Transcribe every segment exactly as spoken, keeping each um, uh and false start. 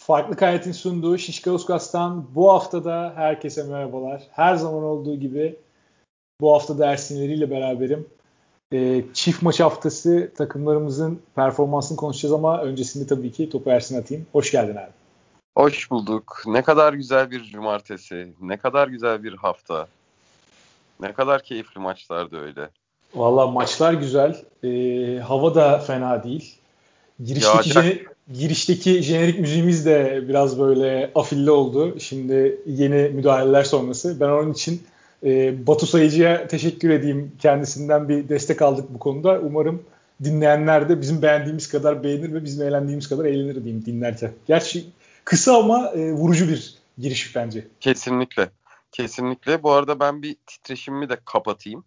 Farklı Kaynat'ın sunduğu Şişka Uskas'tan bu haftada herkese merhabalar. Her zaman olduğu gibi bu hafta da Ersinleriyle beraberim. Ee, çift maç haftası takımlarımızın performansını konuşacağız ama öncesinde tabii ki topu Ersin'e atayım. Hoş geldin abi. Hoş bulduk. Ne kadar güzel bir cumartesi, ne kadar güzel bir hafta, ne kadar keyifli maçlardı öyle. Valla maçlar güzel. Ee, hava da fena değil. Girişteki, jene- Yağacak. girişteki jenerik müziğimiz de biraz böyle afilli oldu. Şimdi yeni müdahaleler sonrası. Ben onun için e, Batu Sayıcı'ya teşekkür edeyim. Kendisinden bir destek aldık bu konuda. Umarım dinleyenler de bizim beğendiğimiz kadar beğenir ve bizim eğlendiğimiz kadar eğlenir diyeyim dinlerken. Gerçi kısa ama e, vurucu bir giriş bence. Kesinlikle. Kesinlikle. Bu arada ben bir titreşimimi de kapatayım.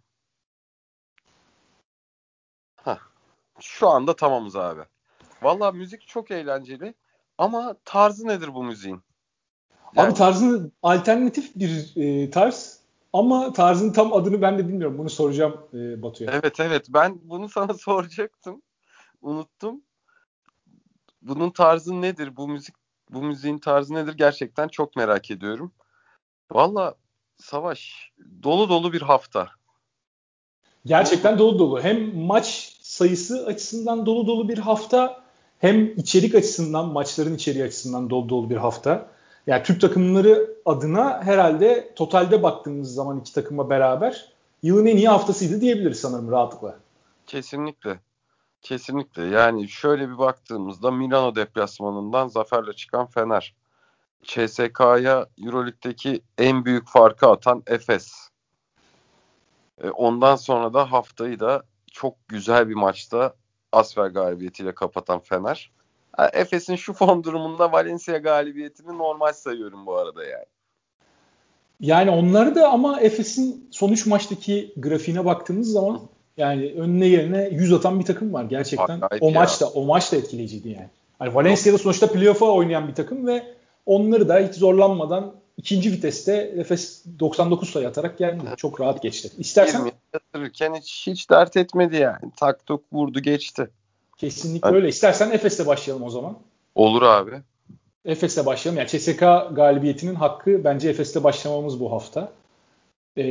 Heh, şu anda tamamız abi. Valla müzik çok eğlenceli ama tarzı nedir bu müziğin? Abi Yani tarzı alternatif bir e, tarz ama tarzın tam adını ben de bilmiyorum. Bunu soracağım e, Batu'ya. evet evet ben bunu sana soracaktım. Unuttum. Bunun tarzı nedir? Bu müzik bu müziğin tarzı nedir? Gerçekten çok merak ediyorum. Valla Savaş dolu dolu bir hafta. Dolu dolu. Gerçekten dolu dolu. Hem maç sayısı açısından dolu dolu bir hafta, hem içerik açısından, maçların içeriği açısından dolu dolu bir hafta. Yani Türk takımları adına herhalde totalde baktığımız zaman iki takıma beraber yılın en iyi haftasıydı diyebiliriz sanırım rahatlıkla. Kesinlikle. Kesinlikle. Yani şöyle bir baktığımızda Milano deplasmanından zaferle çıkan Fener. C S K'ya Euroleague'deki en büyük farkı atan Efes. E, ondan sonra da haftayı da çok güzel bir maçta Asfer galibiyetiyle kapatan Fener. Ha, Efes'in şu form durumunda Valencia galibiyetini normal sayıyorum bu arada yani. Yani onları da ama Efes'in son üç maçtaki grafiğine baktığımız zaman yani önüne yerine yüz atan bir takım var gerçekten. O Acayip ya. maç da o maç da etkileyiciydi yani. Hani Yok, Valencia'da sonuçta playoff'a oynayan bir takım ve onları da hiç zorlanmadan ikinci viteste Efes doksan dokuz sayı atarak yendi. Çok rahat geçti. İstersen yirmi yatırırken hiç, hiç dert etmedi yani. Tak tuk vurdu geçti. kesinlikle Hani, öyle. İstersen Efes'le başlayalım o zaman. olur abi. Efes'le başlayalım. Yani C S K galibiyetinin hakkı bence Efes'le başlamamız bu hafta. Ee,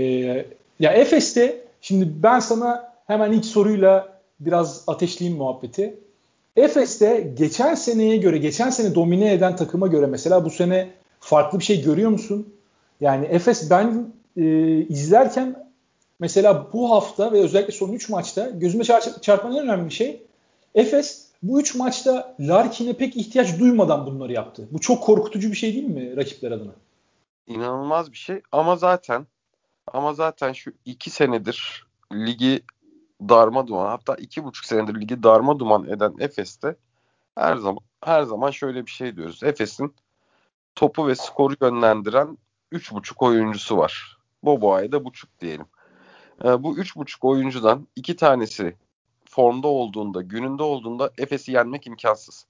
ya Efes'te şimdi ben sana hemen ilk soruyla biraz ateşleyeyim muhabbeti. Efes'te geçen seneye göre, geçen sene domine eden takıma göre mesela bu sene farklı bir şey görüyor musun? Yani Efes ben e, izlerken mesela bu hafta ve özellikle son üç maçta gözüme çar- çarpan en önemli şey Efes bu üç maçta Larkin'e pek ihtiyaç duymadan bunları yaptı. Bu çok korkutucu bir şey değil mi rakipler adına? İnanılmaz bir şey ama zaten ama zaten şu iki senedir ligi darma duman, hatta iki buçuk senedir ligi darma duman eden Efes'te her zaman her zaman şöyle bir şey diyoruz. Efes'in topu ve skoru yönlendiren üç buçuk oyuncusu var. Boboa'ya da buçuk diyelim. Ee, bu üç buçuk oyuncudan iki tanesi formda olduğunda, gününde olduğunda Efes'i yenmek imkansız.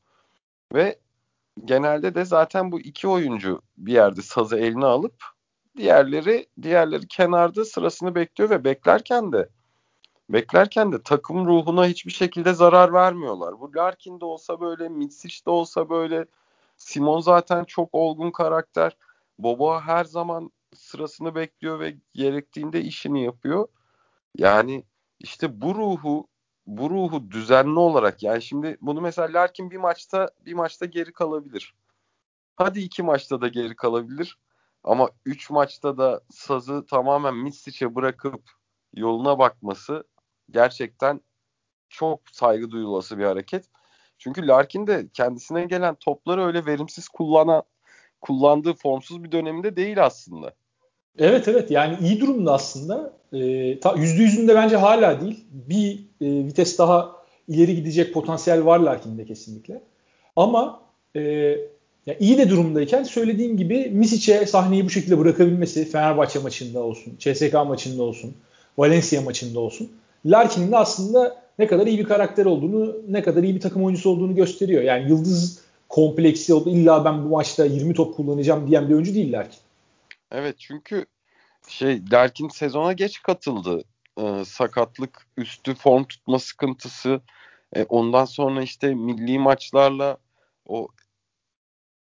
Ve genelde de zaten bu iki oyuncu bir yerde sazı eline alıp diğerleri diğerleri kenarda sırasını bekliyor ve beklerken de beklerken de takım ruhuna hiçbir şekilde zarar vermiyorlar. Bu Larkin de olsa böyle, Mitsic de olsa böyle. Simon zaten çok olgun karakter. Boba her zaman sırasını bekliyor ve gerektiğinde işini yapıyor. Yani işte bu ruhu bu ruhu düzenli olarak, yani şimdi bunu mesela Larkin bir maçta bir maçta geri kalabilir. Hadi iki maçta da geri kalabilir. Ama üç maçta da sazı tamamen Mitsic'e bırakıp yoluna bakması gerçekten çok saygı duyulası bir hareket. Çünkü Larkin de kendisine gelen topları öyle verimsiz kullanan, kullandığı formsuz bir döneminde değil aslında. Evet evet yani iyi durumda aslında. Ee, ta, yüzde yüzünde bence hala değil. Bir e, vites daha ileri gidecek potansiyel var Larkin'de kesinlikle. Ama e, ya iyi de durumdayken söylediğim gibi Misic'e sahneyi bu şekilde bırakabilmesi Fenerbahçe maçında olsun, C S K maçında olsun, Valencia maçında olsun. Larkin'in de aslında ne kadar iyi bir karakter olduğunu, ne kadar iyi bir takım oyuncusu olduğunu gösteriyor. Yani yıldız kompleksi oldu. İlla ben bu maçta yirmi top kullanacağım diyen bir oyuncu değil Larkin. Evet, çünkü şey Larkin sezona geç katıldı. Ee, sakatlık üstü form tutma sıkıntısı. E, ondan sonra işte milli maçlarla o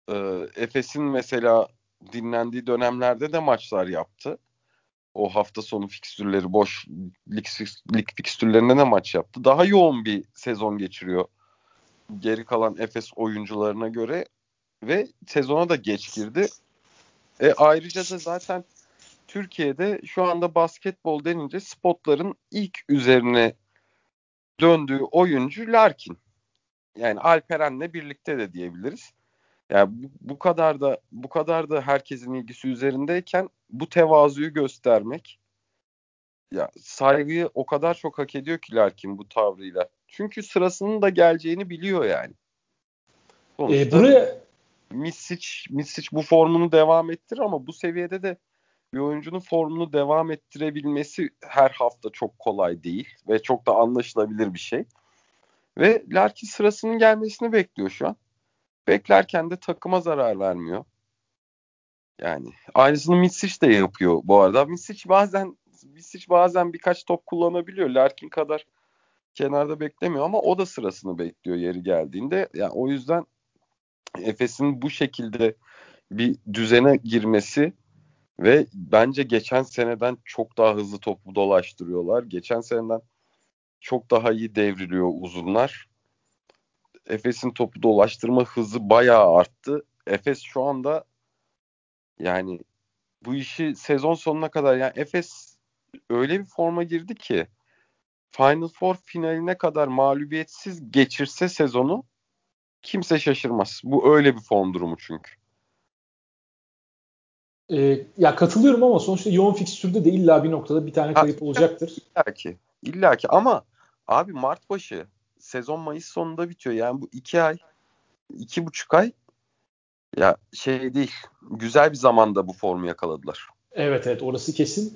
Ee, Efes'in mesela dinlendiği dönemlerde de maçlar yaptı. O hafta sonu fikstürleri boş lig, lig fikstürlerinde de maç yaptı. Daha yoğun bir sezon geçiriyor geri kalan Efes oyuncularına göre ve sezona da geç girdi. E ayrıca da zaten Türkiye'de şu anda basketbol denince spotların ilk üzerine döndüğü oyuncu Larkin. Yani Alperen'le birlikte de diyebiliriz. Yani bu, bu kadar da bu kadar da herkesin ilgisi üzerindeyken bu tevazuyu göstermek, ya saygıyı o kadar çok hak ediyor ki Larkin bu tavrıyla. Çünkü sırasının da geleceğini biliyor yani. E, Sonuçta buraya Misic, Misic bu formunu devam ettirir ama bu seviyede de bir oyuncunun formunu devam ettirebilmesi her hafta çok kolay değil ve çok da anlaşılabilir bir şey. Ve Larkin sırasının gelmesini bekliyor şu an. Beklerken de takıma zarar vermiyor. Yani aynısını Misic de yapıyor bu arada. Misic bazen Misic bazen birkaç top kullanabiliyor. Larkin kadar kenarda beklemiyor ama o da sırasını bekliyor yeri geldiğinde. Yani o yüzden Efes'in bu şekilde bir düzene girmesi ve bence geçen seneden çok daha hızlı topu dolaştırıyorlar. Geçen seneden çok daha iyi devriliyor uzunlar. Efes'in topu dolaştırma hızı bayağı arttı. Efes şu anda yani bu işi sezon sonuna kadar, yani Efes öyle bir forma girdi ki Final Four finaline kadar mağlubiyetsiz geçirse sezonu kimse şaşırmaz. Bu öyle bir form durumu çünkü. e, ya katılıyorum ama sonuçta yoğun fikstürde de illa bir noktada bir tane Ha, kayıp olacaktır. illa ki. İlla ki ama abi Mart başı sezon Mayıs sonunda bitiyor. Yani bu iki ay, iki buçuk ay ya şey değil. Güzel bir zamanda bu formu yakaladılar. Evet evet, orası kesin.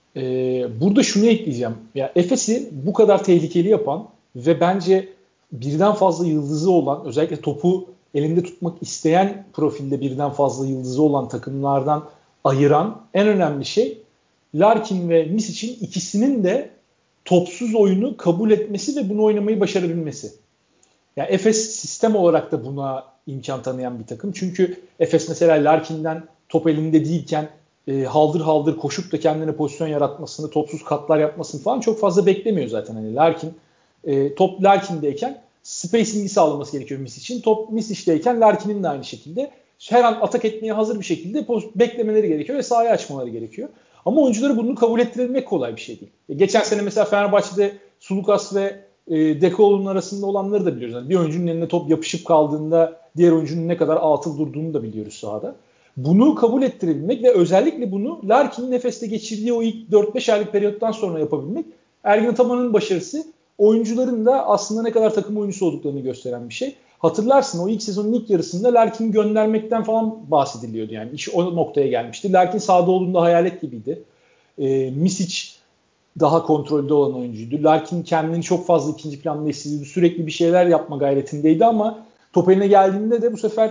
Ee, burada şunu ekleyeceğim. Ya Efes'i bu kadar tehlikeli yapan ve bence birden fazla yıldızı olan, özellikle topu elinde tutmak isteyen profilde birden fazla yıldızı olan takımlardan ayıran en önemli şey Larkin ve Misic'in ikisinin de topsuz oyunu kabul etmesi ve bunu oynamayı başarabilmesi. Yani Efes sistem olarak da buna imkan tanıyan bir takım. Çünkü Efes mesela Larkin'den top elinde değilken e, haldır haldır koşup da kendine pozisyon yaratmasını, topsuz katlar yapmasını falan çok fazla beklemiyor zaten. Hani Larkin e, top Larkin'deyken spacing'i sağlaması gerekiyor Mis için. Top Mis işteyken Larkin'in de aynı şekilde her an atak etmeye hazır bir şekilde beklemeleri gerekiyor ve sahayı açmaları gerekiyor. Ama oyuncuları bunu kabul ettirebilmek kolay bir şey değil. E, geçen sene mesela Fenerbahçe'de Sulukas ve e, Dekoğlu'nun arasında olanları da biliyoruz. Yani bir oyuncunun eline top yapışıp kaldığında diğer oyuncunun ne kadar atıl durduğunu da biliyoruz sahada. Bunu kabul ettirebilmek ve özellikle bunu Larkin'in Efes'te geçirdiği o ilk dört beş aylık periyottan sonra yapabilmek, Ergin Ataman'ın başarısı oyuncuların da aslında ne kadar takım oyuncusu olduklarını gösteren bir şey. Hatırlarsın o ilk sezonun ilk yarısında Larkin'i göndermekten falan bahsediliyordu yani. İş o noktaya gelmişti. Larkin sahada olduğunda hayalet gibiydi. E, Misic daha kontrolde olan oyuncuydu. Larkin kendini çok fazla ikinci planda hissediyordu. Sürekli bir şeyler yapma gayretindeydi ama top eline geldiğinde de bu sefer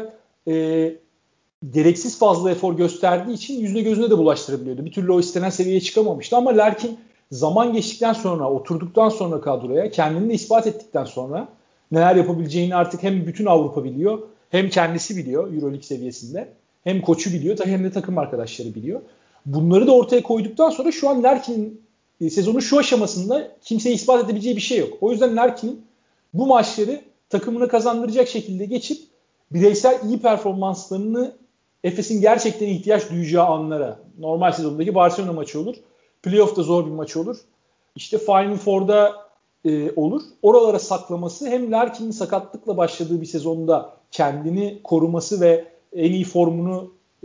e, gereksiz fazla efor gösterdiği için yüzüne gözüne de bulaştırabiliyordu. Bir türlü o istenen seviyeye çıkamamıştı ama Larkin zaman geçtikten sonra, oturduktan sonra kadroya, kendini de ispat ettikten sonra neler yapabileceğini artık hem bütün Avrupa biliyor, hem kendisi biliyor EuroLeague seviyesinde. Hem koçu biliyor, hem de takım arkadaşları biliyor. Bunları da ortaya koyduktan sonra şu an Larkin'in sezonun şu aşamasında kimseye ispat edebileceği bir şey yok. O yüzden Larkin'in bu maçları takımına kazandıracak şekilde geçip bireysel iyi performanslarını Efes'in gerçekten ihtiyaç duyacağı anlara, normal sezondaki Barcelona maçı olur. Playoff'ta zor bir maç olur. İşte Final Four'da e, olur. Oralara saklaması hem Larkin'in sakatlıkla başladığı bir sezonda kendini koruması ve en iyi formunu e,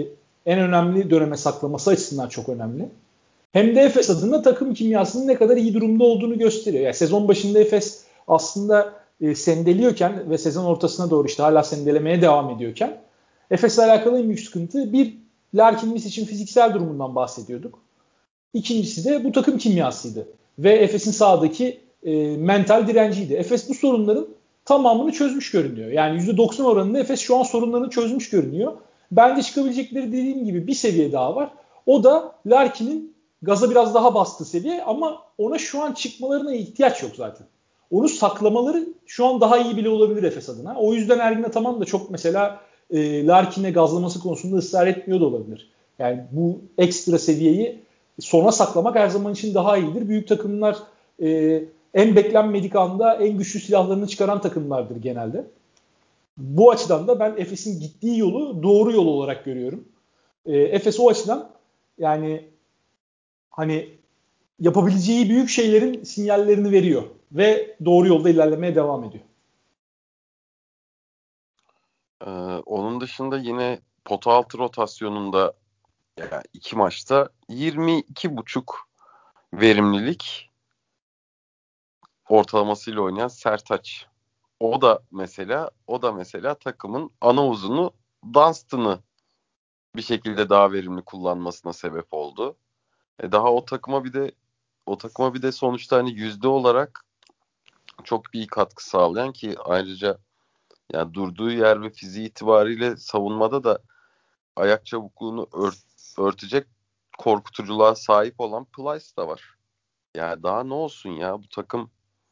en önemli döneme saklaması açısından çok önemli. Hem de Efes adına takım kimyasının ne kadar iyi durumda olduğunu gösteriyor. Yani sezon başında Efes aslında e, sendeliyorken ve sezon ortasına doğru işte hala sendelemeye devam ediyorken Efes'le alakalı en büyük sıkıntı bir, Larkin Misic'in fiziksel durumundan bahsediyorduk. İkincisi de bu takım kimyasıydı. Ve Efes'in sahadaki e, mental direnciydi. Efes bu sorunların tamamını çözmüş görünüyor. Yani yüzde doksan oranında Efes şu an sorunlarını çözmüş görünüyor. Bence çıkabilecekleri dediğim gibi bir seviye daha var. O da Larkin'in gaza biraz daha bastığı seviye ama ona şu an çıkmalarına ihtiyaç yok zaten. Onu saklamaları şu an daha iyi bile olabilir Efes adına. O yüzden Ergin Ataman da çok mesela e, Larkin'e gazlaması konusunda ısrar etmiyor da olabilir. Yani bu ekstra seviyeyi sona saklamak her zaman için daha iyidir. Büyük takımlar e, en beklenmedik anda en güçlü silahlarını çıkaran takımlardır genelde. Bu açıdan da ben Efes'in gittiği yolu doğru yol olarak görüyorum. E, Efes o açıdan yani hani yapabileceği büyük şeylerin sinyallerini veriyor ve doğru yolda ilerlemeye devam ediyor. Ee, onun dışında yine pota altı rotasyonunda yani iki maçta yirmi iki buçuk verimlilik ortalamasıyla oynayan Sertaç. O da mesela o da mesela takımın ana uzunu Dunstan'ı bir şekilde daha verimli kullanmasına sebep oldu. E daha o takıma bir de o takıma bir de sonuçta hani yüzde olarak çok bir katkı sağlayan ki ayrıca yani durduğu yer ve fiziği itibariyle savunmada da ayak çabukluğunu ört, örtecek korkutuculuğa sahip olan Plyce da var. Yani daha ne olsun ya bu takım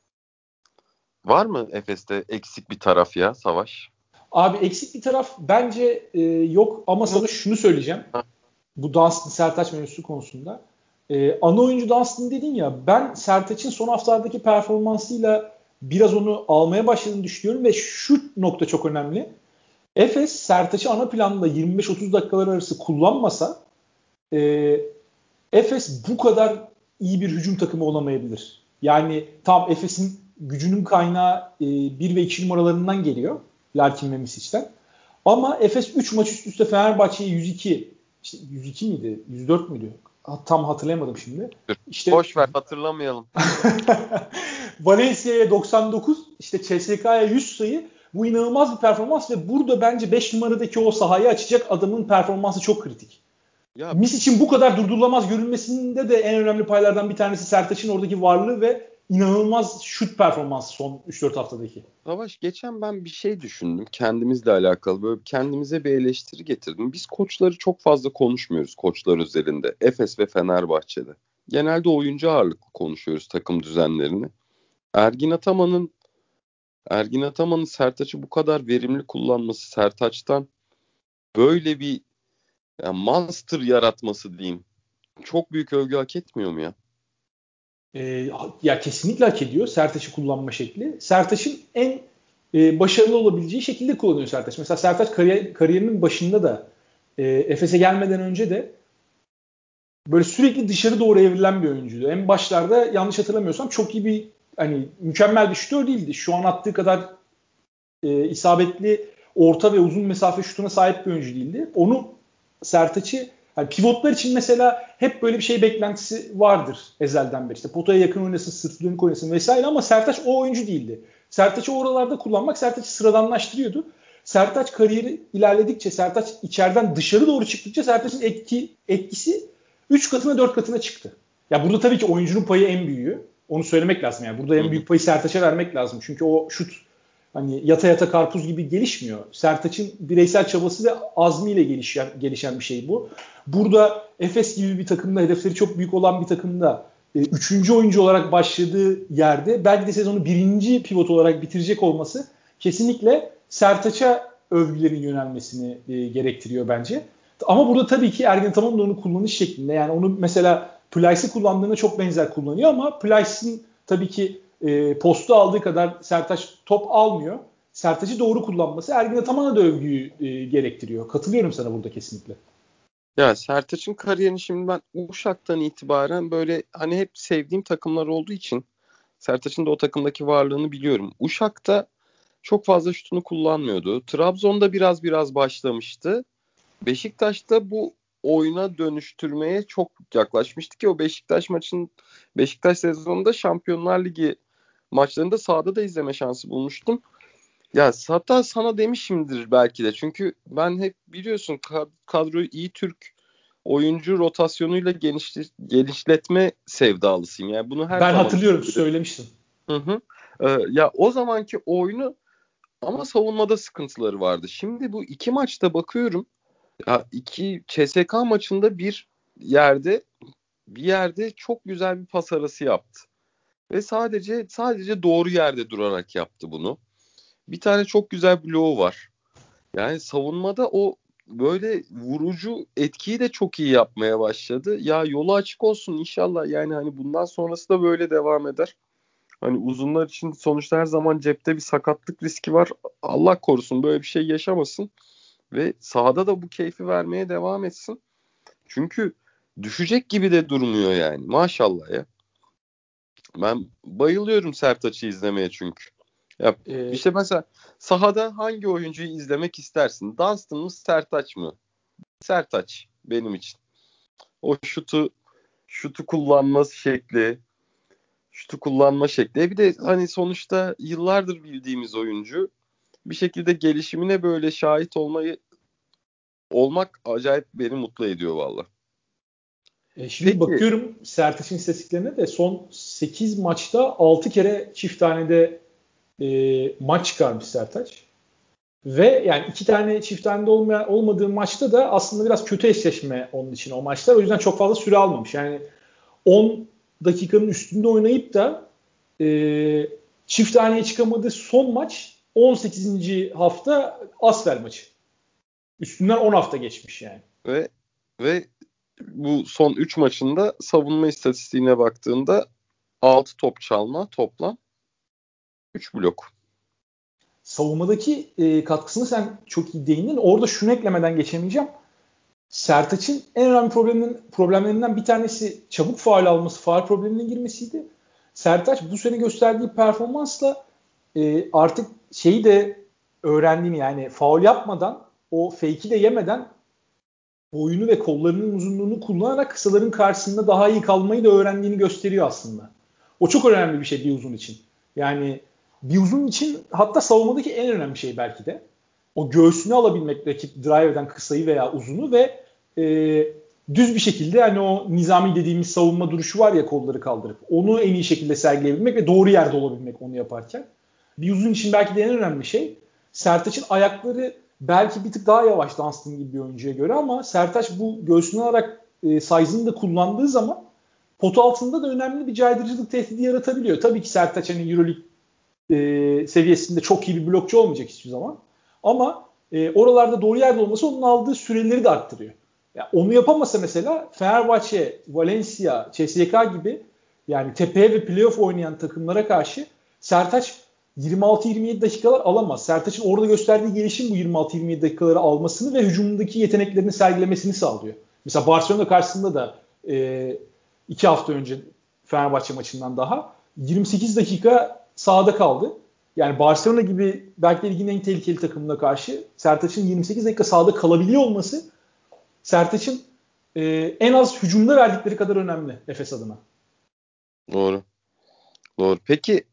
var mı Efes'te eksik bir taraf ya Savaş? Abi eksik bir taraf bence e, yok ama sana şunu söyleyeceğim. Bu Dunstan Sertaç mevzusu konusunda. E, ana oyuncu Dunstan dedin ya, ben Sertaç'ın son haftalardaki performansıyla biraz onu almaya başladığını düşünüyorum ve şu nokta çok önemli. Efes Sertaç'ı ana planda yirmi beş otuz dakikalar arası kullanmasa e, Efes bu kadar iyi bir hücum takımı olamayabilir. Yani tam Efes'in gücünün kaynağı e, bir ve iki numaralarından geliyor. Larkin ve Misic'ten. Ama Efes üç maç üst üste Fenerbahçe'ye yüz iki, işte yüz iki miydi? yüz dört müydü? Tam hatırlayamadım şimdi. İşte Boş ver hatırlamayalım. Valencia'ya doksan dokuz, işte C S K'ya yüz sayı. Bu inanılmaz bir performans ve burada bence beş numaradaki o sahayı açacak adamın performansı çok kritik. Ya Mis için bu kadar durdurulamaz görünmesinde de en önemli paylardan bir tanesi Sertaç'ın oradaki varlığı ve inanılmaz şut performansı son üç dört haftadaki. Savaş geçen ben bir şey düşündüm kendimizle alakalı böyle kendimize bir eleştiri getirdim. Biz koçları çok fazla konuşmuyoruz koçlar üzerinde Efes ve Fenerbahçe'de. Genelde oyuncu ağırlıklı konuşuyoruz takım düzenlerini. Ergin Ataman'ın Ergin Ataman'ın Sertaç'ı bu kadar verimli kullanması, Sertaç'tan böyle bir yani monster yaratması diyeyim. Çok büyük övgü hak etmiyor mu ya? Ee, ya kesinlikle hak ediyor Sertaç'ı kullanma şekli. Sertaç'ın en e, başarılı olabileceği şekilde kullanıyor Sertaç. Mesela Sertaç kariyer, kariyerinin başında da e, Efes'e gelmeden önce de böyle sürekli dışarı doğru evrilen bir oyuncuydu. En başlarda yanlış hatırlamıyorsam çok iyi bir, hani mükemmel bir şutör değildi. Şu an attığı kadar e, isabetli orta ve uzun mesafe şutuna sahip bir oyuncu değildi. Onu Sertaç'ı yani pivotlar için mesela hep böyle bir şey beklentisi vardır ezelden beri. İşte potaya yakın oynasın, sırtı dönük oynasın vesaire ama Sertaç o oyuncu değildi. Sertaç'ı oralarda kullanmak Sertaç'ı sıradanlaştırıyordu. Sertaç kariyeri ilerledikçe, Sertaç içeriden dışarı doğru çıktıkça Sertaç'ın etki, etkisi üç katına dört katına çıktı. Ya burada tabii ki oyuncunun payı en büyüğü. Onu söylemek lazım yani. Burada en büyük payı Sertaç'a vermek lazım. Çünkü o şut hani yata yata karpuz gibi gelişmiyor. Sertaç'ın bireysel çabası ve azmiyle gelişen, gelişen bir şey bu. Burada Efes gibi bir takımda, hedefleri çok büyük olan bir takımda e, üçüncü oyuncu olarak başladığı yerde belki de sezonu birinci pivot olarak bitirecek olması kesinlikle Sertaç'a övgülerin yönelmesini e, gerektiriyor bence. Ama burada tabii ki Ergin Ataman da onu kullanış şeklinde, yani onu mesela Plyce'ı kullandığında çok benzer kullanıyor ama Plyce'ın tabii ki e, postu aldığı kadar Sertaç top almıyor. Sertaç'ı doğru kullanması Ergin Ataman'a da övgüyü e, gerektiriyor. Katılıyorum sana burada kesinlikle. Ya Sertaç'ın kariyerini şimdi ben Uşak'tan itibaren böyle hani hep sevdiğim takımlar olduğu için Sertaç'ın da o takımdaki varlığını biliyorum. Uşak'ta çok fazla şutunu kullanmıyordu. Trabzon'da biraz biraz başlamıştı. Beşiktaş'ta bu oyuna dönüştürmeye çok yaklaşmıştı ki o Beşiktaş maçın Beşiktaş sezonunda Şampiyonlar Ligi maçlarında sahada da izleme şansı bulmuştum. Ya hatta sana demişimdir belki de. Çünkü ben hep biliyorsun kadroyu iyi Türk oyuncu rotasyonuyla genişle, genişletme sevdalısıyım. Yani bunu her Ben zaman hatırlıyorum, söyledim. söylemiştim. Hı hı. Ee, ya o zamanki oyunu ama savunmada sıkıntıları vardı. Şimdi bu iki maçta bakıyorum. Ya iki C S K maçında bir yerde bir yerde çok güzel bir pas arası yaptı. Ve sadece sadece doğru yerde durarak yaptı bunu. Bir tane çok güzel bloğu var. Yani savunmada o böyle vurucu etkiyi de çok iyi yapmaya başladı. Ya yolu açık olsun inşallah. Yani hani bundan sonrası da böyle devam eder. Hani uzunlar için sonuçta her zaman cepte bir sakatlık riski var. Allah korusun böyle bir şey yaşamasın. Ve sahada da bu keyfi vermeye devam etsin. Çünkü düşecek gibi de durmuyor yani. Maşallah ya. Ben bayılıyorum Sertaç'ı izlemeye çünkü. Ya Ee, işte mesela sahada hangi oyuncuyu izlemek istersin? Dunstan mı Sertaç mı? Sertaç benim için. O şutu şutu kullanma şekli, şutu kullanma şekli. E bir de hani sonuçta yıllardır bildiğimiz oyuncu. Bir şekilde gelişimine böyle şahit olmayı olmak acayip beni mutlu ediyor valla. e, şimdi Peki bakıyorum Sertaç'ın istatistiklerine de son sekiz maçta altı kere çift tanede e, maç çıkarmış Sertaç. Ve yani iki tane çift halinde olmayan, olmadığı maçta da aslında biraz kötü eşleşme onun için o maçlar. O yüzden çok fazla süre almamış. Yani on dakikanın üstünde oynayıp da e, çift haneye çıkamadığı son maç on sekizinci hafta Asvel maçı. Üstünden on hafta geçmiş yani. ve ve bu son üç maçında savunma istatistiğine baktığında altı top çalma toplam üç blok. Savunmadaki e, katkısını sen çok iyi değindin. Orada şunu eklemeden geçemeyeceğim. Sertaç'ın en önemli problemlerin, problemlerinden bir tanesi çabuk faul alması, faul problemine girmesiydi. Sertaç bu sene gösterdiği performansla e, artık şeyi de öğrendiğini yani faul yapmadan o fake'i de yemeden boyunu ve kollarının uzunluğunu kullanarak kısaların karşısında daha iyi kalmayı da öğrendiğini gösteriyor aslında. O çok önemli bir şey bir uzun için. Yani bir uzun için hatta savunmadaki en önemli şey belki de. O göğsüne alabilmek rakip drive eden kısayı veya uzunu ve e, düz bir şekilde hani o nizami dediğimiz savunma duruşu var ya kolları kaldırıp onu en iyi şekilde sergileyebilmek ve doğru yerde olabilmek onu yaparken. Bir uzun için belki de en önemli şey Sertaç'ın ayakları belki bir tık daha yavaş Dunstan gibi bir oyuncuya göre ama Sertaç bu göğsünü alarak e, size'ını da kullandığı zaman pot altında da önemli bir caydırıcılık tehdidi yaratabiliyor. Tabii ki Sertaç hani Euroleague e, seviyesinde çok iyi bir blokçu olmayacak hiçbir zaman. Ama e, oralarda doğru yerde olması onun aldığı süreleri de arttırıyor. Yani onu yapamasa mesela Fenerbahçe, Valencia, C S K A gibi yani tepeye ve playoff oynayan takımlara karşı Sertaç yirmi altı yirmi yedi dakikalar alamaz. Sertaç'ın orada gösterdiği gelişim bu yirmi altı yirmi yedi dakikaları almasını ve hücumundaki yeteneklerini sergilemesini sağlıyor. Mesela Barcelona karşısında da e, iki hafta önce Fenerbahçe maçından daha yirmi sekiz dakika sahada kaldı. Yani Barcelona gibi belki de ligin en tehlikeli takımına karşı Sertaç'ın yirmi sekiz dakika sahada kalabiliyor olması Sertaç'ın e, en az hücumda verdikleri kadar önemli Efes adına. Doğru. Doğru. Peki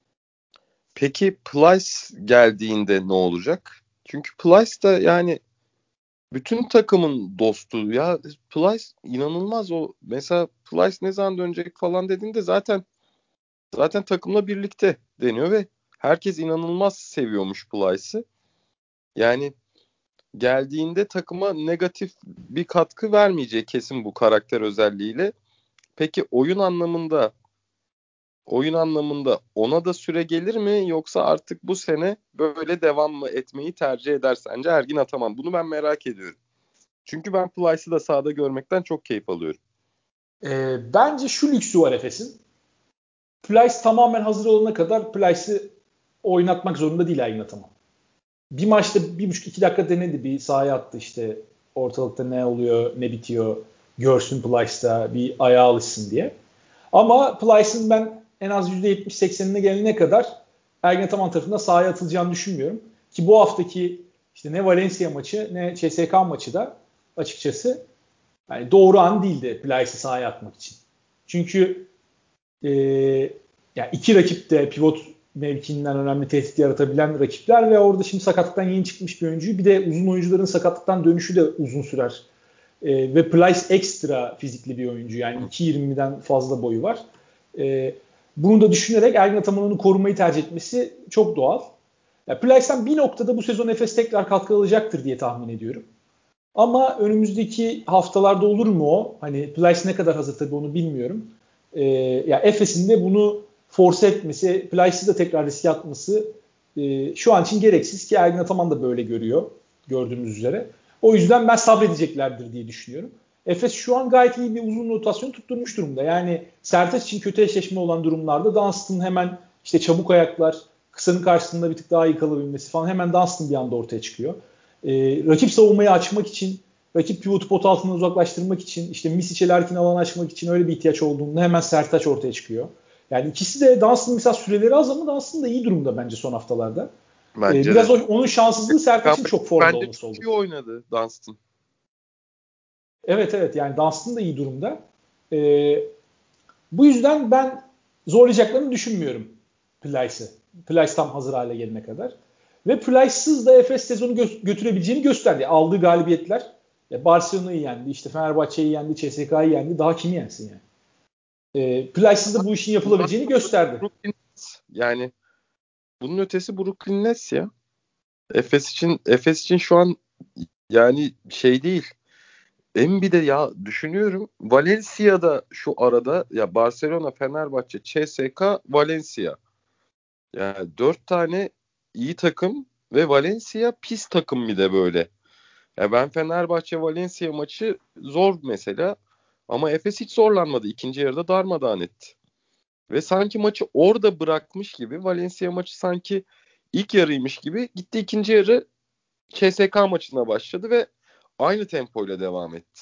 peki Plyce geldiğinde ne olacak? Çünkü Plyce da yani bütün takımın dostu. Ya Plyce inanılmaz o. Mesela Plyce ne zaman dönecek falan dediğinde zaten zaten takımla birlikte deniyor ve herkes inanılmaz seviyormuş Plyce'ı. Yani geldiğinde takıma negatif bir katkı vermeyecek kesin bu karakter özelliğiyle. Peki oyun anlamında oyun anlamında ona da süre gelir mi yoksa artık bu sene böyle devam mı etmeyi tercih eder sence Ergin Ataman? Bunu ben merak ediyorum. Çünkü ben Plyce'ı da sahada görmekten çok keyif alıyorum. E, bence şu lüksü var Efes'in. Plyce tamamen hazır olana kadar Plyce'ı oynatmak zorunda değil Ergin Ataman. Bir maçta bir buçuk iki dakika denedi. Bir sahaya attı işte ortalıkta ne oluyor ne bitiyor görsün Plyce'da bir ayağa alışsın diye. Ama Plyce'ın ben en az yüzde yetmiş seksenine gelene kadar Ergin Ataman tarafından sahaya atılacağını düşünmüyorum. Ki bu haftaki işte ne Valencia maçı ne C S K A maçı da açıkçası yani doğru an değildi Plyce'ı sahaya atmak için. Çünkü e, yani iki rakip de pivot mevkiinden önemli tehdit yaratabilen rakipler ve orada şimdi sakatlıktan yeni çıkmış bir oyuncuyu bir de uzun oyuncuların sakatlıktan dönüşü de uzun sürer. E, ve Plyce ekstra fizikli bir oyuncu. Yani iki yirmiden fazla boyu var. E, bunu da düşünerek Ergin Ataman'ın onu korumayı tercih etmesi çok doğal. Yani Plyce'den bir noktada bu sezon Efes tekrar katkı alacaktır diye tahmin ediyorum. Ama önümüzdeki haftalarda olur mu o? Hani Plyce ne kadar hazır tabii onu bilmiyorum. Ee, ya Efes'in de bunu force etmesi, Plyce'ı da tekrar riske atması e, şu an için gereksiz ki Ergin Ataman da böyle görüyor. gördüğümüz üzere. O yüzden ben sabredeceklerdir diye düşünüyorum. Efes şu an gayet iyi bir uzun rotasyon tutturmuş durumda. Yani Sertaç için kötü eşleşme olan durumlarda Dunstan'ın hemen işte çabuk ayaklar, kısanın karşısında bir tık daha iyi kalabilmesi falan hemen Dunstan bir anda ortaya çıkıyor. Ee, rakip savunmayı açmak için, rakip pivotu pot altından uzaklaştırmak için, işte Misic'e Larkin alan açmak için öyle bir ihtiyaç olduğunda hemen Sertaç ortaya çıkıyor. Yani ikisi de Dunstan'ın mesela süreleri az ama Dunstan da iyi durumda bence son haftalarda. Ee, Bence biraz de. o, onun şanssızlığı Sertaç'ın çok formda Bence olması çok oldu. iyi oynadı Dunstan. Evet evet yani Dunstan da iyi durumda. Ee, bu yüzden ben zorlayacaklarını düşünmüyorum Plyce'ı. Plyce tam hazır hale gelene kadar. Ve Plyce'sız da Efes sezonu gö- götürebileceğini gösterdi. Aldığı galibiyetler ya Barcelona'yı yendi, işte Fenerbahçe'yi yendi, C S K'yı yendi. Daha kimi yensin yani? Ee, Plyce'sız da bu işin yapılabileceğini gösterdi. Brooklyn Nets. Yani bunun ötesi Brooklyn Nets ya. Efes için Efes için şu an yani şey değil. En bir de ya düşünüyorum Valencia'da şu arada ya Barcelona, Fenerbahçe, C S K, Valencia. Yani dört tane iyi takım ve Valencia pis takım bir de böyle. Ya ben Fenerbahçe Valencia maçı zor mesela ama Efes hiç zorlanmadı. İkinci yarıda darmadağın etti. Ve sanki maçı orada bırakmış gibi Valencia maçı sanki ilk yarıymış gibi gitti ikinci yarı C S K maçına başladı ve aynı tempoyla devam etti.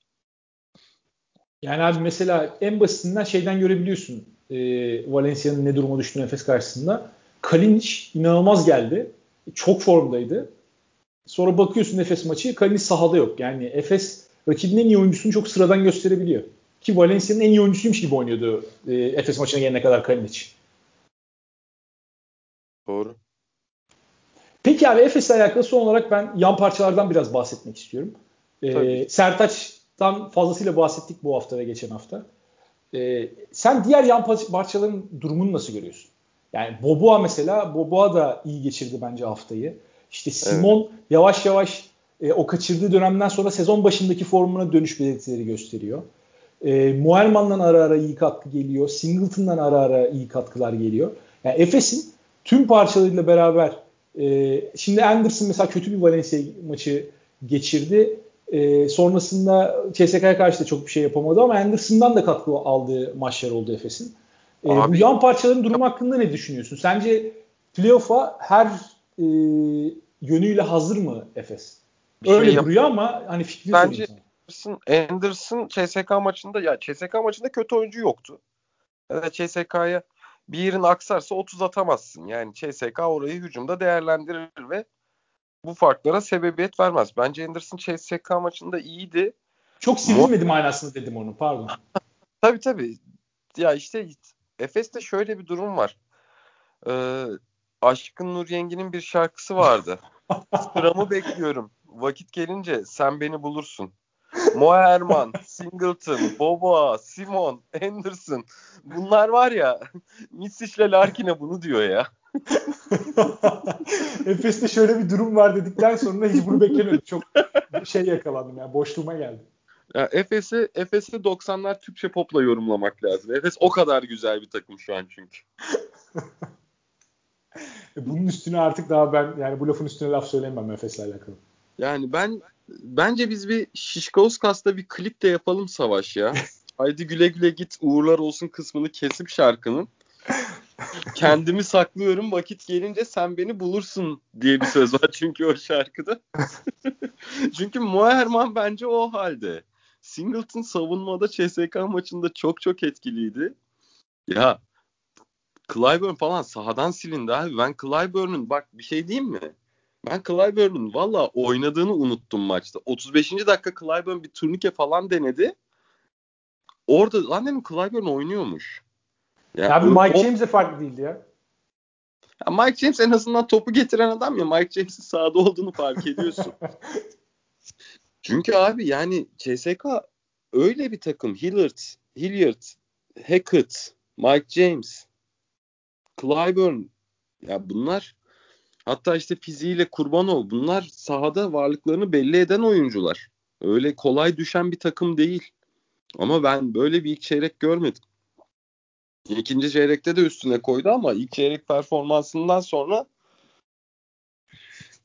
Yani abi mesela en basitinden şeyden görebiliyorsun e, Valencia'nın ne duruma düştüğünü Efes karşısında. Kalinic inanılmaz geldi. Çok formdaydı. Sonra bakıyorsun Efes maçı, Kalinic sahada yok. Yani Efes rakibinin en iyi oyuncusunu çok sıradan gösterebiliyor. Ki Valencia'nın en iyi oyuncusuymuş gibi oynuyordu e, Efes maçına gelene kadar Kalinic. Doğru. Peki abi Efes'le alakalı son olarak ben yan parçalardan biraz bahsetmek istiyorum. Tabii. E, Sertaç'tan fazlasıyla bahsettik bu hafta ve geçen hafta. E, sen diğer yan parçaların durumunu nasıl görüyorsun? Yani Boboa mesela, Boboa da iyi geçirdi bence haftayı. İşte Evet. Simon yavaş yavaş e, o kaçırdığı dönemden sonra sezon başındaki formuna dönüş belirtileri gösteriyor. E, Muerman'dan ara ara iyi katkı geliyor. Singleton'dan ara ara iyi katkılar geliyor. Yani Efes'in tüm parçalarıyla beraber e, şimdi Anderson mesela kötü bir Valencia maçı geçirdi. E, sonrasında C S K'ya karşı da çok bir şey yapamadı ama Anderson'dan da katkı aldığı maçlar oldu Efes'in. E, bu Abi yan parçaların durumu hakkında ne düşünüyorsun? Sence playoff'a her e, yönüyle hazır mı Efes? bir şey Öyle yap. duruyor ama hani fikrini sorayım Bence sana. Anderson, Anderson C S K maçında ya C S K maçında kötü oyuncu yoktu. Ya C S K'ya bir yerin aksarsa otuz atamazsın. Yani C S K orayı hücumda değerlendirir ve bu farklara sebebiyet vermez. Bence Anderson C S K maçında iyiydi. Çok Mu sivrilmedi manasında dedim onu pardon. tabii tabii. Ya işte Efes'te şöyle bir durum var. Ee, Aşkın Nur Yengi'nin bir şarkısı vardı. Sıramı bekliyorum. Vakit gelince sen beni bulursun. Moerman, Singleton, Boboa, Simon, Anderson. Bunlar var ya Misic'le Larkin'e bunu diyor ya. Efes'te şöyle bir durum var dedikten sonra hiç bunu beklemedim. Çok şey yakalandım ya boşluğuma geldi. Ya Efes'i Efes'i doksanlar Türkçe popla yorumlamak lazım. Efes o kadar güzel bir takım şu an çünkü. Bunun üstüne artık daha ben yani bu lafın üstüne laf söyleyemem Efes'le alakalı. Yani ben bence biz bir Şişkoskas'ta bir klip de yapalım Savaş ya. Haydi güle güle git uğurlar olsun kısmını kesip şarkının. Kendimi saklıyorum vakit gelince sen beni bulursun diye bir söz var çünkü o şarkıda. Çünkü Moerman bence o halde. Singleton savunmada C S K maçında çok çok etkiliydi. Ya Clyburn falan sahadan silindi abi. Ben Clyburn'un bak bir şey diyeyim mi? Ben Clyburn'un valla oynadığını unuttum maçta. otuz beşinci dakika Clyburn bir turnike falan denedi. Orada lan dedim Clyburn oynuyormuş. Ya Ya bir o, Mike o James de farklı değildi ya. ya Mike James en azından topu getiren adam ya. Mike James'in sahada olduğunu fark ediyorsun. Çünkü abi yani C S K öyle bir takım. Hilliard, Hilliard, Hackett, Mike James, Clyburn. Ya bunlar hatta işte fiziğiyle Kurbanov bunlar sahada varlıklarını belli eden oyuncular. Öyle kolay düşen bir takım değil. Ama ben böyle bir ilk çeyrek görmedim. İkinci çeyrekte de üstüne koydu ama ilk çeyrek performansından sonra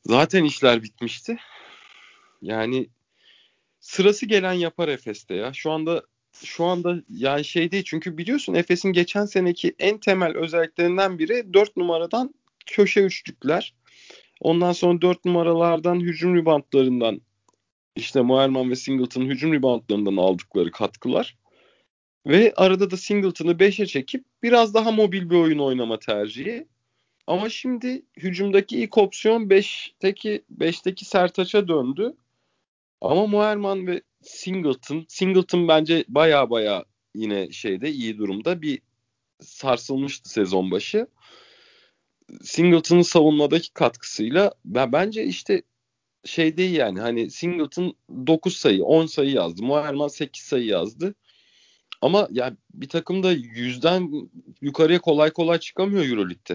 Zaten işler bitmişti. Yani sırası gelen yapar Efes'te ya. Şu anda şu anda yani şey değil. Çünkü biliyorsun Efes'in geçen seneki en temel özelliklerinden biri dört numaradan köşe üçlükler. Ondan sonra dört numaralardan hücum reboundlarından işte Moerman ve Singleton'ın hücum reboundlarından aldıkları katkılar. Ve arada da Singleton'ı beşe çekip biraz daha mobil bir oyun oynama tercihi. Ama şimdi hücumdaki ilk opsiyon beşteki beşteki Sertaç'a döndü. Ama Moerman ve Singleton, Singleton bence baya baya yine şeyde iyi durumda. Bir sarsılmıştı sezon başı. Singleton'ın savunmadaki katkısıyla ben bence işte şey değil yani hani Singleton dokuz sayı, on sayı yazdı. Moerman sekiz sayı yazdı. Ama ya bir takım da yüzden yukarıya kolay kolay çıkamıyor EuroLeague'de.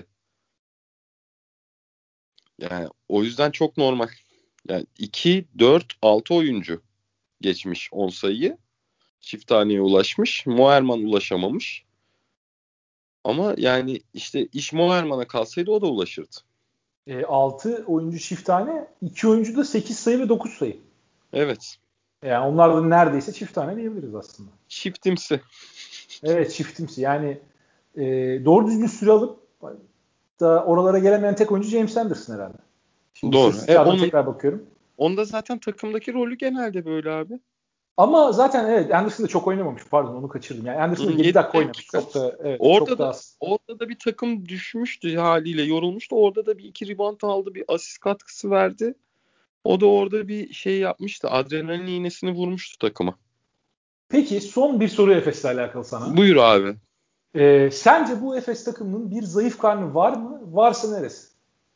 Yani o yüzden çok normal. Yani iki, dört, altı oyuncu geçmiş on sayıyı. Çift taneye ulaşmış. Moerman ulaşamamış. Ama yani işte iş Moerman'a kalsaydı o da ulaşırdı. E, altı oyuncu çift tane, iki oyuncu da sekiz sayı ve dokuz sayı. Evet. Yani onlar da neredeyse çift tane diyebiliriz aslında. Çiftimsi. Evet, çiftimsi. Yani e, doğru düzgün süre alıp da oralara gelemeyen tek oyuncu James Anderson herhalde. Şimdi Doğru. E, istatistiklerden onun tekrar bakıyorum. onda zaten takımdaki rolü genelde böyle abi. Ama zaten evet, Anderson da çok oynamamış. Pardon, onu kaçırdım. Yani Anderson da yedi yedi dakika oynamış. dakika. Çok da evet, Orada çok da da az. orada da bir takım düşmüştü haliyle yorulmuştu. Orada da bir iki rebound aldı, bir asist katkısı verdi. O da orada bir şey yapmıştı. Adrenalin iğnesini vurmuştu takıma. Peki son bir soru Efes'le alakalı sana. Buyur abi. Ee, sence bu Efes takımının bir zayıf karnı var mı? Varsa neresi?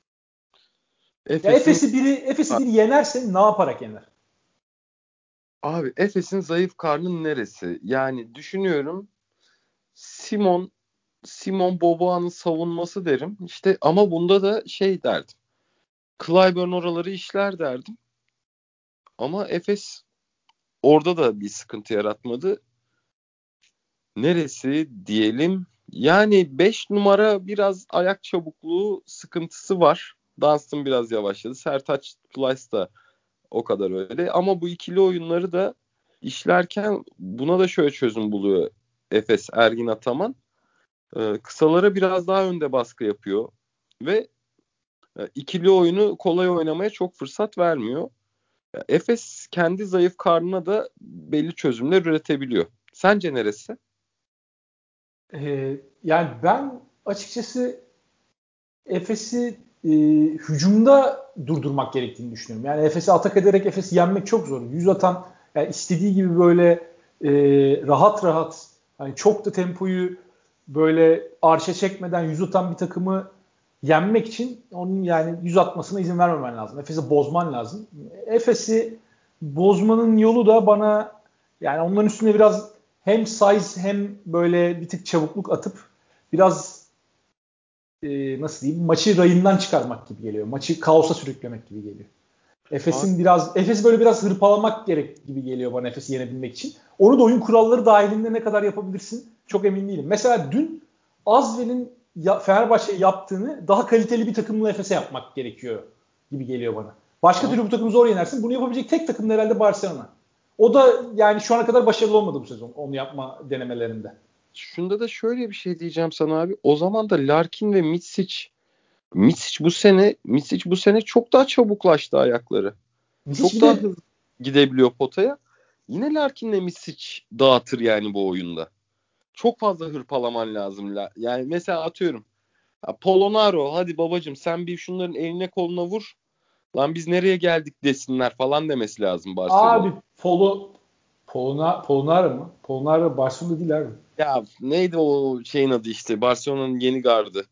Ya Efes'in Efes'i biri Efes'i biri yenerse ne yaparak yener? abi Efes'in zayıf karnı neresi? Yani düşünüyorum. Simon Simon Boboa'nın savunması derim. İşte ama bunda da şey derdim. Clyburn oraları işler derdim. Ama Efes orada da bir sıkıntı yaratmadı. Neresi diyelim? Yani beş numara biraz ayak çabukluğu sıkıntısı var. Dunstan biraz yavaşladı. Sertaç Plyce da o kadar öyle. Ama bu ikili oyunları da işlerken buna da şöyle çözüm buluyor Efes Ergin Ataman. Ee, kısalara biraz daha önde baskı yapıyor. Ve e, ikili oyunu kolay oynamaya çok fırsat vermiyor. Ya, Efes kendi zayıf karnına da belli çözümler üretebiliyor. Sence neresi? Ee, yani ben açıkçası Efes'i e, hücumda durdurmak gerektiğini düşünüyorum. Yani Efes'i atak ederek Efes'i yenmek çok zor. Yüz atan, yani istediği gibi böyle e, rahat rahat, hani çok da tempoyu böyle arşa çekmeden yüz atan bir takımı yenmek için onun yani yüz atmasına izin vermemen lazım. Efes'i bozman lazım. Efes'i bozmanın yolu da bana, yani onların üstüne biraz hem size hem böyle bir tık çabukluk atıp biraz e, nasıl diyeyim, maçı rayından çıkarmak gibi geliyor. Maçı kaosa sürüklemek gibi geliyor. Abi, Efes'in biraz Efes'i böyle biraz hırpalamak gerek gibi geliyor bana, Efes'i yenebilmek için. Onu da oyun kuralları dahilinde ne kadar yapabilirsin çok emin değilim. Mesela dün Azvel'in ya, Fenerbahçe'ye yaptığını daha kaliteli bir takımla Efes'e yapmak gerekiyor gibi geliyor bana. Başka abi türlü bu takımı zor yenersin. Bunu yapabilecek tek takım da herhalde Barcelona. O da yani şu ana kadar başarılı olmadı bu sezon onu yapma denemelerinde. şunda da şöyle bir şey diyeceğim sana abi. O zaman da Larkin ve Mitsic Mitsic bu sene Mitsic bu sene çok daha çabuklaştı ayakları. Hiç Çok bir daha de hızlı gidebiliyor potaya. Yine Larkin'le Mitsic dağıtır yani bu oyunda. Çok fazla hırpalaman lazım. Yani mesela atıyorum. Ya Polonaro hadi babacım sen bir şunların eline koluna vur. Lan biz nereye geldik desinler falan demesi lazım Barcelona. abi Polo Polona, Polonara mı? Polonara Barcelona değil abi. Ya neydi o şeyin adı işte Barcelona'nın yeni gardı.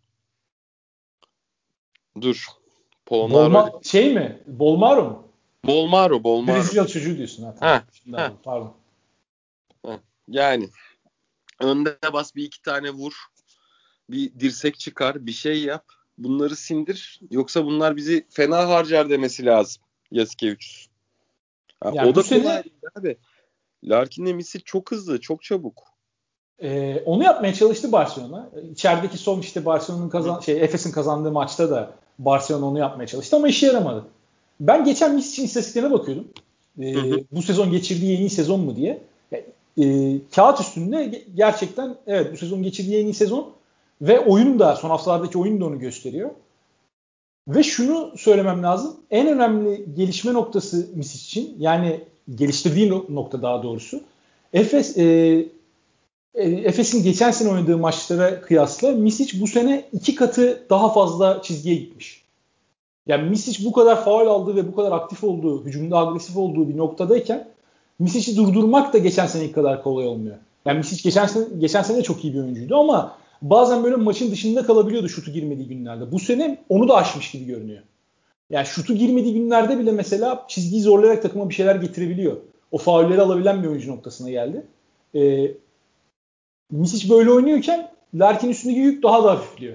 Dur. Polonaro ile. Bolma şey mi? Bolmaro mu? Bolmaro, Bolmaro. Brezilya çocuğu diyorsun ha, tamam. Ha, Şimdi ha, anladım, pardon. ha. Yani önde bas bir iki tane vur. Bir dirsek çıkar, bir şey yap. Bunları sindir. Yoksa bunlar bizi fena harcar demesi lazım. Yasikevicius. Ha, o Yani bu da kolay sene değil abi. Larkin'le Misic çok hızlı, çok çabuk. e, onu yapmaya çalıştı Barcelona. İçerideki son işte Barcelona'nın Hı. kazan şey Efes'in kazandığı maçta da Barcelona onu yapmaya çalıştı ama işe yaramadı. Ben geçen Misic'in istatistiklerine bakıyordum. Ee, hı hı. Bu sezon geçirdiği en iyi sezon mu diye. E, kağıt üstünde gerçekten evet bu sezon geçirdiği en iyi sezon ve oyun da son haftalardaki oyun da onu gösteriyor. Ve şunu söylemem lazım. En önemli gelişme noktası Misic için yani geliştirdiği nokta daha doğrusu Efes e, Efes'in geçen sene oynadığı maçlara kıyasla Misic bu sene iki katı daha fazla çizgiye gitmiş. Yani Misic bu kadar faul aldığı ve bu kadar aktif olduğu, hücumda agresif olduğu bir noktadayken Misic'i durdurmak da geçen seneki kadar kolay olmuyor. Yani Misic geçen sene, geçen sene çok iyi bir oyuncuydu ama bazen böyle maçın dışında kalabiliyordu şutu girmediği günlerde. Bu sene onu da aşmış gibi görünüyor. Yani şutu girmediği günlerde bile mesela çizgiyi zorlayarak takıma bir şeyler getirebiliyor. O faulleri alabilen bir oyuncu noktasına geldi. Ee, Misic böyle oynuyorken Larkin üstündeki yük daha da hafifliyor.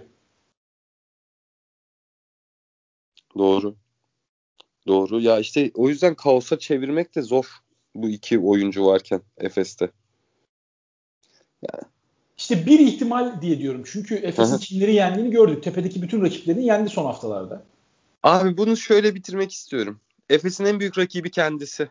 Doğru. Doğru. Ya işte o yüzden kaosa çevirmek de zor bu iki oyuncu varken Efes'te. Yani. İşte bir ihtimal diye diyorum. Çünkü Efes'in kimleri yendiğini gördük. Tepedeki bütün rakiplerini yendi son haftalarda. Abi bunu şöyle bitirmek istiyorum. Efes'in en büyük rakibi kendisi.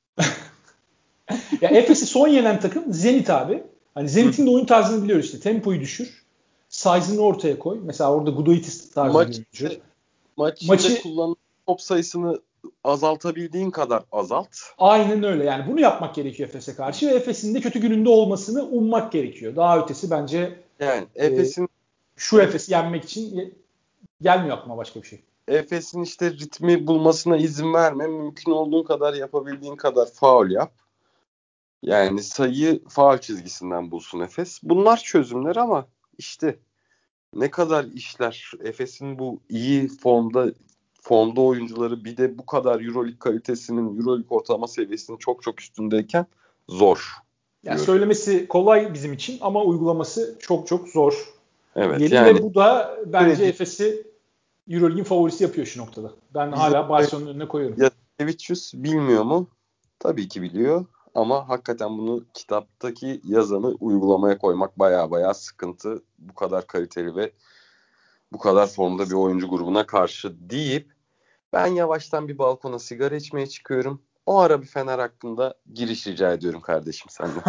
Ya Efes'i son yenen takım Zenit abi. Hani Zenit'in de oyun tarzını biliyoruz işte. Tempoyu düşür. Size'ını ortaya koy. Mesela orada Gudaitis tarzı Maç, bir oyuncu. Maç içinde kullanılan top sayısını azaltabildiğin kadar azalt. Aynen öyle. Yani bunu yapmak gerekiyor Efes'e karşı ve Efes'in de kötü gününde olmasını ummak gerekiyor. Daha ötesi bence yani Efes'in e, şu Efes'i yenmek için gelmiyor aklıma başka bir şey. Efes'in işte ritmi bulmasına izin verme. Mümkün olduğun kadar yapabildiğin kadar faul yap. Yani sayı faul çizgisinden bulsun Efes. Bunlar çözümler ama işte ne kadar işler. Efes'in bu iyi formda formda oyuncuları bir de bu kadar EuroLeague kalitesinin, EuroLeague ortalama seviyesinin çok çok üstündeyken zor. Yani söylemesi kolay bizim için ama uygulaması çok çok zor. Evet Diyelim yani. Ve bu da bence Efes'i EuroLeague'in favorisi yapıyor şu noktada. Ben hala Barcelona'nın önüne koyuyorum. Ya Sevicius bilmiyor mu? Tabii ki biliyor. Ama hakikaten bunu kitaptaki yazanı uygulamaya koymak baya baya sıkıntı. Bu kadar kaliteli ve bu kadar formda bir oyuncu grubuna karşı deyip ben yavaştan bir balkona sigara içmeye çıkıyorum. O ara bir Fener hakkında giriş rica ediyorum kardeşim senden.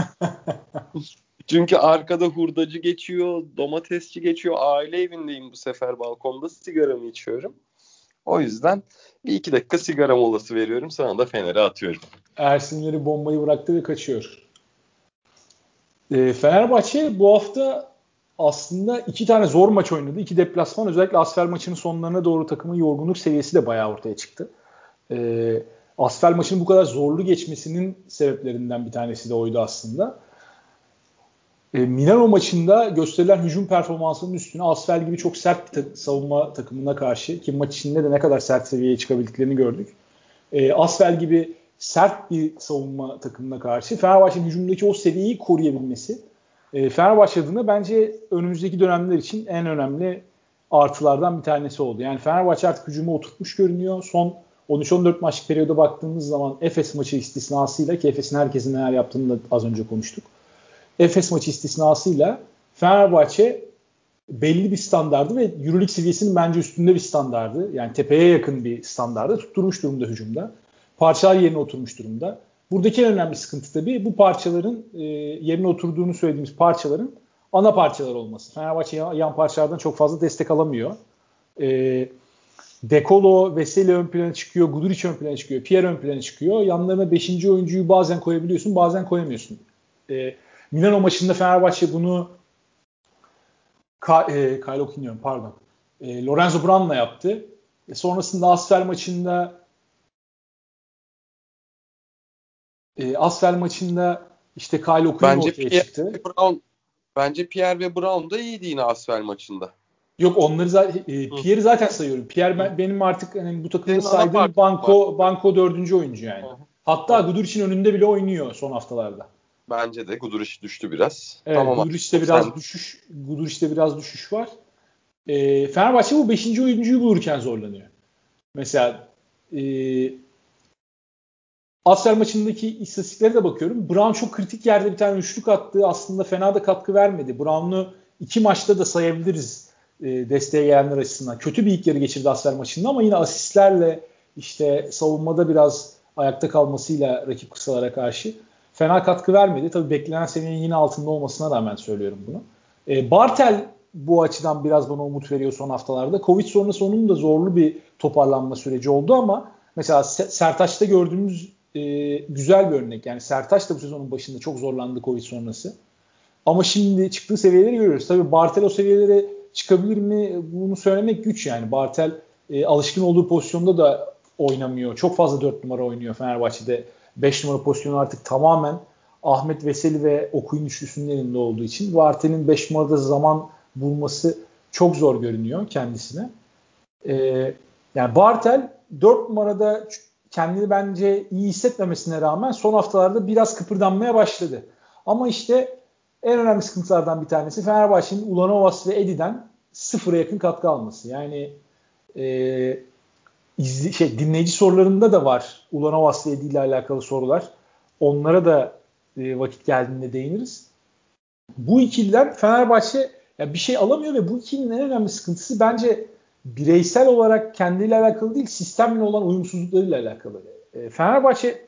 Çünkü arkada hurdacı geçiyor, domatesçi geçiyor. Aile evindeyim bu sefer balkonda sigaramı içiyorum. O yüzden bir iki dakika sigara molası veriyorum. Sana da Fener'e atıyorum. Ersinleri bombayı bıraktı ve kaçıyor. E, Fenerbahçe bu hafta aslında iki tane zor maç oynadı. İki deplasman. Özellikle Asfer maçının sonlarına doğru takımın yorgunluk seviyesi de bayağı ortaya çıktı. E, Asfer maçının bu kadar zorlu geçmesinin sebeplerinden bir tanesi de oydu aslında. E, Milano maçında gösterilen hücum performansının üstüne Asfer gibi çok sert bir ta- savunma takımına karşı ki maç içinde de ne kadar sert seviyeye çıkabildiklerini gördük. E, Asfer gibi sert bir savunma takımına karşı Fenerbahçe'nin hücumdaki o seviyeyi koruyabilmesi e, Fenerbahçe adına bence önümüzdeki dönemler için en önemli artılardan bir tanesi oldu. Yani Fenerbahçe artık hücumu oturtmuş görünüyor. Son on üç on dört maçlık periyoda baktığımız zaman Efes maçı istisnasıyla ki Efes'in herkesin neler yaptığını da az önce konuştuk. Efes maçı istisnasıyla Fenerbahçe belli bir standardı ve EuroLeague seviyesinin bence üstünde bir standardı. Yani tepeye yakın bir standardı tutturmuş durumda hücumda. Parçalar yerine oturmuş durumda. Buradaki en önemli sıkıntı tabii bu parçaların e, yerine oturduğunu söylediğimiz parçaların ana parçalar olması. Fenerbahçe yan, yan parçalardan çok fazla destek alamıyor. E, Dekolo, Veseli ön plana çıkıyor, Guduric ön plana çıkıyor, Pierre ön plana çıkıyor. Yanlarına beşinci oyuncuyu bazen koyabiliyorsun, bazen koyamıyorsun. E, Milano maçında Fenerbahçe bunu Ka- e, Kyle O'Quinn pardon. E, Lorenzo Brown'la yaptı. E, sonrasında Asfer maçında e, Asfer maçında işte Kyle O'Quinn Bence ortaya Pierre çıktı. Brown Bence Pierre ve Brown da iyiydi yine Asfer maçında. Yok onları zaten e, Pierre'i zaten sayıyorum. Pierre ben, benim artık hani, bu takımda Senin ana saydığım banko banko dördüncü oyuncu yani. Hı hı. Hatta Guduric'in önünde bile oynuyor son haftalarda. Bence de Guduric düştü biraz. Evet, Tamam. Guduric'te biraz Sen... düşüş Guduric'te biraz düşüş var. E, Fenerbahçe bu beşinci oyuncuyu bulurken zorlanıyor. Mesela e, Asfer maçındaki istatistiklere de bakıyorum. Brown çok kritik yerde bir tane üçlük attı. Aslında fena da katkı vermedi. Brown'u iki maçta da sayabiliriz e, desteğe gelenler açısından. Kötü bir ilk yarı geçirdi Asfer maçında ama yine asistlerle işte savunmada biraz ayakta kalmasıyla rakip kısalara karşı fena katkı vermedi. Tabii beklenen seviyenin yine altında olmasına rağmen söylüyorum bunu. E, Bartel bu açıdan biraz bana umut veriyor son haftalarda. Covid sonrası onun da zorlu bir toparlanma süreci oldu ama mesela Sertaç'ta gördüğümüz e, güzel bir örnek. Yani Sertaç da bu sezonun başında çok zorlandı Covid sonrası. Ama şimdi çıktığı seviyeleri görüyoruz. Tabii Bartel o seviyelere çıkabilir mi? Bunu söylemek güç yani. Bartel e, alışkın olduğu pozisyonda da oynamıyor. Çok fazla dört numara oynuyor Fenerbahçe'de. beş numara pozisyonu artık tamamen Ahmet Veseli ve Okuyun üçlüsünün elinde olduğu için Bartel'in beş numarada zaman bulması çok zor görünüyor kendisine. E, yani Bartel dört numarada kendini bence iyi hissetmemesine rağmen son haftalarda biraz kıpırdanmaya başladı. Ama işte en önemli sıkıntılardan bir tanesi Fenerbahçe'nin Ulanovas ve Edi'den sıfıra yakın katkı alması. Yani e, izli, şey, dinleyici sorularında da var Ulanovas ve Edi ile alakalı sorular. Onlara da e, vakit geldiğinde değiniriz. Bu ikiliden Fenerbahçe ya bir şey alamıyor ve bu ikilinin en önemli sıkıntısı bence bireysel olarak kendiyle alakalı değil, sistemle olan uyumsuzluklarıyla alakalı. E, Fenerbahçe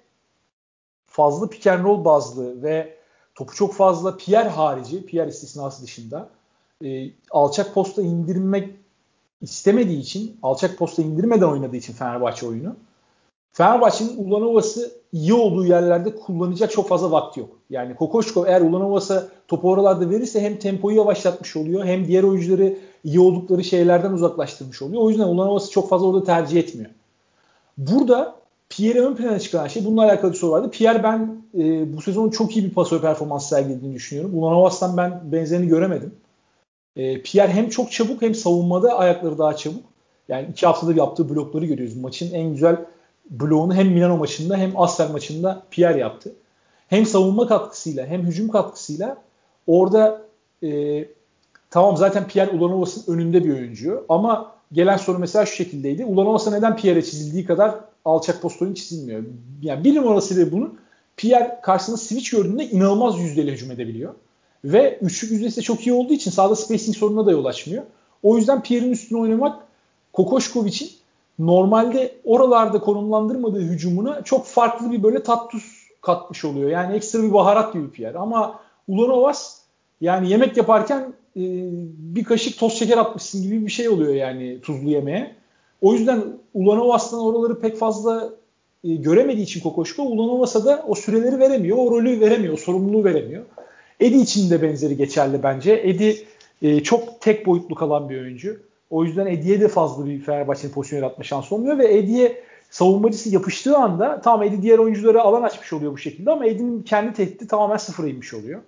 fazla pick and roll bazlı ve topu çok fazla Pierre harici, Pierre istisnası dışında e, alçak posta indirmek istemediği için, alçak posta indirmeden oynadığı için Fenerbahçe oyunu, Fenerbahçe'nin Ulanovas'ı iyi olduğu yerlerde kullanacak çok fazla vakti yok. Yani Kokoşkov eğer Ulanovas'a topu oralarda verirse hem tempoyu yavaşlatmış oluyor hem diğer oyuncuları iyi oldukları şeylerden uzaklaştırmış oluyor. O yüzden Ulanovas'ı çok fazla orada tercih etmiyor. Burada Pierre'i ön plana çıkaran şey, bununla alakalı bir soru vardı. Pierre ben e, bu sezon çok iyi bir pasör performansı sergilediğini düşünüyorum. Ulanovas'tan ben benzerini göremedim. E, Pierre hem çok çabuk hem savunmada ayakları daha çabuk. Yani iki haftadır yaptığı blokları görüyoruz. Maçın en güzel bloğunu hem Milano maçında hem Asfer maçında Pierre yaptı. Hem savunma katkısıyla hem hücum katkısıyla orada e, tamam zaten Pierre Ulanovas'ın önünde bir oyuncu ama gelen soru mesela şu şekildeydi. Ulanovas'a neden Pierre'e çizildiği kadar alçak post oyun çizilmiyor? Yani bir numarası ve bunun Pierre karşısında switch gördüğünde inanılmaz yüzdeli hücum edebiliyor. Ve üçlük yüzdesi de çok iyi olduğu için sahada spacing sorununa da yol açmıyor. O yüzden Pierre'in üstüne oynamak Kokoşkovic'in normalde oralarda konumlandırmadığı hücumuna çok farklı bir böyle tat tuz katmış oluyor. Yani ekstra bir baharat gibi Pierre. Ama Ulanovas yani yemek yaparken e, bir kaşık toz şeker atmışsın gibi bir şey oluyor yani tuzlu yemeğe. O yüzden Ulanovas'tan oraları pek fazla e, göremediği için Kokoşko, Ulanovas'a da o süreleri veremiyor, o rolü veremiyor, o sorumluluğu veremiyor. Edi için de benzeri geçerli bence. Edi e, çok tek boyutlu kalan bir oyuncu. O yüzden Edi'ye de fazla bir Fenerbahçe'nin pozisyon yaratma şansı olmuyor ve Edi'ye savunmacısı yapıştığı anda tamam Edi diğer oyunculara alan açmış oluyor bu şekilde ama Edi'nin kendi tehdidi tamamen sıfıra inmiş oluyor.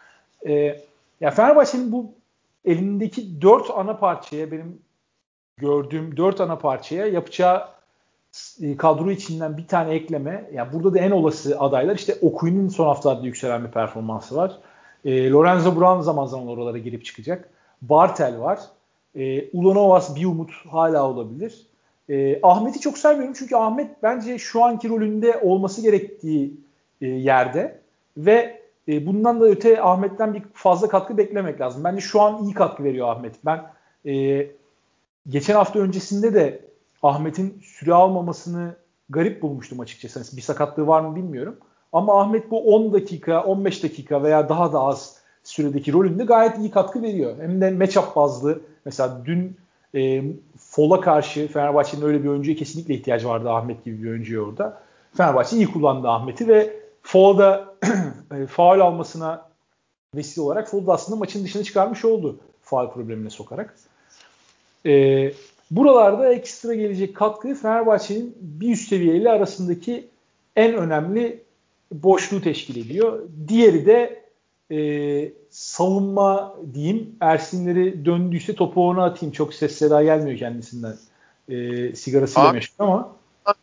E, ya Fenerbahçe'nin bu elindeki dört ana parçaya, benim gördüğüm dört ana parçaya yapacağı kadro içinden bir tane ekleme. Yani burada da en olası adaylar işte Okuyun'un son haftalarda yükselen bir performansı var. E, Lorenzo Brown zaman zaman oralara girip çıkacak. Bartel var. E, Ulanovas bir umut hala olabilir. E, Ahmet'i çok sevmiyorum çünkü Ahmet bence şu anki rolünde olması gerektiği e, yerde ve e, bundan da öte Ahmet'ten bir fazla katkı beklemek lazım. Bence şu an iyi katkı veriyor Ahmet. Ben e, geçen hafta öncesinde de Ahmet'in süre almamasını garip bulmuştum açıkçası. Bir sakatlığı var mı bilmiyorum. Ama Ahmet bu on dakika, on beş dakika veya daha da az süredeki rolünde gayet iyi katkı veriyor. Hem de matchup bazlı. Mesela dün e, Fol'a karşı Fenerbahçe'nin öyle bir oyuncuya kesinlikle ihtiyacı vardı, Ahmet gibi bir oyuncuya orada. Fenerbahçe iyi kullandı Ahmet'i ve Fol'da faul almasına vesile olarak Fol'da aslında maçın dışına çıkarmış oldu faul problemine sokarak. E, buralarda ekstra gelecek katkı Fenerbahçe'nin bir üst seviyeyle arasındaki en önemli boşluğu teşkil ediyor. Diğeri de e, savunma diyeyim. Ersinleri döndüyse topu ona atayım. Çok ses seda gelmiyor kendisinden. E, sigarasıyla Abi, meşgul ama.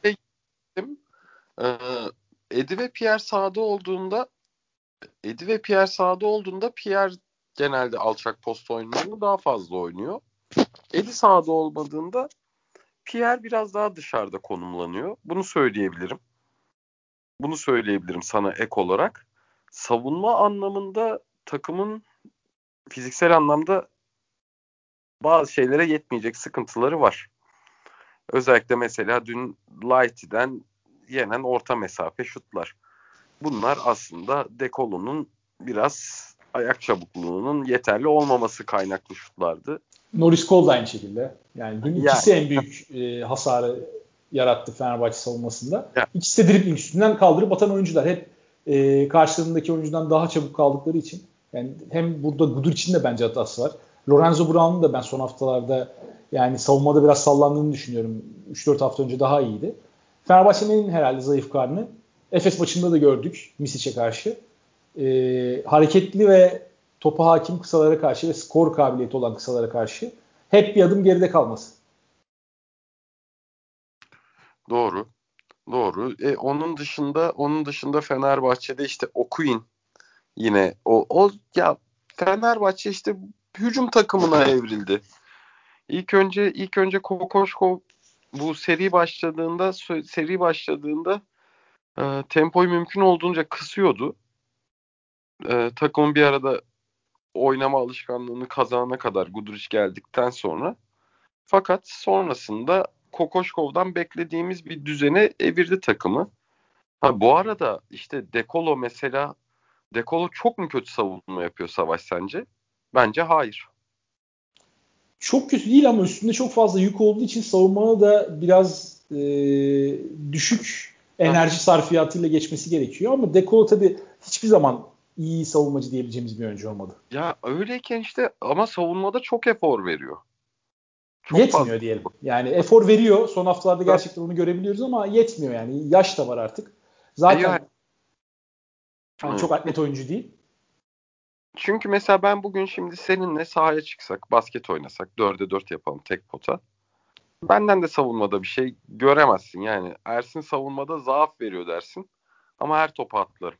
Ee, Edi ve Pierre sahada olduğunda Edi ve Pierre sahada olduğunda Pierre genelde alçak post oyunlarını daha fazla oynuyor. Edi sahada olmadığında Pierre biraz daha dışarıda konumlanıyor. Bunu söyleyebilirim. Bunu söyleyebilirim sana ek olarak. Savunma anlamında takımın fiziksel anlamda bazı şeylere yetmeyecek sıkıntıları var. Özellikle mesela dün Lighty'den yenen orta mesafe şutlar. Bunlar aslında De Colo'nun biraz ayak çabukluğunun yeterli olmaması kaynaklı şutlardı. Norris Cole da aynı şekilde. Yani dün ikisi Yani, en büyük e, hasarı yarattı Fenerbahçe savunmasında. yani. İkisi de dribbling üstünden kaldırıp atan oyuncular. Hep e, karşılarındaki oyuncudan daha çabuk kaldıkları için. Yani hem burada Guduric'in de bence hatası var. Lorenzo Brown'un da ben son haftalarda yani savunmada biraz sallandığını düşünüyorum. üç dört hafta önce daha iyiydi. Fenerbahçe'nin en herhalde zayıf karnı. Efes maçında da gördük Misic'e karşı. E, hareketli ve topa hakim kısalara karşı ve skor kabiliyeti olan kısalara karşı hep bir adım geride kalması. Doğru. Doğru. E, onun dışında onun dışında Fenerbahçe'de işte Okuyun yine o o ya Fenerbahçe işte hücum takımına evrildi. İlk önce ilk önce Kokoşkov bu seri başladığında seri başladığında e, tempoyu mümkün olduğunca kısıyordu. E, takımın bir arada oynama alışkanlığını kazanana kadar Guduric geldikten sonra. Fakat sonrasında Kokoşkov'dan beklediğimiz bir düzene evirdi takımı. Ha, bu arada işte De Colo mesela De Colo çok mu kötü savunma yapıyor Savaş sence? Bence hayır. Çok kötü değil ama üstünde çok fazla yük olduğu için savunmana da biraz e, düşük Aha. enerji sarfiyatıyla geçmesi gerekiyor. Ama De Colo tabii hiçbir zaman iyi savunmacı diyebileceğimiz bir oyuncu olmadı. Ya öyleyken işte ama savunmada çok efor veriyor. Çok fazla. Yetmiyor diyelim. Yani efor veriyor. Son haftalarda gerçekten onu görebiliyoruz ama yetmiyor yani. Yaş da var artık. E ya, Zaten hani hı. çok atlet oyuncu değil. Çünkü mesela ben bugün şimdi seninle sahaya çıksak, basket oynasak, dörde dört yapalım tek pota. Benden de savunmada bir şey göremezsin. Yani Ersin savunmada zaaf veriyor dersin. Ama her topa atlarım.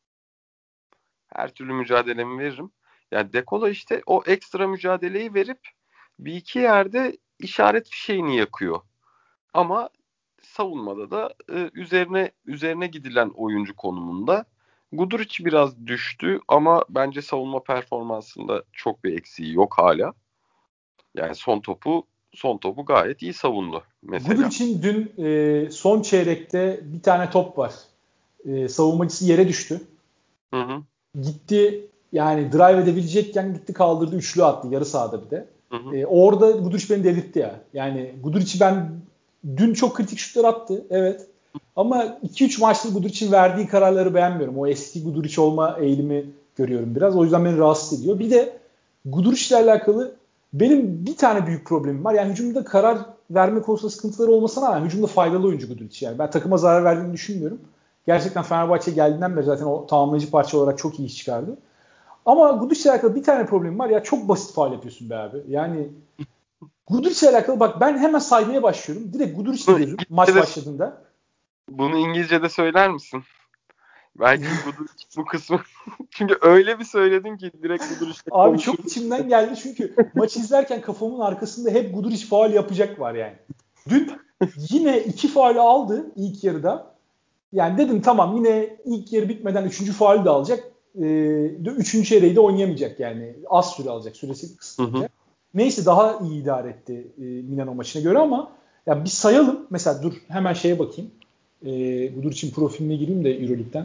Her türlü mücadelemi veririm. Yani De Colo işte o ekstra mücadeleyi verip bir iki yerde işaret fişeğini yakıyor. Ama savunmada da e, üzerine üzerine gidilen oyuncu konumunda. Guduric biraz düştü ama bence savunma performansında çok bir eksiği yok hala. Yani son topu son topu gayet iyi savundu mesela. Guduric'in dün e, son çeyrekte bir tane top var. E, savunmacısı yere düştü. Hı hı, Gitti yani drive edebilecekken gitti kaldırdı üçlü attı yarı sahada bir de. hı hı, E, orada Guduric beni delirtti ya. Yani Guduric'i ben dün çok kritik şutlar attı evet. Ama iki üç maçtır Guduric'in verdiği kararları beğenmiyorum. O eski Guduric olma eğilimi görüyorum biraz. O yüzden beni rahatsız ediyor. Bir de Guduric'le alakalı benim bir tane büyük problemim var. Yani hücumda karar verme konusunda sıkıntıları olmasına rağmen hücumda faydalı oyuncu Guduric. Yani ben takıma zarar verdiğini düşünmüyorum. Gerçekten Fenerbahçe geldiğinden beri zaten o tamamlayıcı parça olarak çok iyi iş çıkardı. Ama Guduric'le alakalı bir tane problemim var. Ya çok basit faul yapıyorsun be abi. Yani Guduric'le alakalı bak ben hemen saymaya başlıyorum. Direkt Guduric Bunu gözüm maç İngilizce'de, başladığında. bunu İngilizce'de söyler misin? Belki E, Guduric bu kısmı. Çünkü öyle bir söyledin ki direkt Guduric'le Abi çok konuşuruz. içimden geldi çünkü maç izlerken kafamın arkasında hep Guduric faul yapacak var yani. Dün yine iki faul aldı ilk yarıda. Yani dedim tamam yine ilk yarı bitmeden üçüncü faul de alacak. Ee, üçüncü çeyreği de oynayamayacak yani. Az süre alacak. Süresi Hı hı. kısıtlanacak. Neyse daha iyi idare etti e, Milano maçına göre ama ya bir sayalım. Mesela dur hemen şeye bakayım. Ee, Guduric'in profiline gireyim de Euroleague'den.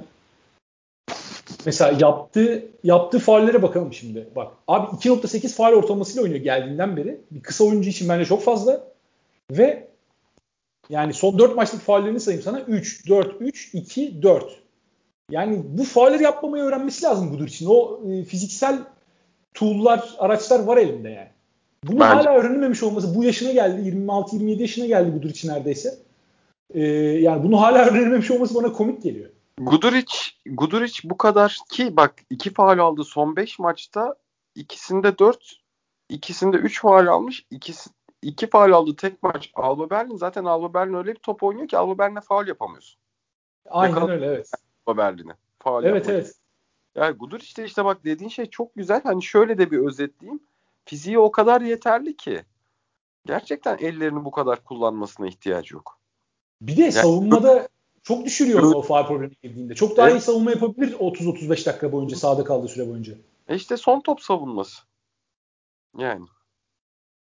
Mesela yaptığı yaptığı faullere bakalım şimdi. Bak abi iki nokta sekiz faul ortalamasıyla oynuyor geldiğinden beri. Bir kısa oyuncu için bence çok fazla. Ve yani son dört maçlık faullerini sayayım sana. üç, dört, üç, iki, dört. Yani bu faulleri yapmamayı öğrenmesi lazım Budur için. O e, fiziksel tool'lar, araçlar var elinde yani. Bunu Bence hala öğrenememiş olması, bu yaşına geldi, yirmi altı yirmi yedi yaşına geldi Budur için neredeyse. E, yani bunu hala öğrenememiş olması bana komik geliyor. Guduric, Guduric bu kadar ki bak iki faul aldı son beş maçta ikisinde dört, ikisinde üç faul almış. İkisi, iki faul aldı tek maç. Alba Berlin zaten Alba Berlin öyle bir top oynuyor ki Alba Berlin'e faul yapamıyorsun. Aynen Yakaladı öyle evet. Alba Berlin'i. Faul Evet yapmak. evet. Yani Guduric de işte bak dediğin şey çok güzel. Hani şöyle de bir özetleyeyim. Fiziği o kadar yeterli ki. Gerçekten ellerini bu kadar kullanmasına ihtiyacı yok. Bir de Yani savunmada çok düşürüyor onu gö- o faul problemi girdiğinde. Çok daha iyi evet, savunma yapabilir otuz otuz beş dakika boyunca sahada kaldığı süre boyunca. e işte son top savunması. Yani.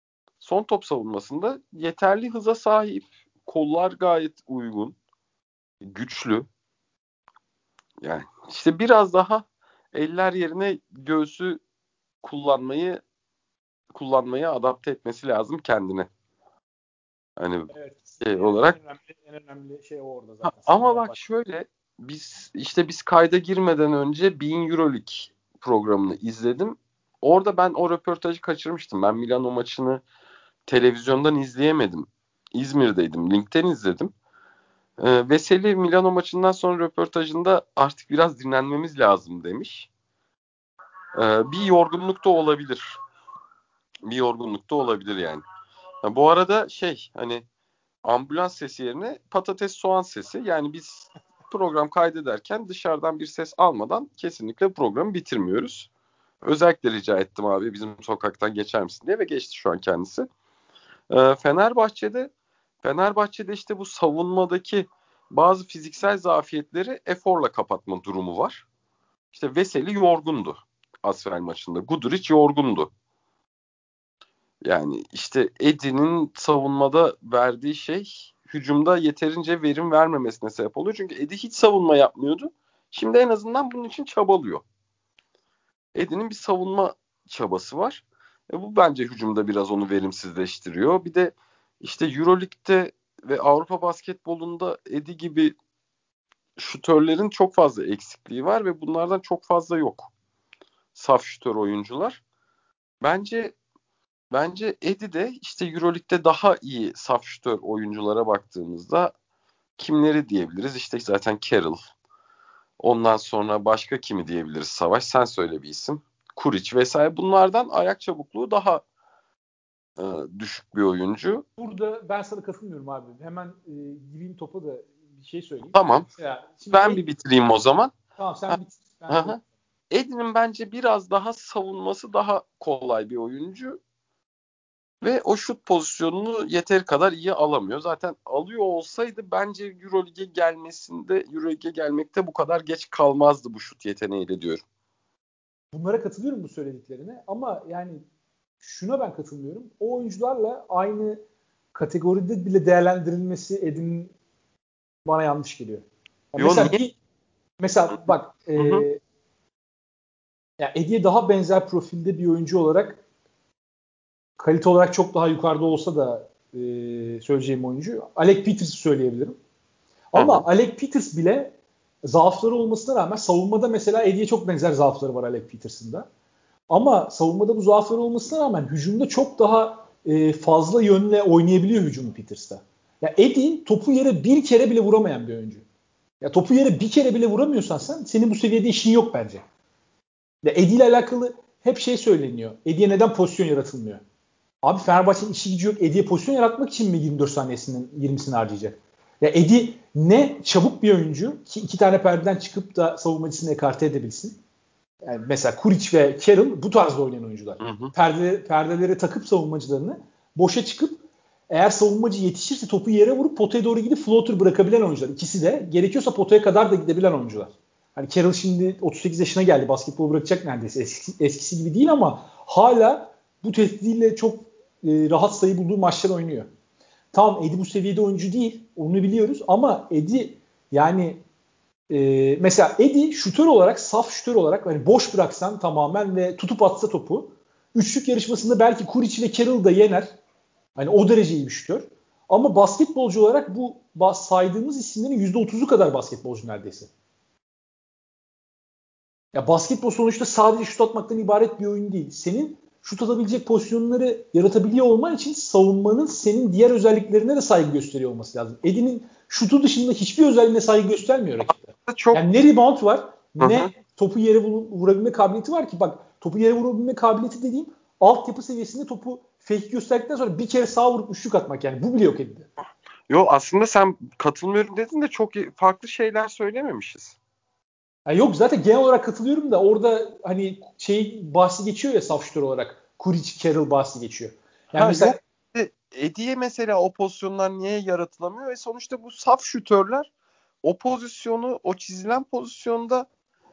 son top savunmasında yeterli hıza sahip. Kollar gayet uygun. Güçlü. Yani işte biraz daha eller yerine göğsü kullanmayı kullanmayı adapte etmesi lazım kendine. Hani Evet. şey En, olarak. en önemli en önemli şey o orada Ha, zaten. ama Savunma bak baş. şöyle biz işte biz kayda girmeden önce bin Euroleague programını izledim. Orada ben o röportajı kaçırmıştım. Ben Milano maçını televizyondan izleyemedim. İzmir'deydim. Link'ten izledim. Ee, Veseli Milano maçından sonra röportajında artık biraz dinlenmemiz lazım demiş. Ee, bir yorgunluk da olabilir. Bir yorgunluk da olabilir yani. Ha, bu arada şey hani ambulans sesi yerine patates soğan sesi. Yani biz program kaydederken dışarıdan bir ses almadan kesinlikle programı bitirmiyoruz. Özellikle rica ettim abi bizim sokaktan geçer misin diye ve geçti şu an kendisi. Ee, Fenerbahçe'de Fenerbahçe'de işte bu savunmadaki bazı fiziksel zafiyetleri eforla kapatma durumu var. İşte Veseli yorgundu Asvel maçında. Guduric yorgundu. Yani işte Eddie'nin savunmada verdiği şey hücumda yeterince verim vermemesine sebep oluyor. Çünkü Eddie hiç savunma yapmıyordu. Şimdi en azından bunun için çabalıyor. Eddie'nin bir savunma çabası var. E bu bence hücumda biraz onu verimsizleştiriyor. Bir de işte Euroleague'de ve Avrupa basketbolunda Eddie gibi şutörlerin çok fazla eksikliği var ve bunlardan çok fazla yok. Saf şutör oyuncular. Bence Bence Eddie de işte Euroleague'de daha iyi saf şutör oyunculara baktığımızda kimleri diyebiliriz? İşte zaten Carroll. Ondan sonra başka kimi diyebiliriz Savaş? Sen söyle bir isim. Kuric vesaire. Bunlardan ayak çabukluğu daha e, düşük bir oyuncu. Burada ben sana katılmıyorum abi. Hemen e, gireyim topa da bir şey söyleyeyim. Tamam. Ya, şimdi Ben Ed, bir bitireyim o zaman. tamam Ha, sen bit. Ben hı söyleyeyim. hı. Eddie'nin bence biraz daha savunması daha kolay bir oyuncu. Ve o şut pozisyonunu yeteri kadar iyi alamıyor. Zaten alıyor olsaydı bence Euroleague'e gelmesinde, Euroleague'e gelmekte bu kadar geç kalmazdı bu şut yeteneğiyle diyorum. Bunlara katılıyorum bu söylediklerine ama yani şuna ben katılmıyorum. O oyuncularla aynı kategoride bile değerlendirilmesi Edin'in bana yanlış geliyor. Yani Yo mesela niye? bir mesela bak e, Hı hı. yani Eddie'ye daha benzer profilde bir oyuncu olarak kalite olarak çok daha yukarıda olsa da e, söyleyeceğim oyuncu Alec Peters'ı söyleyebilirim. Hı Ama hı. Alec Peters bile zaafları olmasına rağmen savunmada mesela Eddie'ye çok benzer zaafları var Alec Peters'ın da. Ama savunmada bu zaafları olmasına rağmen hücumda çok daha e, fazla yönle oynayabiliyor hücumu Peters'ta. Ya Eddie topu yere bir kere bile vuramayan bir oyuncu. Ya topu yere bir kere bile vuramıyorsan sen senin bu seviyede işin yok bence. Ya Eddie ile alakalı hep şey söyleniyor. Eddie'ye neden pozisyon yaratılmıyor? Abi Fenerbahçe'nin işi gücü yok. Eddie'ye pozisyon yaratmak için mi yirmi dört saniyesinin yirmisini harcayacak? Ya Eddie ne çabuk bir oyuncu ki iki tane perdeden çıkıp da savunmacısını ekarte edebilsin. Yani mesela Kuric ve Carroll bu tarzda oynayan oyuncular. Hı hı. Perde, perdeleri takıp savunmacılarını boşa çıkıp eğer savunmacı yetişirse topu yere vurup potaya doğru gidip floater bırakabilen oyuncular. İkisi de gerekiyorsa potaya kadar da gidebilen oyuncular. Hani Carroll şimdi otuz sekiz yaşına geldi. Basketbol bırakacak neredeyse. Eskisi, eskisi gibi değil ama hala bu tehdidiyle çok e, rahat sayı bulduğu maçlar oynuyor. Tamam Eddie bu seviyede oyuncu değil. Onu biliyoruz ama Eddie yani e, mesela Eddie şutör olarak, saf şutör olarak hani boş bıraksan tamamen ve tutup atsa topu üçlük yarışmasında belki Kuric ve Carroll da yener. Hani o derece iyi bir şutör. Ama basketbolcu olarak bu saydığımız isimlerin yüzde otuzu kadar basketbolcu neredeyse. Ya basketbol sonuçta sadece şut atmaktan ibaret bir oyun değil. Senin şut atabilecek pozisyonları yaratabiliyor olman için savunmanın senin diğer özelliklerine de saygı gösteriyor olması lazım. Eddie'nin şutu dışında hiçbir özelliğine saygı göstermiyor rakipler. Çok Yani ne rebound var, hı hı. ne topu yere vurabilme kabiliyeti var ki. Bak topu yere vurabilme kabiliyeti dediğim altyapı seviyesinde topu fake gösterdikten sonra bir kere sağ vurup üçlük atmak yani. Bu bile yok Eddie'de. Yo aslında sen katılmıyorum dedin de çok farklı şeyler söylememişiz. Yani yok zaten genel olarak katılıyorum da orada hani şey bahsi geçiyor ya saf şutör olarak. Kuric, Carroll bahsi geçiyor. Yani Ha mesela yok. Eddie'ye mesela o pozisyonlar niye yaratılamıyor? Ve sonuçta bu saf şutörler o pozisyonu, o çizilen pozisyonda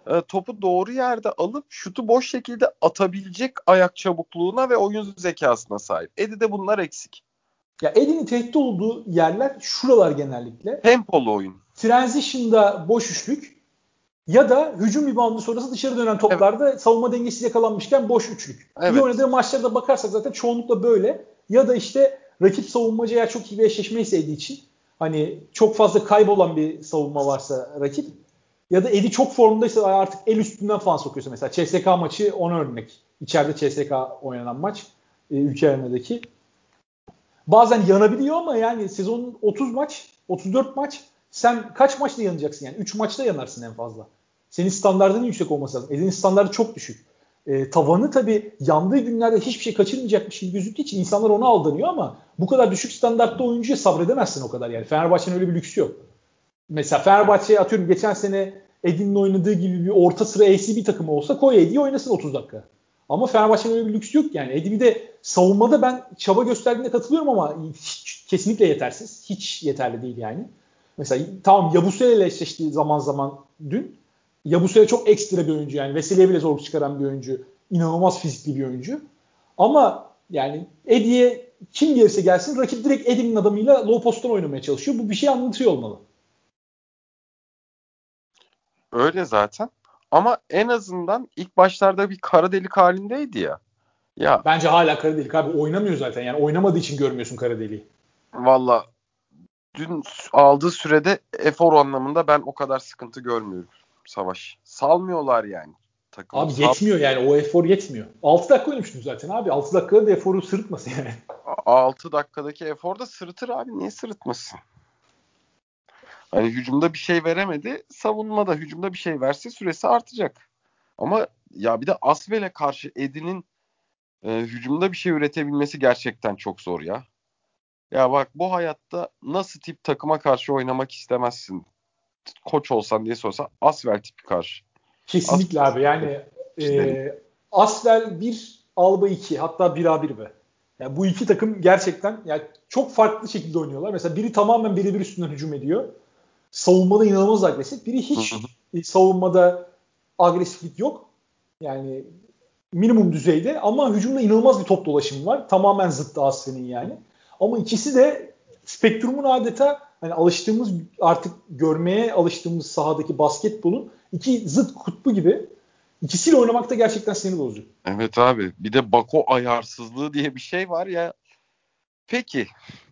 e, topu doğru yerde alıp şutu boş şekilde atabilecek ayak çabukluğuna ve oyun zekasına sahip. Eddie'de bunlar eksik. Ya Eddie'nin tehdit olduğu yerler şuralar genellikle. Tempolu oyun. Transition'da boş üçlük ya da hücum reboundu sonrası dışarı dönen toplarda evet. savunma dengesiz yakalanmışken boş üçlük. Evet. İyi oynadığı maçlarda bakarsak zaten çoğunlukla böyle. Ya da işte rakip savunmacıya çok iyi bir eşleşmeyi sevdiği için hani çok fazla kaybolan bir savunma varsa rakip ya da Eddie çok formdaysa artık el üstünden falan sokuyorsa mesela C S K maçı ona örnek. İçeride C S K oynanan maç e, ülke arenadaki. Bazen yanabiliyor ama yani sezonun otuz maç, otuz dört maç sen kaç maçta yanacaksın yani? üç maçta yanarsın en fazla. Senin standartının yüksek olması lazım. Eddie'nin standartı çok düşük. E, tavanı tabii yandığı günlerde hiçbir şey kaçırmayacakmış gibi gözüktüğü için insanlar ona aldanıyor ama bu kadar düşük standartta oyuncuya sabredemezsin o kadar yani. Fenerbahçe'nin öyle bir lüksü yok. Mesela Fenerbahçe'ye atıyorum geçen sene Eddie'nin oynadığı gibi bir orta sıra A C B takımı olsa koy Eddie'yi oynasın otuz dakika. Ama Fenerbahçe'nin öyle bir lüksü yok yani. Eddie bir de savunmada ben çaba gösterdiğine katılıyorum ama hiç, kesinlikle yetersiz. Hiç yeterli değil yani. Mesela tamam Yabusele ile eşleştiği zaman zaman dün. Yabusele çok ekstra bir oyuncu yani. Veseli'ye bile zorluk çıkaran bir oyuncu. İnanılmaz fizikli bir oyuncu. Ama yani Eddie'ye kim gelirse gelsin rakip direkt Eddie'nin adamıyla low post'tan oynamaya çalışıyor. Bu bir şey anlatıyor olmalı. Öyle zaten. Ama en azından ilk başlarda bir kara delik halindeydi ya. Ya bence hala kara delik abi. Oynamıyor zaten. Yani oynamadığı için görmüyorsun kara deliği. valla dün aldığı sürede efor anlamında ben o kadar sıkıntı görmüyorum Savaş. Salmıyorlar yani takımı. Abi Sal- yetmiyor yani. O efor yetmiyor. altı dakika oynamıştın zaten abi. altı dakikada da eforu sırıtmasın yani. altı dakikadaki efor da sırıtır abi. Niye sırıtmasın? Hani hücumda bir şey veremedi. Savunmada hücumda bir şey verse süresi artacak. Ama ya bir de Asvel'e karşı Eddie'nin e, hücumda bir şey üretebilmesi gerçekten çok zor ya. Ya bak bu hayatta nasıl tip takıma karşı oynamak istemezsin? Koç olsan diye sorsa Asvel tipi karşı. Kesinlikle Asvel abi. Yani gidelim. e, Asvel bir, Alba iki hatta bir a bir be. Yani bu iki takım gerçekten yani çok farklı şekilde oynuyorlar. Mesela biri tamamen birebir üstünden hücum ediyor. Savunmada inanılmaz agresif. Biri Hı hı. hiç e, savunmada agresiflik yok. Yani minimum düzeyde ama hücumda inanılmaz bir top dolaşımı var. Tamamen zıttı Aslen'in yani. Ama ikisi de spektrumun adeta hani alıştığımız artık görmeye alıştığımız sahadaki basketbolun iki zıt kutbu gibi. İkisiyle oynamak da gerçekten sinir bozucu. Evet abi. Bir de Bako ayarsızlığı diye bir şey var ya. Peki.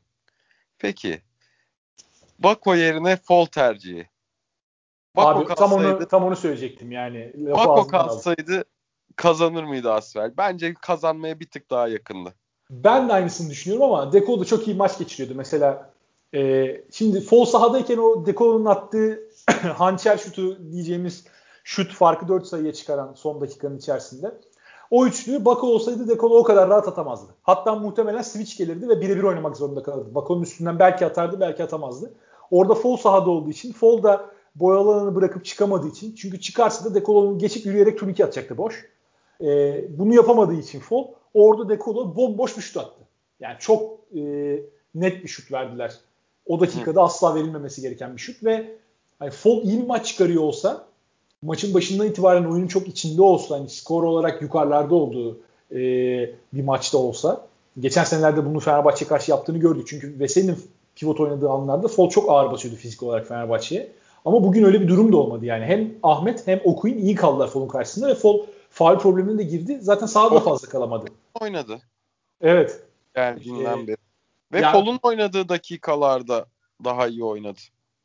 Peki. Bako yerine Fall tercihi. Bako Abi tam kalsaydı onu tam onu söyleyecektim yani. Lafı Bako ağzımdan aldım. kalsaydı kazanır mıydı Asvel? Bence kazanmaya bir tık daha yakındı. Ben de aynısını düşünüyorum ama Deko da çok iyi maç geçiriyordu. Mesela e, şimdi Fall sahadayken o Deko'nun attığı hançer şutu diyeceğimiz şut farkı dört sayıya çıkaran son dakikanın içerisinde. O üçlüyü Bako olsaydı Deko'lu o kadar rahat atamazdı. Hatta muhtemelen switch gelirdi ve birebir oynamak zorunda kalırdı. Bako'nun üstünden belki atardı belki atamazdı. Orada Fall sahada olduğu için Fall da boyalı alanı bırakıp çıkamadığı için çünkü çıkarsa da Dekolo'nun geçip yürüyerek turnike atacaktı boş. E, bunu yapamadığı için Fall orada De Colo bomboş bir şut attı. Yani çok e, net bir şut verdiler. O Hı. dakikada asla verilmemesi gereken bir şut ve hani Fall iyi bir maç çıkarıyor olsa maçın başından itibaren oyunun çok içinde olsa hani skor olarak yukarılarda olduğu e, bir maçta olsa geçen senelerde bunu Fenerbahçe karşı yaptığını gördük. Çünkü Veseli'nin pivot oynadığı anlarda Fall çok ağır basıyordu fizik olarak Fenerbahçe'ye. Ama bugün öyle bir durum da olmadı yani. Hem Ahmet hem Okuyun iyi kaldılar Fall'un karşısında ve Fall faul problemine de girdi. Zaten sahada da O fazla kalamadı. oynadı Evet. geldiğinden Ee, beri. Ve ya Fall'un oynadığı dakikalarda daha iyi oynadı.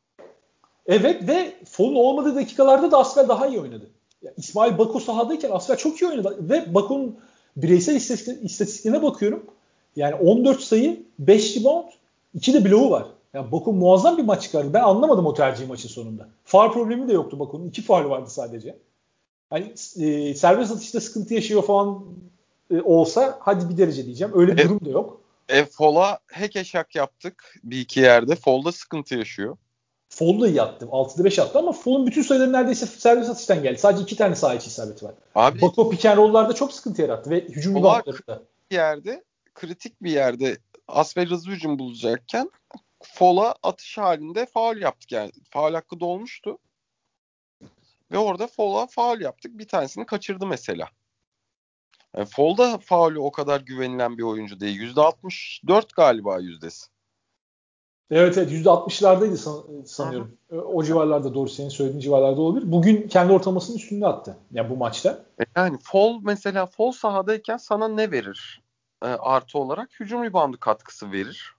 evet ve Fall'un olmadığı dakikalarda da Asfer daha iyi oynadı. Ya, İsmail Bako sahadayken Asfer çok iyi oynadı ve Bako'nun bireysel istatistiklerine bakıyorum. Yani on dört sayı, beş rebound, iki de bloğu var. Yani Bako muazzam bir maç çıkardı. Ben anlamadım o tercihi maçın sonunda. Faul problemi de yoktu Bako'nun. İki faul vardı sadece. Hani e, serbest atışta sıkıntı yaşıyor falan e, olsa hadi bir derece diyeceğim. Öyle bir E, durum da yok. e Fall'a hekeşak yaptık bir iki yerde. Fall'da sıkıntı yaşıyor. Fall da iyi attı. altıda beş attı ama Fall'un bütün sayıları neredeyse serbest atıştan geldi. Sadece iki tane saha içi isabeti var. Abi Bako pick and roll'larda çok sıkıntı yarattı ve hücum Fall'a reboundlarında. bir yerde kritik bir yerde Asvel hızlı hücum bulacakken Fall'a atış halinde faul yaptık yani. Faul hakkı dolmuştu. Ve orada Fall'a faul yaptık. Bir tanesini kaçırdı mesela. Yani Fall'da faulü o kadar güvenilen bir oyuncu değil. yüzde altmış dört galiba yüzdesi. Evet evet yüzde altmışlardaydı san- Hı hı. sanıyorum. O civarlarda, doğru senin söylediğin civarlarda olabilir. Bugün kendi ortalamasının üstünde attı. Yani bu maçta. E Yani Fall mesela Fall sahadayken sana ne verir? E, artı olarak hücum reboundu katkısı verir.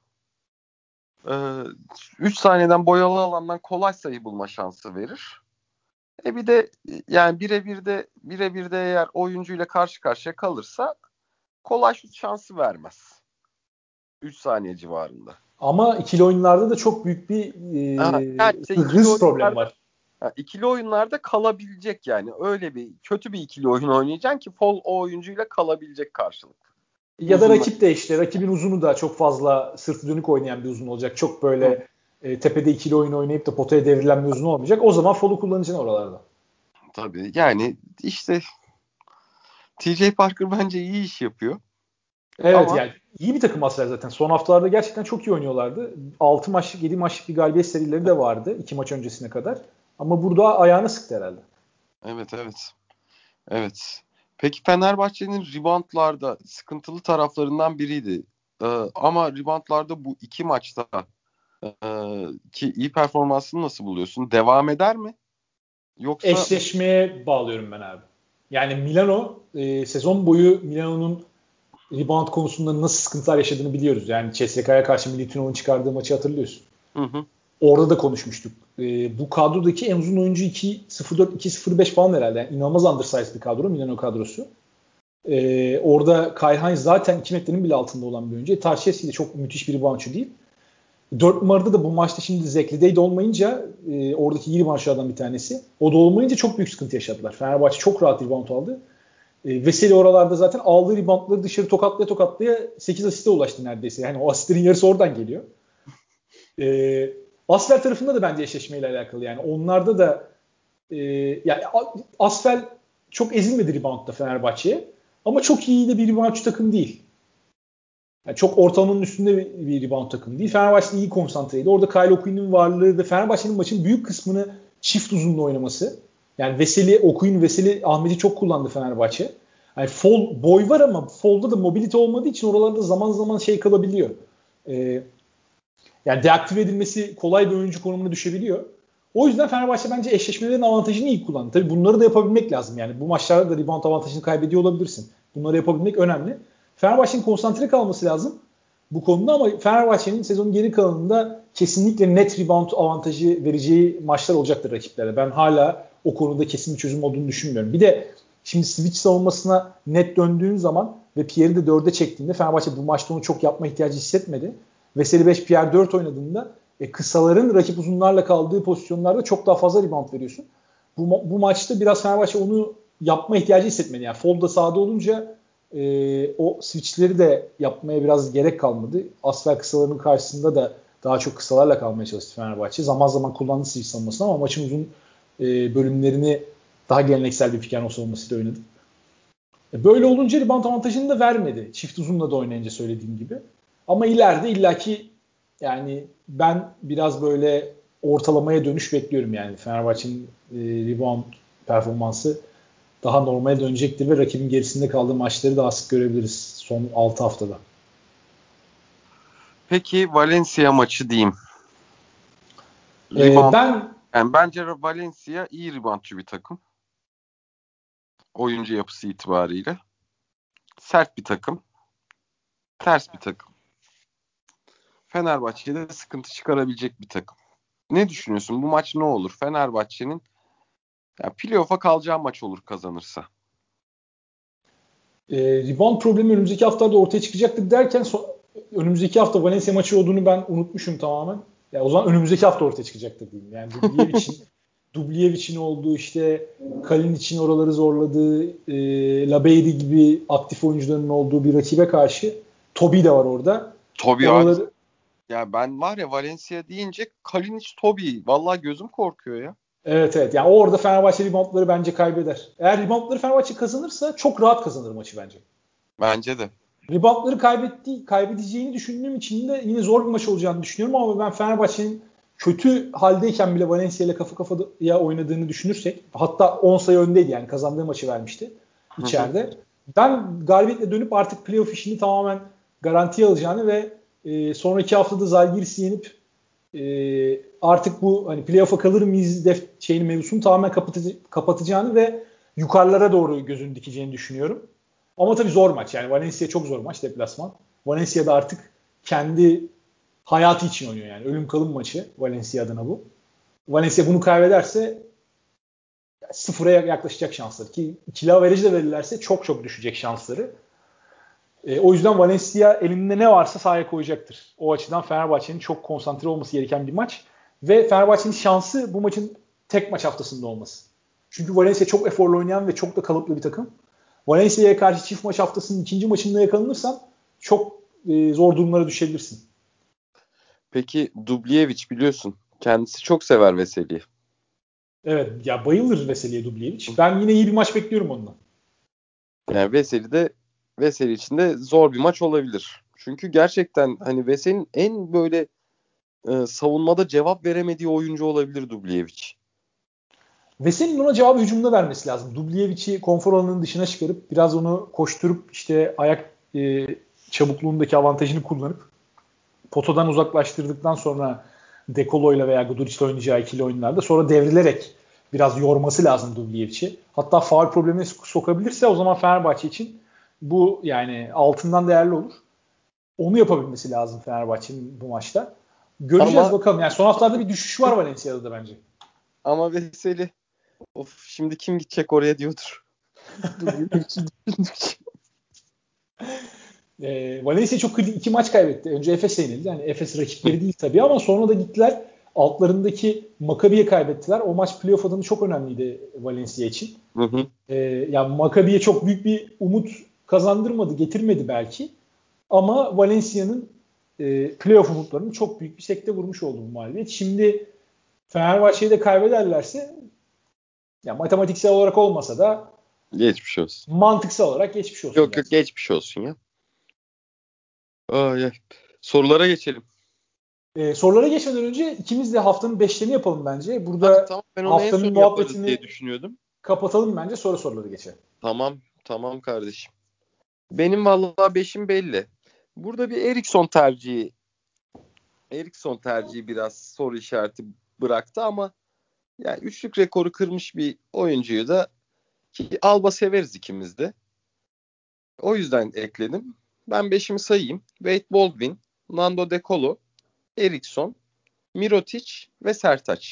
üç saniyeden boyalı alandan kolay sayı bulma şansı verir. E bir de yani birebir de birebir de eğer oyuncuyla karşı karşıya kalırsa kolay şut şansı vermez. üç saniye civarında. Ama ikili oyunlarda da çok büyük bir Ha, yani e, işte ikili hız problemi oyunlarda var. ha, ikili oyunlarda kalabilecek yani. Öyle bir kötü bir ikili oyun oynayacaksın ki Fall o oyuncuyla kalabilecek karşılık. Ya da Uzunlar. rakip de işte rakibin uzunu da çok fazla sırtı dönük oynayan bir uzun olacak. Çok Hı, böyle e, tepede ikili oyun oynayıp da potaya devrilen bir uzun olmayacak. O zaman folu kullanacaksın oralarda. tabii yani işte T J Parker bence iyi iş yapıyor. Evet Ama yani iyi bir takım aslında zaten. Son haftalarda gerçekten çok iyi oynuyorlardı. altı maçlık yedi maçlık bir galibiyet serileri de vardı iki maç öncesine kadar. Ama burada ayağını sıktı herhalde. evet evet. Evet. Peki Fenerbahçe'nin reboundlarda sıkıntılı taraflarından biriydi. Ee, ama reboundlarda bu iki maçta e, ki iyi performansını nasıl buluyorsun? Devam eder mi? Yoksa Eşleşmeye bağlıyorum ben abi. Yani Milano e, sezon boyu Milano'nun rebound konusunda nasıl sıkıntılar yaşadığını biliyoruz. Yani C S K A'ya karşı Militinov'un çıkardığı maçı hatırlıyorsun. hı hı, Orada da konuşmuştuk. E, bu kadrodaki en uzun oyuncu iki sıfır dört iki sıfır beş falan herhalde. Yani inanılmaz undersized bir kadro Milano kadrosu. E, orada Kyle Hines zaten iki metrenin bile altında olan bir oyuncu. Tarşevski de çok müthiş bir reboundçu değil. dört numarada da bu maçta şimdi Zekli'de de olmayınca e, oradaki iyi reboundçulardan bir tanesi. O da olmayınca çok büyük sıkıntı yaşadılar. Fenerbahçe çok rahat rebound aldı. E, Veseli oralarda zaten aldığı reboundları dışarı tokatlaya tokatlaya sekiz asiste ulaştı neredeyse. Yani o asistlerin yarısı oradan geliyor. E, Asfer tarafında da bence eşleşmeyle alakalı. Yani onlarda da e, yani Asfer çok ezilmedi reboundda Fenerbahçe'ye. Ama çok iyi de bir reboundçu takım değil. Yani çok ortalamanın üstünde bir, bir rebound takım değil. Fenerbahçe iyi konsantreydi. Orada Kyle Okuyun'un varlığı ve Fenerbahçe'nin maçın büyük kısmını çift uzunla oynaması. Yani Veseli, Okuyun, Veseli, Ahmet'i çok kullandı Fenerbahçe. Yani fall, boy var ama fall'da da mobilite olmadığı için oralarda zaman zaman şey kalabiliyor. Ee, yani deaktive edilmesi kolay bir oyuncu konumuna düşebiliyor. O yüzden Fenerbahçe bence eşleşmelerin avantajını iyi kullandı. Tabii bunları da yapabilmek lazım. Yani bu maçlarda da rebound avantajını kaybediyor olabilirsin. Bunları yapabilmek önemli. Fenerbahçe'nin konsantre kalması lazım bu konuda ama Fenerbahçe'nin sezonun geri kalanında kesinlikle net rebound avantajı vereceği maçlar olacaktır rakiplere. Ben hala o konuda kesin bir çözüm olduğunu düşünmüyorum. Bir de şimdi switch savunmasına net döndüğün zaman ve Pierre'i de dörde çektiğinde Fenerbahçe bu maçta onu çok yapma ihtiyacı hissetmedi. Veseli beş, Pierre dört oynadığında e, kısaların rakip uzunlarla kaldığı pozisyonlarda çok daha fazla rebound veriyorsun. Bu, bu maçta biraz Fenerbahçe onu yapma ihtiyacı hissetmedi. Yani Fall da sahada olunca e, o switchleri de yapmaya biraz gerek kalmadı. Asfer kısalarının karşısında da daha çok kısalarla kalmaya çalıştı Fenerbahçe. Zaman zaman kullandı switch savunmasını ama maçın uzun e, bölümlerini daha geleneksel bir Picano savunmasıyla oynadı. E, böyle olunca rebound avantajını da vermedi. Çift uzunla da oynayınca söylediğim gibi. Ama ileride illaki yani ben biraz böyle ortalamaya dönüş bekliyorum yani. Fenerbahçe'nin e, rebound performansı daha normale dönecektir ve rakibin gerisinde kaldığı maçları daha sık görebiliriz son altı haftada. peki Valencia maçı diyeyim. E, Rebound ben yani bence Valencia iyi reboundçu bir takım. Oyuncu yapısı itibariyle. Sert bir takım. Ters bir takım. Fenerbahçe'de sıkıntı çıkarabilecek bir takım. Ne düşünüyorsun? Bu maç ne olur? Fenerbahçe'nin ya playoff'a kalacağı maç olur kazanırsa. e, rebound problemi önümüzdeki haftalarda ortaya çıkacaktır derken so- önümüzdeki hafta Valencia maçı olduğunu ben unutmuşum tamamen. Ya o zaman önümüzdeki hafta ortaya çıkacaktır diyeyim. Yani Dubljevic'in Dubljevic'in olduğu işte Kalin için oraları zorladığı e, Labeyri gibi aktif oyuncuların olduğu bir rakibe karşı Tobi de var orada. Toby abi Oraları ya ben var ya Valencia deyince Kalinic Toby. Vallahi gözüm korkuyor ya. evet evet yani orada Fenerbahçe reboundları bence kaybeder. Eğer reboundları Fenerbahçe kazanırsa çok rahat kazanır maçı bence. Bence de. Reboundları kaybettiği, kaybedeceğini düşündüğüm için de yine zor bir maç olacağını düşünüyorum ama ben Fenerbahçe'nin kötü haldeyken bile Valencia ile kafa kafaya oynadığını düşünürsek, hatta on sayı öndeydi yani kazandığı maçı vermişti içeride. Hı hı. Ben galibiyetle dönüp artık playoff işini tamamen garantiye alacağını ve e, sonraki haftada Zalgiris'i yenip e, artık bu hani playoff'a kalır mıyız def şeyini mevzusunu tamamen kapatıcı, kapatacağını ve yukarılara doğru gözünü dikeceğini düşünüyorum. Ama tabii zor maç. Yani Valencia çok zor maç, deplasman. Valencia'da artık kendi hayatı için oynuyor yani. Ölüm kalım maçı Valencia adına bu. Valencia bunu kaybederse sıfıra yaklaşacak şansları. Ki ikili averajı da verirlerse çok çok düşecek şansları. E, o yüzden Valencia elinde ne varsa sahaya koyacaktır. O açıdan Fenerbahçe'nin çok konsantre olması gereken bir maç. Ve Fenerbahçe'nin şansı bu maçın tek maç haftasında olması. Çünkü Valencia çok eforlu oynayan ve çok da kalıplı bir takım. Valencia'ya karşı çift maç haftasının ikinci maçında yakalanırsan çok e, zor durumlara düşebilirsin. Peki Dubljevic biliyorsun. Kendisi çok sever Veseli'yi. Evet ya bayılır Veseli'ye Dubljevic. Ben yine iyi bir maç bekliyorum ondan. Yani Veseli de Veseli için de zor bir maç olabilir. Çünkü gerçekten hani Veseli'nin en böyle e, savunmada cevap veremediği oyuncu olabilir Dubljevic. Veseli'nin ona cevabı hücumda vermesi lazım. Dubljević'i konfor alanının dışına çıkarıp biraz onu koşturup işte ayak e, çabukluğundaki avantajını kullanıp potadan uzaklaştırdıktan sonra Dekolo'yla veya Guduric'le oynayacağı ikili oyunlarda sonra devrilerek biraz yorması lazım Dubljević'i. Hatta faul problemine sokabilirse o zaman Fenerbahçe için bu yani altından değerli olur. Onu yapabilmesi lazım Fenerbahçe'nin bu maçta. Göreceğiz ama, bakalım. Yani son haftalarda bir düşüş var Valencia'da da bence. Ama Veseli of şimdi kim gidecek oraya diyordur. e, Valencia çok kritik iki maç kaybetti. Önce Efes'e yenildi. Yani Efes rakipleri değil tabii ama sonra da gittiler altlarındaki Maccabi'ye kaybettiler. O maç playoff adımı çok önemliydi Valencia için. Hı hı. E, yani Maccabi'ye çok büyük bir umut kazandırmadı, getirmedi belki. Ama Valencia'nın e, playoff umutlarını çok büyük bir sekte vurmuş oldu bu mağlubiyet. Şimdi Fenerbahçe'yi de kaybederlerse ya matematiksel olarak olmasa da geçmiş olsun. Mantıksal olarak geçmiş olsun. Yok yok geçmiş olsun ya. Ay, ay. Sorulara geçelim. Ee, sorulara geçmeden önce ikimiz de haftanın beşlerini yapalım bence. Burada ha, tamam, ben onu haftanın muhabbetini diye düşünüyordum. Kapatalım bence sonra soruları geçelim. Tamam tamam kardeşim. Benim vallahi beşim belli. Burada bir Eriksson tercihi Eriksson tercihi biraz soru işareti bıraktı ama yani üçlük rekoru kırmış bir oyuncuyu da ki Alba severiz ikimiz de. O yüzden ekledim. Ben beşimi sayayım. Wade Baldwin, Nando De Colo, Eriksson, Mirotic ve Sertaç.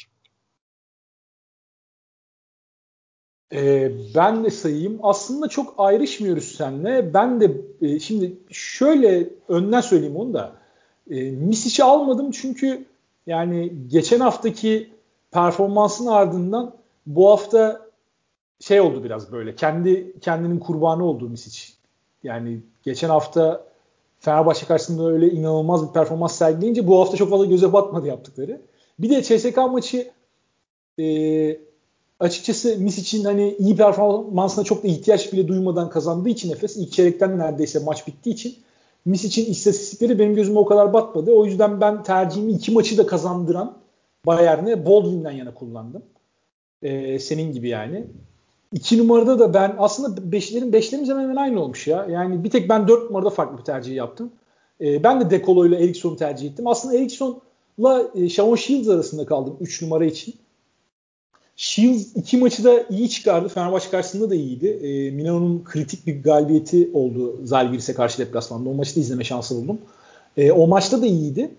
Ee, ben de sayayım. Aslında çok ayrışmıyoruz seninle. Ben de e, şimdi şöyle önden söyleyeyim onu da. E, Misic'i almadım çünkü yani geçen haftaki performansın ardından bu hafta şey oldu biraz böyle. Kendi kendinin kurbanı oldu Misic. Yani geçen hafta Fenerbahçe karşısında öyle inanılmaz bir performans sergileyince bu hafta çok fazla göze batmadı yaptıkları. Bir de C S K maçı e, açıkçası Misic'in hani iyi performansına çok da ihtiyaç bile duymadan kazandığı için Efes ilk çeyrekten neredeyse maç bittiği için Misic'in istatistikleri benim gözüme o kadar batmadı. O yüzden ben tercihimi iki maçı da kazandıran Bayern'e Baldwin'den yana kullandım. Ee, senin gibi yani. İki numarada da ben aslında beşlerin beşlerimiz hemen hemen aynı olmuş ya. Yani bir tek ben dört numarada farklı bir tercih yaptım. Ee, ben de De Colo ile Eriksson'u tercih ettim. Aslında Eriksson'la e, Shavon Shields arasında kaldım üç numara için. Shields iki maçı da iyi çıkardı. Fenerbahçe karşısında da iyiydi. E, Milano'nun kritik bir galibiyeti oldu Zalgiris'e karşı deplasmanda. O maçı da izleme şansı buldum. E, o maçta da iyiydi.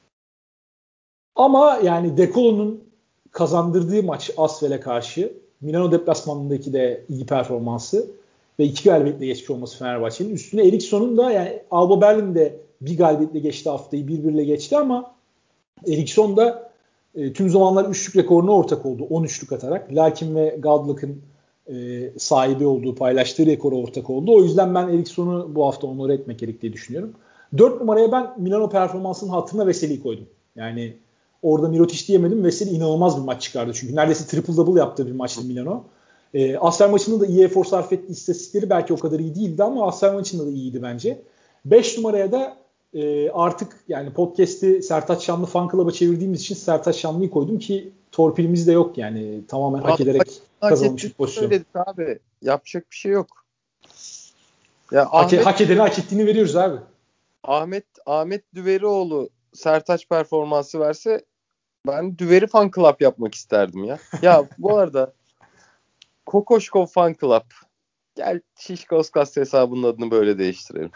Ama yani De Colo'nun kazandırdığı maç Asvel'e karşı Milano deplasmanındaki de iyi performansı ve iki galibiyetle geçmiş olması Fenerbahçe'nin. Üstüne Eriksson'un da yani Alba Berlin'de bir galibiyetle geçti haftayı. bir birle geçti ama Eriksson da e, tüm zamanlar üçlük rekoruna ortak oldu. on üçlük atarak. Larkin ve Godlock'ın e, sahibi olduğu, paylaştığı rekora ortak oldu. O yüzden ben Eriksson'u bu hafta onore etmek gerektiği düşünüyorum. dört numaraya ben Milano performansının hatırına Veseli'yi koydum. Yani orada Mirotic diyemedim. Veseli inanılmaz bir maç çıkardı. Çünkü neredeyse triple double yaptığı bir maçtı Milano. E, Asfer maçında da iyi efor sarf ettiği istatistikleri belki o kadar iyi değildi ama Asfer maçında da iyiydi bence. beş numaraya da e, artık yani podcast'i Sertaç Şanlı Fan Club'a çevirdiğimiz için Sertaç Şanlı'yı koydum ki torpilimiz de yok yani. Tamamen hak ederek hak kazanmış bir ettiğini pozisyon. söyledik abi. Yapacak bir şey yok. Ya Hak, Ahmet hak edene hak ettiğini veriyoruz abi. Ahmet Ahmet Düverioğlu Sertaç performansı verse ben Düveri Fan Club yapmak isterdim ya. Ya bu arada Kokoşkov Fan Club. Gel Şişkoskas hesabının adını böyle değiştirelim.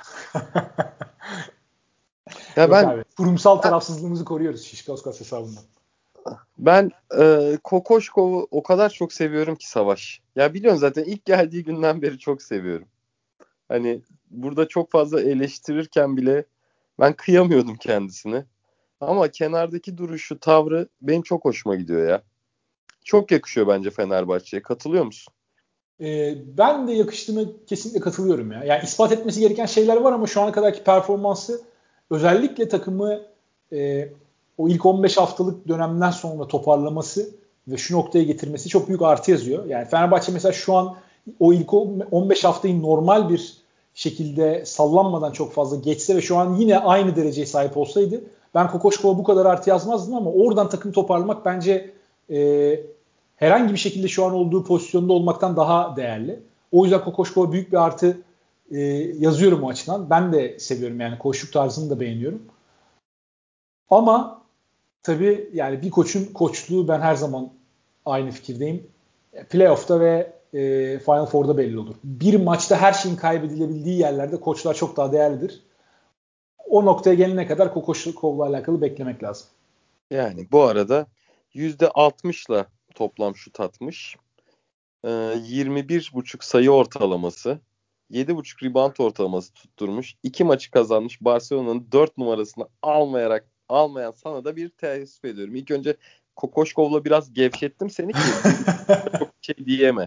Ya Yok ben abi. Kurumsal ben, tarafsızlığımızı koruyoruz Şişkauskas hesabından. ben e, Kokoşkov'u o kadar çok seviyorum ki Savaş. Ya biliyorsun zaten ilk geldiği günden beri çok seviyorum. Hani burada çok fazla eleştirirken bile ben kıyamıyordum kendisine. Ama kenardaki duruşu, tavrı benim çok hoşuma gidiyor ya. Çok yakışıyor bence Fenerbahçe'ye. Katılıyor musun? Ee, ben de yakıştığına kesinlikle katılıyorum ya. Yani ispat etmesi gereken şeyler var ama şu ana kadarki performansı özellikle takımı e, o ilk on beş haftalık dönemden sonra toparlaması ve şu noktaya getirmesi çok büyük artı yazıyor. Yani Fenerbahçe mesela şu an o ilk on beş haftayı normal bir şekilde sallanmadan çok fazla geçse ve şu an yine aynı dereceye sahip olsaydı ben Kokoşkov'a bu kadar artı yazmazdım ama oradan takım toparlamak bence e, herhangi bir şekilde şu an olduğu pozisyonda olmaktan daha değerli. O yüzden Kokoşkov'a büyük bir artı e, yazıyorum o açıdan. Ben de seviyorum yani koçluk tarzını da beğeniyorum. Ama tabii yani bir koçun koçluğu ben her zaman aynı fikirdeyim. Playoff'ta ve e, Final Four'da belli olur. Bir maçta her şeyin kaybedilebildiği yerlerde koçlar çok daha değerlidir. O noktaya gelene kadar Kokoşkov'la alakalı beklemek lazım. Yani bu arada yüzde altmışla toplam şut atmış. Ee, yirmi bir buçuk sayı ortalaması. yedi buçuk rebound ortalaması tutturmuş. iki maçı kazanmış. Barcelona'nın dört numarasını almayarak almayan sana da bir teessüf ediyorum. İlk önce Kokoşkov'la biraz gevşettim seni ki çok şey diyeme.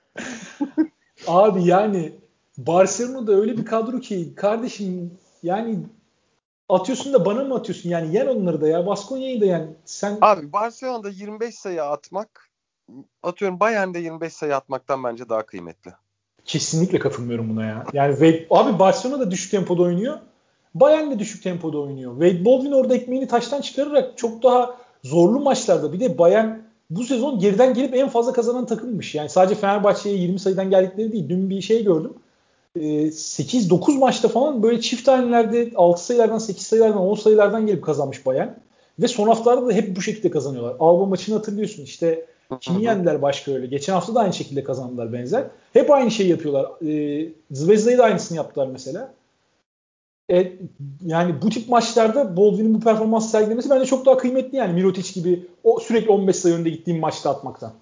Abi yani Barcelona'da öyle bir kadro ki kardeşim yani atıyorsun da bana mı atıyorsun? Yani yen onları da ya. Baskonya'yı da yen. Sen Abi Barcelona'da yirmi beş sayı atmak atıyorum Bayern'de yirmi beş sayı atmaktan bence daha kıymetli. kesinlikle katılmıyorum buna ya. Yani Wade, abi Barcelona da düşük tempoda oynuyor. Bayern de düşük tempoda oynuyor. Wade Baldwin orada ekmeğini taştan çıkararak çok daha zorlu maçlarda bir de Bayern bu sezon geriden gelip en fazla kazanan takımmış. Yani sadece Fenerbahçe'ye yirmi sayıdan geldikleri değil. Dün bir şey gördüm. sekiz dokuz maçta falan böyle çift hanelerde altı sayılardan sekiz sayılardan on sayılardan gelip kazanmış Bayern. Ve son haftalarda da hep bu şekilde kazanıyorlar. Alba maçını hatırlıyorsun. İşte kimi yendiler başka öyle. Geçen hafta da aynı şekilde kazandılar benzer. Hep aynı şeyi yapıyorlar. E, Zvezda'yı da aynısını yaptılar mesela. E, yani bu tip maçlarda Baldwin'in bu performansı sergilemesi bence çok daha kıymetli yani Mirotic gibi o sürekli on beş sayı önde gittiğim maçta atmaktan.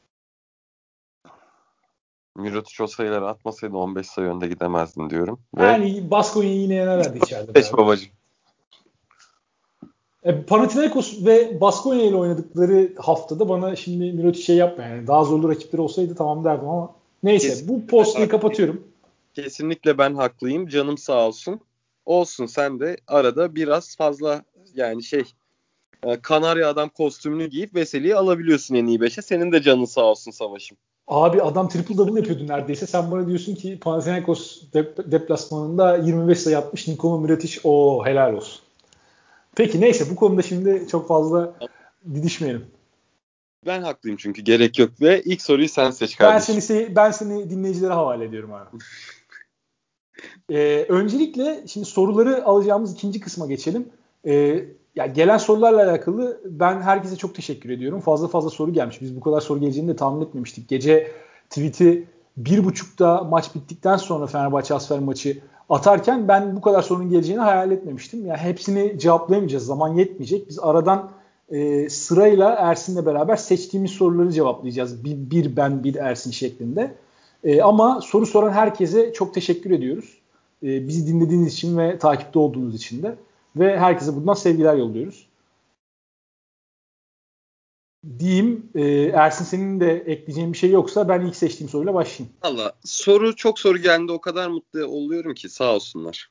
Mirotic o sayıları atmasaydı on beş sayı önde gidemezdin diyorum. Ve Yani Baskonya'yı yine yenerlerdi içeride beş abi. babacığım. E, Panathinaikos ve Baskonya ile oynadıkları haftada bana şimdi Mirotic şey yapma yani. Daha zorlu rakipleri olsaydı tamam derdim ama neyse bu Kesinlikle ben postayı haklıyım. kapatıyorum. Kesinlikle ben haklıyım. Canım sağ olsun. Olsun sen de arada biraz fazla yani şey e, Kanarya adam kostümünü giyip Veseli'yi alabiliyorsun en iyi beşe. Senin de canın sağ olsun Savaş'ım. Abi adam triple double yapıyordu neredeyse. Sen bana diyorsun ki Panathinaikos dep- deplasmanında yirmi beş sayı atmış Nikola Mirotic. Oo helal olsun. Peki neyse bu konuda şimdi çok fazla didişmeyelim. Ben haklıyım çünkü gerek yok ve ilk soruyu sen seç Ben kardeşim. seni ben seni dinleyicilere havale ediyorum abi. Ee, öncelikle şimdi soruları alacağımız ikinci kısma geçelim. Ee, ya gelen sorularla alakalı ben herkese çok teşekkür ediyorum. Fazla fazla soru gelmiş. Biz bu kadar soru geleceğini de tahmin etmemiştik. Gece tweet'i bir buçukta maç bittikten sonra Fenerbahçe Asfer maçı atarken ben bu kadar sorunun geleceğini hayal etmemiştim. Yani hepsini cevaplayamayacağız. Zaman yetmeyecek. Biz aradan e, sırayla Ersin'le beraber seçtiğimiz soruları cevaplayacağız. Bir, bir ben bir Ersin şeklinde. E, ama soru soran herkese çok teşekkür ediyoruz. E, bizi dinlediğiniz için ve takipte olduğunuz için de. Ve herkese bundan sevgiler yolluyoruz. Diyeyim e, Ersin senin de ekleyeceğin bir şey yoksa ben ilk seçtiğim soruyla başlayayım. Valla soru çok soru geldi o kadar mutlu oluyorum ki sağ olsunlar.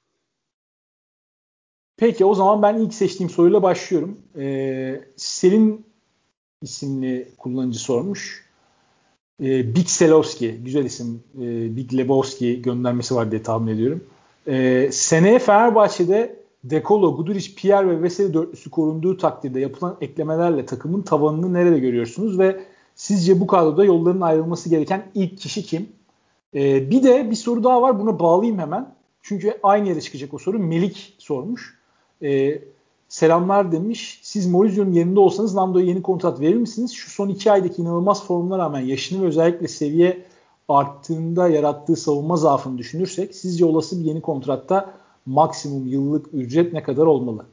Peki o zaman ben ilk seçtiğim soruyla başlıyorum. E, Selin isimli kullanıcı sormuş. E, Big Selowski, güzel isim. E, Big Lebowski göndermesi var diye tahmin ediyorum. E, seneye Fenerbahçe'de De Colo, Guduric, Pierre ve Veseli dörtlüsü korunduğu takdirde yapılan eklemelerle takımın tavanını nerede görüyorsunuz ve sizce bu kadroda yolların ayrılması gereken ilk kişi kim? Ee, bir de bir soru daha var. Buna bağlayayım hemen. Çünkü aynı yere çıkacak o soru. Melik sormuş. Ee, selamlar demiş. Siz Maurizio'nun yerinde olsanız Nando'ya yeni kontrat verir misiniz? Şu son iki aydaki inanılmaz formuna rağmen yaşını ve özellikle seviye arttığında yarattığı savunma zaafını düşünürsek sizce olası bir yeni kontratta maksimum yıllık ücret ne kadar olmalı?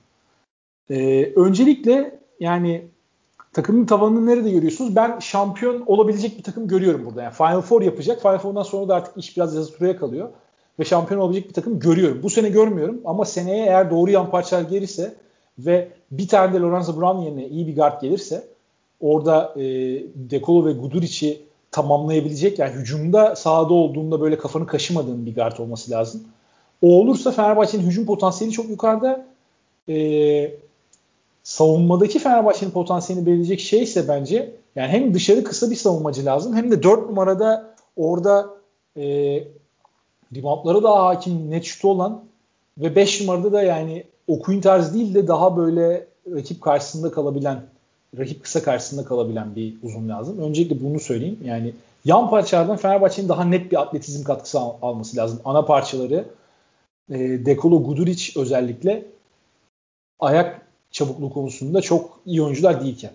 Ee, öncelikle yani takımın tavanını nerede görüyorsunuz? Ben şampiyon olabilecek bir takım görüyorum burada. Yani Final Four yapacak. Final Four'dan sonra da artık iş biraz yazı turaya kalıyor. Ve şampiyon olabilecek bir takım görüyorum. Bu sene görmüyorum ama seneye eğer doğru yan parçalar gelirse ve bir tane de Lorenzo Brown yerine iyi bir guard gelirse orada e, De Colo ve Guduric'i tamamlayabilecek, yani hücumda sahada olduğunda böyle kafanı kaşımadığın bir guard olması lazım. O olursa Fenerbahçe'nin hücum potansiyeli çok yukarıda. Eee savunmadaki Fenerbahçe'nin potansiyelini belirleyecek şey ise bence yani hem dışarı kısa bir savunmacı lazım hem de dört numarada orada e, reboundlara daha hakim, net şutu olan ve beş numarada da yani Okuyun tarzı değil de daha böyle rakip karşısında kalabilen, rakip kısa karşısında kalabilen bir uzun lazım. Öncelikle bunu söyleyeyim. Yani yan parçalardan Fenerbahçe'nin daha net bir atletizm katkısı al- alması lazım. Ana parçaları e, De Colo, Guduric özellikle ayak çabukluğu konusunda çok iyi oyuncular değilken.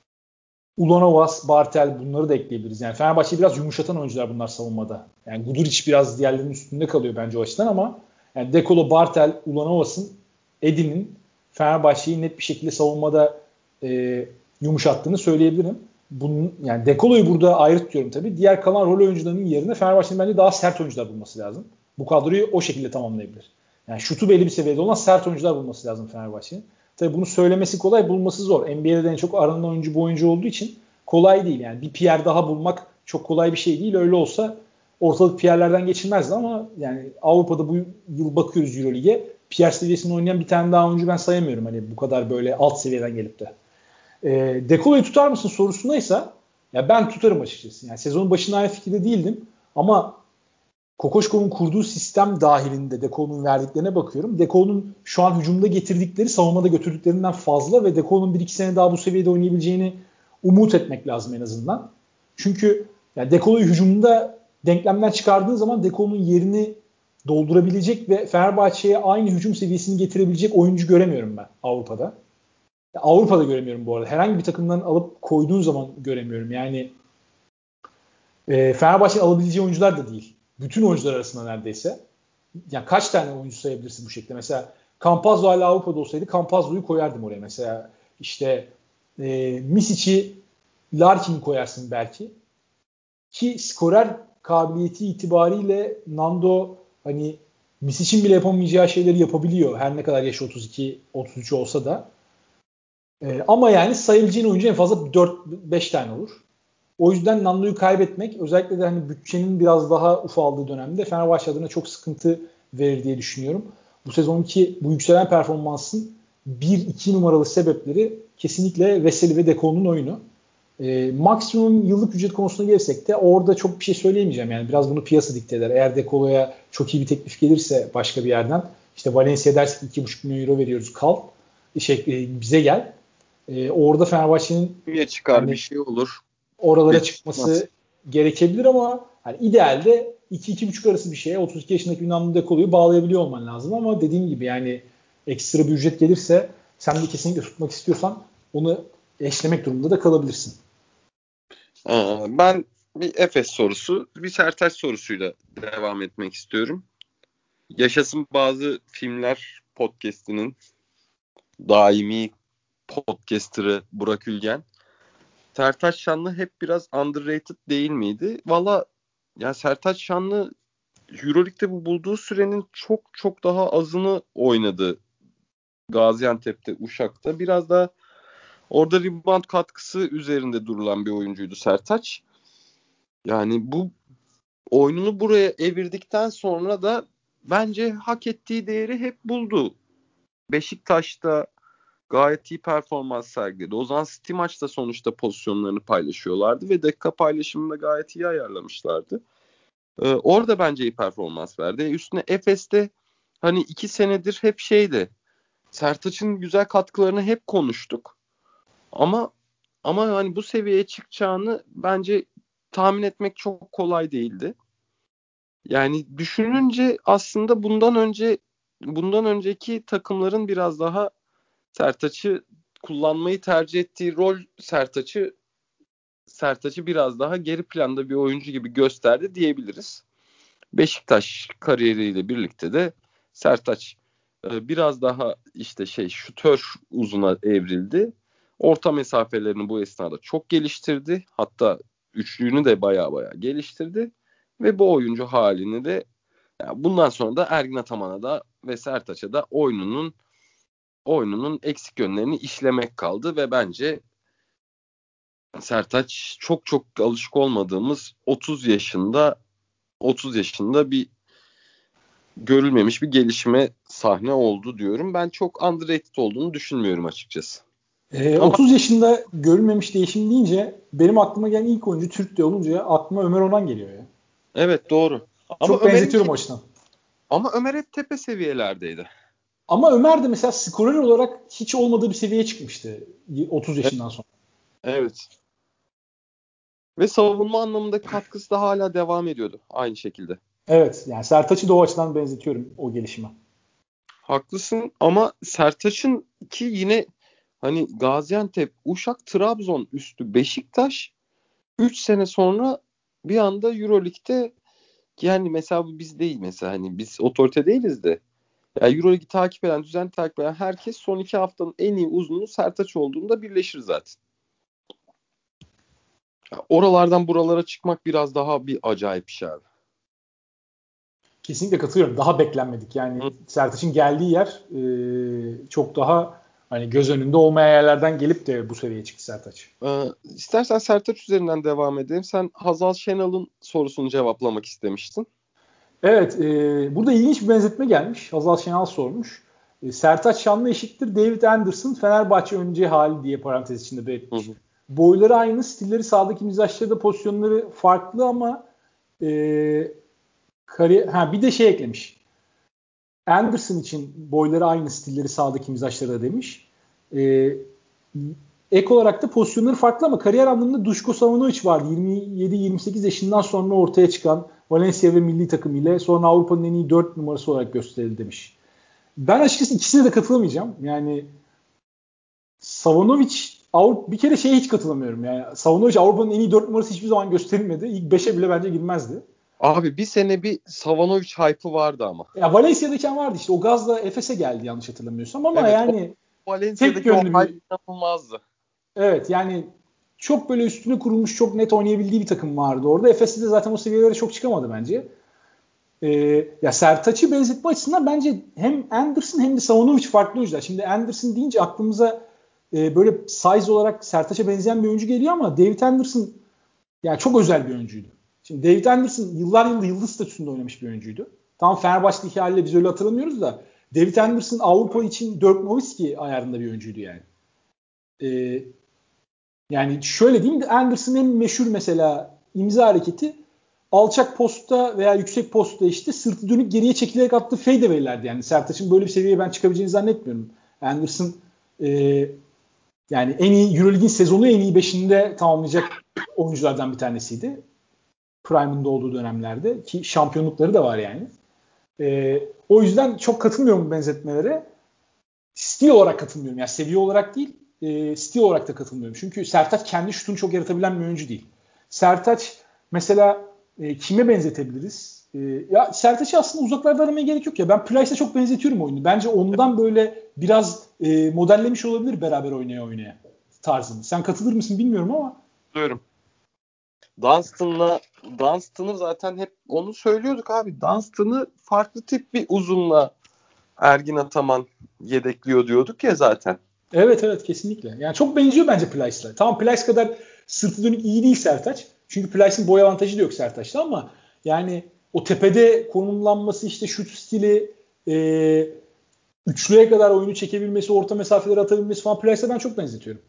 Ulanovas, Bartel bunları da ekleyebiliriz. Yani Fenerbahçe'yi biraz yumuşatan oyuncular bunlar savunmada. Yani Guduric biraz diğerlerinin üstünde kalıyor bence o açıdan ama yani De Colo, Bartel, Ulanovas'ın, Edin'in Fenerbahçe'yi net bir şekilde savunmada e, yumuşattığını söyleyebilirim. Bunun, yani De Colo'yu burada ayrı tutuyorum tabii. Diğer kalan rol oyuncularının yerine Fenerbahçe'nin bence daha sert oyuncular bulması lazım. Bu kadroyu o şekilde tamamlayabilir. Yani şutu belli bir seviyede olan sert oyuncular bulması lazım Fenerbahçe'nin. Tabii bunu söylemesi kolay, bulması zor. N B A'de en çok aranan oyuncu bu oyuncu olduğu için kolay değil. Yani bir Pierre daha bulmak çok kolay bir şey değil. Öyle olsa ortalık Pierre'lerden geçilmezdi ama yani Avrupa'da bu yıl bakıyoruz Euroleague'e. Pierre seviyesinde oynayan bir tane daha oyuncu ben sayamıyorum. Hani bu kadar böyle alt seviyeden gelip de. E, De Colo'yu tutar mısın sorusundaysa ya ben tutarım açıkçası. Yani sezonun başında aynı fikirde değildim ama Kokoşkov'un kurduğu sistem dahilinde De Colo'nun verdiklerine bakıyorum. De Colo'nun şu an hücumda getirdikleri savunmada götürdüklerinden fazla ve De Colo'nun bir iki sene daha bu seviyede oynayabileceğini umut etmek lazım en azından. Çünkü yani De Colo'yu hücumda denklemden çıkardığın zaman De Colo'nun yerini doldurabilecek ve Fenerbahçe'ye aynı hücum seviyesini getirebilecek oyuncu göremiyorum ben Avrupa'da. Avrupa'da göremiyorum bu arada. Herhangi bir takımdan alıp koyduğun zaman göremiyorum. Yani e, Fenerbahçe'nin alabileceği oyuncular da değil. Bütün oyuncular arasında neredeyse. Yani kaç tane oyuncu sayabilirsin bu şekilde? Mesela Campazzo hala Avrupa'da olsaydı Campazzo'yu koyardım oraya. Mesela işte e, Misic'i, Larkin'i koyarsın belki. Ki skorer kabiliyeti itibariyle Nando hani Misic'in bile yapamayacağı şeyleri yapabiliyor. Her ne kadar yaşı otuz iki otuz üç olsa da. E, ama yani sayılacağın oyuncu en fazla dört beş tane olur. O yüzden Nando'yu kaybetmek özellikle de hani bütçenin biraz daha ufaldığı dönemde Fenerbahçe adına çok sıkıntı verir diye düşünüyorum. Bu sezonki bu yükselen performansın bir iki numaralı sebepleri kesinlikle Veseli ve De Colo'nun oyunu. E, maksimum yıllık ücret konusuna gelirsek de orada çok bir şey söyleyemeyeceğim. Yani biraz bunu piyasa dikte eder. Eğer De Colo'ya çok iyi bir teklif gelirse başka bir yerden işte Valencia derse ki iki buçuk milyon euro veriyoruz kal. Şey, e, bize gel. E, orada Fenerbahçe'nin Niye çıkar bir hani şey olur. oralara Bir çıkmaz. çıkması gerekebilir ama hani idealde iki iki buçuk arası bir şeye otuz iki yaşındaki bir Namdi De Colo'yu bağlayabiliyor olman lazım ama dediğim gibi yani ekstra bir ücret gelirse sen de kesinlikle tutmak istiyorsan onu eşlemek durumunda da kalabilirsin. Aa, ben bir Efes sorusu, bir Sertaç sorusuyla devam etmek istiyorum. Yaşasın Bazı Filmler podcast'inin daimi podcaster'ı Burak Ülgen. Sertaç Şanlı hep biraz underrated değil miydi? Valla ya Sertaç Şanlı Euroleague'de bu bulduğu sürenin çok çok daha azını oynadı. Gaziantep'te, Uşak'ta. Biraz da orada rebound katkısı üzerinde durulan bir oyuncuydu Sertaç. Yani bu oyununu buraya evirdikten sonra da bence hak ettiği değeri hep buldu. Beşiktaş'ta gayet iyi performans sergiledi. O zaman City maçta sonuçta pozisyonlarını paylaşıyorlardı ve dakika paylaşımını da gayet iyi ayarlamışlardı. Ee, orada bence iyi performans verdi. Üstüne Efes'te hani iki senedir hep şeydi. Sertaç'ın güzel katkılarını hep konuştuk. Ama ama hani bu seviyeye çıkacağını bence tahmin etmek çok kolay değildi. Yani düşününce aslında bundan önce bundan önceki takımların biraz daha Sertaç'ı kullanmayı tercih ettiği rol Sertaç'ı Sertaç'ı biraz daha geri planda bir oyuncu gibi gösterdi diyebiliriz. Beşiktaş kariyeriyle birlikte de Sertaç e, biraz daha işte şey şutör uzuna evrildi. Orta mesafelerini bu esnada çok geliştirdi. Hatta üçlüğünü de baya baya geliştirdi. Ve bu oyuncu halini de yani bundan sonra da Ergin Ataman'a da ve Sertaç'a da oyununun oyununun eksik yönlerini işlemek kaldı ve bence Sertaç çok çok alışık olmadığımız otuz yaşında otuz yaşında bir görülmemiş bir gelişme sahne oldu diyorum. Ben çok underrated olduğunu düşünmüyorum açıkçası. E, Ama otuz yaşında görülmemiş değişim deyince benim aklıma gelen ilk oyuncu Türk de olunca aklıma Ömer Onan geliyor ya. evet doğru. Ama Çok Ömer'in benzetiyorum o açıdan. ama Ömer hep tepe seviyelerdeydi. Ama Ömer de mesela skorer olarak hiç olmadığı bir seviyeye çıkmıştı otuz Evet. yaşından sonra. evet. Ve savunma anlamındaki katkısı da hala devam ediyordu aynı şekilde. Evet, yani Sertaç'ı da o açıdan benzetiyorum o gelişime. Haklısın ama Sertaç'ın ki yine hani Gaziantep, Uşak, Trabzon üstü Beşiktaş üç sene sonra bir anda EuroLeague'de yani mesela bu biz değil mesela hani biz otorite değiliz de ya EuroLeague'i takip eden, düzenli takip eden herkes son iki haftanın en iyi uzunluğu Sertaç olduğunda birleşir zaten. Ya oralardan buralara çıkmak biraz daha bir acayip bir şey abi. Kesinlikle katılıyorum. Daha beklenmedik. Yani Hı. Sertaç'ın geldiği yer e, çok daha hani göz önünde olmayan yerlerden gelip de bu seviyeye çıktı Sertaç. Ee, istersen Sertaç üzerinden devam edelim. Sen Hazal Şenal'ın sorusunu cevaplamak istemiştin. Evet, e, burada ilginç bir benzetme gelmiş. Hazal Şenal sormuş. E, Sertaç Şanlı eşittir David Anderson Fenerbahçe önceki hali diye parantez içinde Hı belirtmiş. hı. Boyları aynı, stilleri sahadaki mizajları da pozisyonları farklı ama e, kari- ha, bir de şey eklemiş. Anderson için boyları aynı, stilleri sahadaki mizajları da demiş. E, ek olarak da pozisyonları farklı ama kariyer anlamında Duško Savanović vardı. yirmi yedi yirmi sekiz yaşından sonra ortaya çıkan Valencia ve milli takım ile sonra Avrupa'nın en iyi dört numarası olarak gösterildi demiş. Ben açıkçası ikisine de katılamayacağım. Yani Savanović Avrupa, bir kere şeye hiç katılamıyorum. Yani Savanović Avrupa'nın en iyi dört numarası hiçbir zaman gösterilmedi. İlk beşe bile bence girmezdi. Abi bir sene bir Savanovic hype'ı vardı ama. Ya Valencia'dayken vardı işte. O gazla Efes'e geldi yanlış hatırlamıyorsam ama Evet, o yani tek Valencia'daki o yönlü hype bir, inanılmazdı. evet yani çok böyle üstüne kurulmuş, çok net oynayabildiği bir takım vardı orada. Efes'te de zaten o seviyelere çok çıkamadı bence. Ee, ya Sertaç'ı benzetme açısından bence hem Anderson hem de Savanović farklı oyuncular. Şimdi Anderson deyince aklımıza e, böyle size olarak Sertaç'a benzeyen bir oyuncu geliyor ama David Anderson yani çok özel bir oyuncuydu. Şimdi David Anderson yıllar yılı yıldız statüsünde oynamış bir oyuncuydu. Tam Fenerbahçe'deki haliyle biz öyle hatırlamıyoruz da David Anderson Avrupa için Dirk Nowitzki ayarında bir oyuncuydu yani. Ee, yani şöyle diyeyim de Anderson'ın en meşhur mesela imza hareketi alçak postta veya yüksek postta işte sırtı dönük geriye çekilerek attığı fadeaway'lerdi. Yani Sertaç'ın böyle bir seviyeye ben çıkabileceğini zannetmiyorum. Anderson e, yani en iyi Euroleague'in sezonu en iyi beşinde tamamlayacak oyunculardan bir tanesiydi. Prime'ında olduğu dönemlerde ki şampiyonlukları da var yani. E, o yüzden çok katılmıyorum bu benzetmelere. Stil olarak katılmıyorum. Yani seviye olarak değil, e, stil olarak da katılmıyorum. Çünkü Sertaç kendi şutunu çok yaratabilen bir oyuncu değil. Sertaç mesela e, kime benzetebiliriz? E, ya Sertaç'ı aslında uzaklarda aramaya gerek yok ya. Ben Plyce'a çok benzetiyorum oyunu. Bence ondan böyle biraz e, modellemiş olabilir beraber oynaya oynaya tarzını. Sen katılır mısın bilmiyorum ama. Diyorum. Dunstan'la Dunstan'ı zaten hep onu söylüyorduk abi. Dunstan'ı farklı tip bir uzunla Ergin Ataman yedekliyor diyorduk ya zaten. Evet evet kesinlikle. Yani çok benziyor bence Plyce'la. Tamam Plyce kadar sırtı dönük iyi değil Sertaç. Çünkü Plyce'ın boy avantajı da yok Sertaç'ta ama yani o tepede konumlanması işte şut stili e, üçlüye kadar oyunu çekebilmesi, orta mesafeleri atabilmesi falan Plyce'a ben çok benzetiyorum.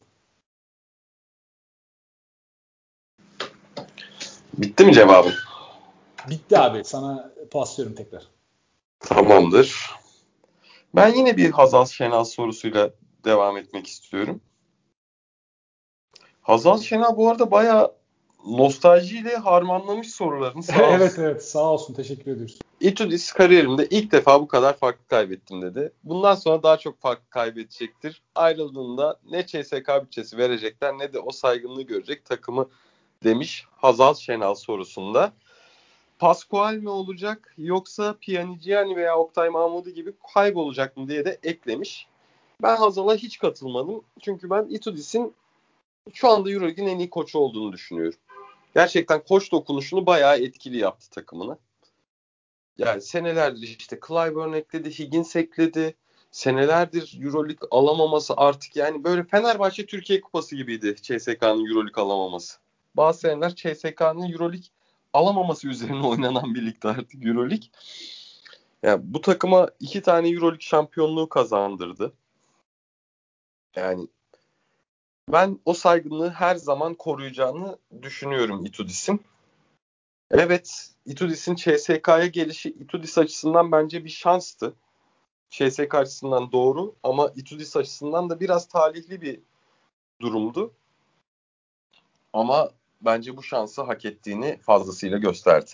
Bitti mi cevabın? Bitti abi. Sana paslıyorum tekrar. Tamamdır. Ben yine bir Hazal Şenal sorusuyla devam etmek istiyorum. Hazal Şenal bu arada bayağı nostaljiyle harmanlamış sorularını, sağ Evet olsun. evet, sağ olsun, teşekkür ediyoruz. Itudis kariyerimde ilk defa bu kadar farklı kaybettim dedi. Bundan sonra daha çok farklı kaybedecektir. Ayrıldığında ne C S K bütçesi verecekler ne de o saygınlığı görecek takımı demiş Hazal Şenal sorusunda. Pascual mi olacak yoksa Pjanigiani veya Oktay Mahmudi gibi kaybolacak mı diye de eklemiş. Ben Hazal'a hiç katılmadım. Çünkü ben Itudis'in şu anda Euroleague'in en iyi koçu olduğunu düşünüyorum. Gerçekten koç dokunuşunu bayağı etkili yaptı takımına. Yani senelerdir işte Clyburn ekledi, Higgins ekledi. Senelerdir Euroleague alamaması artık yani böyle Fenerbahçe Türkiye Kupası gibiydi C S K'nın Euroleague alamaması. Bazı seneler C S K'nın Euroleague alamaması üzerine oynanan bir ligdi artık Euroleague. Yani bu takıma iki tane Euroleague şampiyonluğu kazandırdı. Yani ben o saygınlığı her zaman koruyacağını düşünüyorum Itudis'in. Evet, Itudis'in C S K'ya gelişi Itudis açısından bence bir şanstı. C S K açısından doğru ama Itudis açısından da biraz talihli bir durumdu. Ama bence bu şansı hak ettiğini fazlasıyla gösterdi.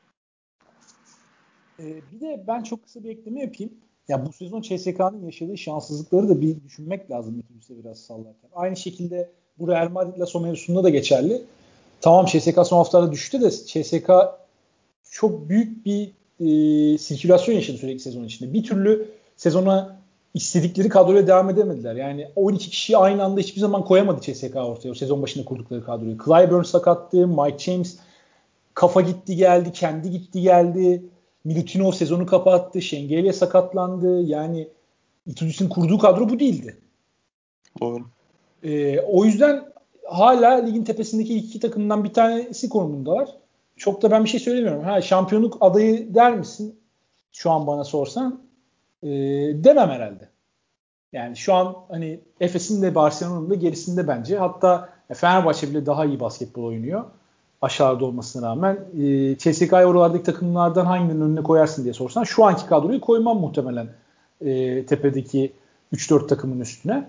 Ee, bir de ben çok kısa bir ekleme yapayım. Ya bu sezon C S K'nın yaşadığı şanssızlıkları da bir düşünmek lazım Mitubis'e biraz sallarken. Aynı şekilde bu Real Madrid Lasso mevzusunda da geçerli. Tamam, C S K son haftalarda düştü de C S K çok büyük bir e, sirkülasyon yaşadı sürekli sezon içinde. Bir türlü sezona istedikleri kadroya devam edemediler. Yani on iki kişiyi aynı anda hiçbir zaman koyamadı C S K ortaya. O sezon başında kurdukları kadroyu. Clyburn sakattı, Mike James kafa gitti geldi, kendi gitti geldi. Milutinov sezonu kapattı, Şengelya sakatlandı. Yani Itudis'in kurduğu kadro bu değildi. Doğru. E, o yüzden hala ligin tepesindeki iki takımdan bir tanesi konumundalar. Çok da ben bir şey söylemiyorum. Ha, şampiyonluk adayı der misin? Şu an bana sorsan e, demem herhalde. Yani şu an hani Efes'in de Barcelona'nın da gerisinde bence. Hatta Fenerbahçe bile daha iyi basketbol oynuyor. Aşağıda olmasına rağmen. E, C S K'yı oralardaki takımlardan hanginin önüne koyarsın diye sorsan şu anki kadroyu koymam muhtemelen e, tepedeki üç dört takımın üstüne.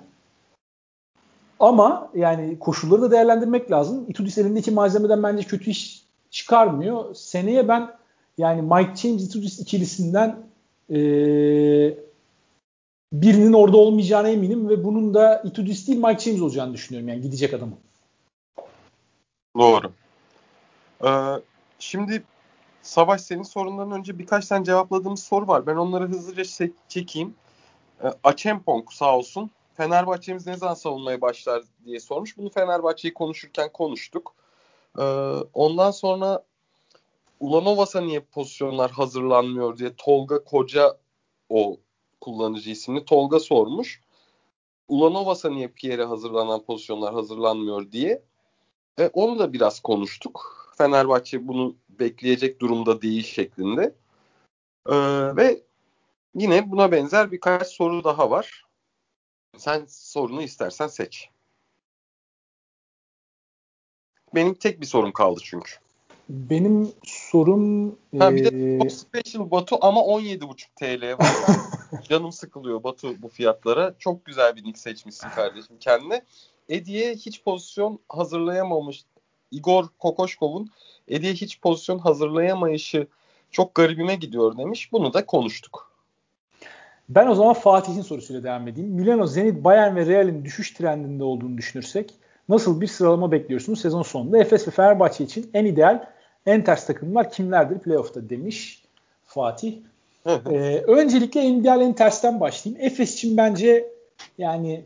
Ama yani koşulları da değerlendirmek lazım. Itudis elindeki malzemeden bence kötü iş çıkarmıyor. Seneye ben yani Mike James Itudis ikilisinden e, birinin orada olmayacağına eminim ve bunun da Itudis değil Mike James olacağını düşünüyorum. Yani gidecek adamın. Doğru. Ee, şimdi Savaş, senin sorunların önce birkaç tane cevapladığımız soru var. Ben onları hızlıca çekeyim. Ee, Açempong sağ olsun. Fenerbahçe'miz ne zaman savunmaya başlar diye sormuş. Bunu Fenerbahçe'yi konuşurken konuştuk. Ee, ondan sonra Ulanovas'a niye pozisyonlar hazırlanmıyor diye Tolga Koca, o kullanıcı isimli Tolga sormuş. Ulanovas'a niye Pierre'e hazırlanan pozisyonlar hazırlanmıyor diye. E, onu da biraz konuştuk. Fenerbahçe bunu bekleyecek durumda değil şeklinde. E, ve yine buna benzer birkaç soru daha var. Sen sorunu istersen seç. Benim tek bir sorum kaldı çünkü. Benim sorum Ha bir de ee... Top Special Batu ama on yedi buçuk T L var. Ben canım sıkılıyor Batu bu fiyatlara. Çok güzel bir nick seçmişsin kardeşim kendine. Edi'ye hiç pozisyon hazırlayamamış. Igor Kokoşkov'un Edi'ye hiç pozisyon hazırlayamayışı çok garibime gidiyor demiş. Bunu da konuştuk. Ben o zaman Fatih'in sorusuyla devam edeyim. Milano, Zenit, Bayern ve Real'in düşüş trendinde olduğunu düşünürsek nasıl bir sıralama bekliyorsunuz sezon sonunda? Efes ve Fenerbahçe için en ideal, en ters takımlar kimlerdir playoff'ta demiş Fatih. Ee, öncelikle en ideal, en tersten başlayayım. Efes için bence yani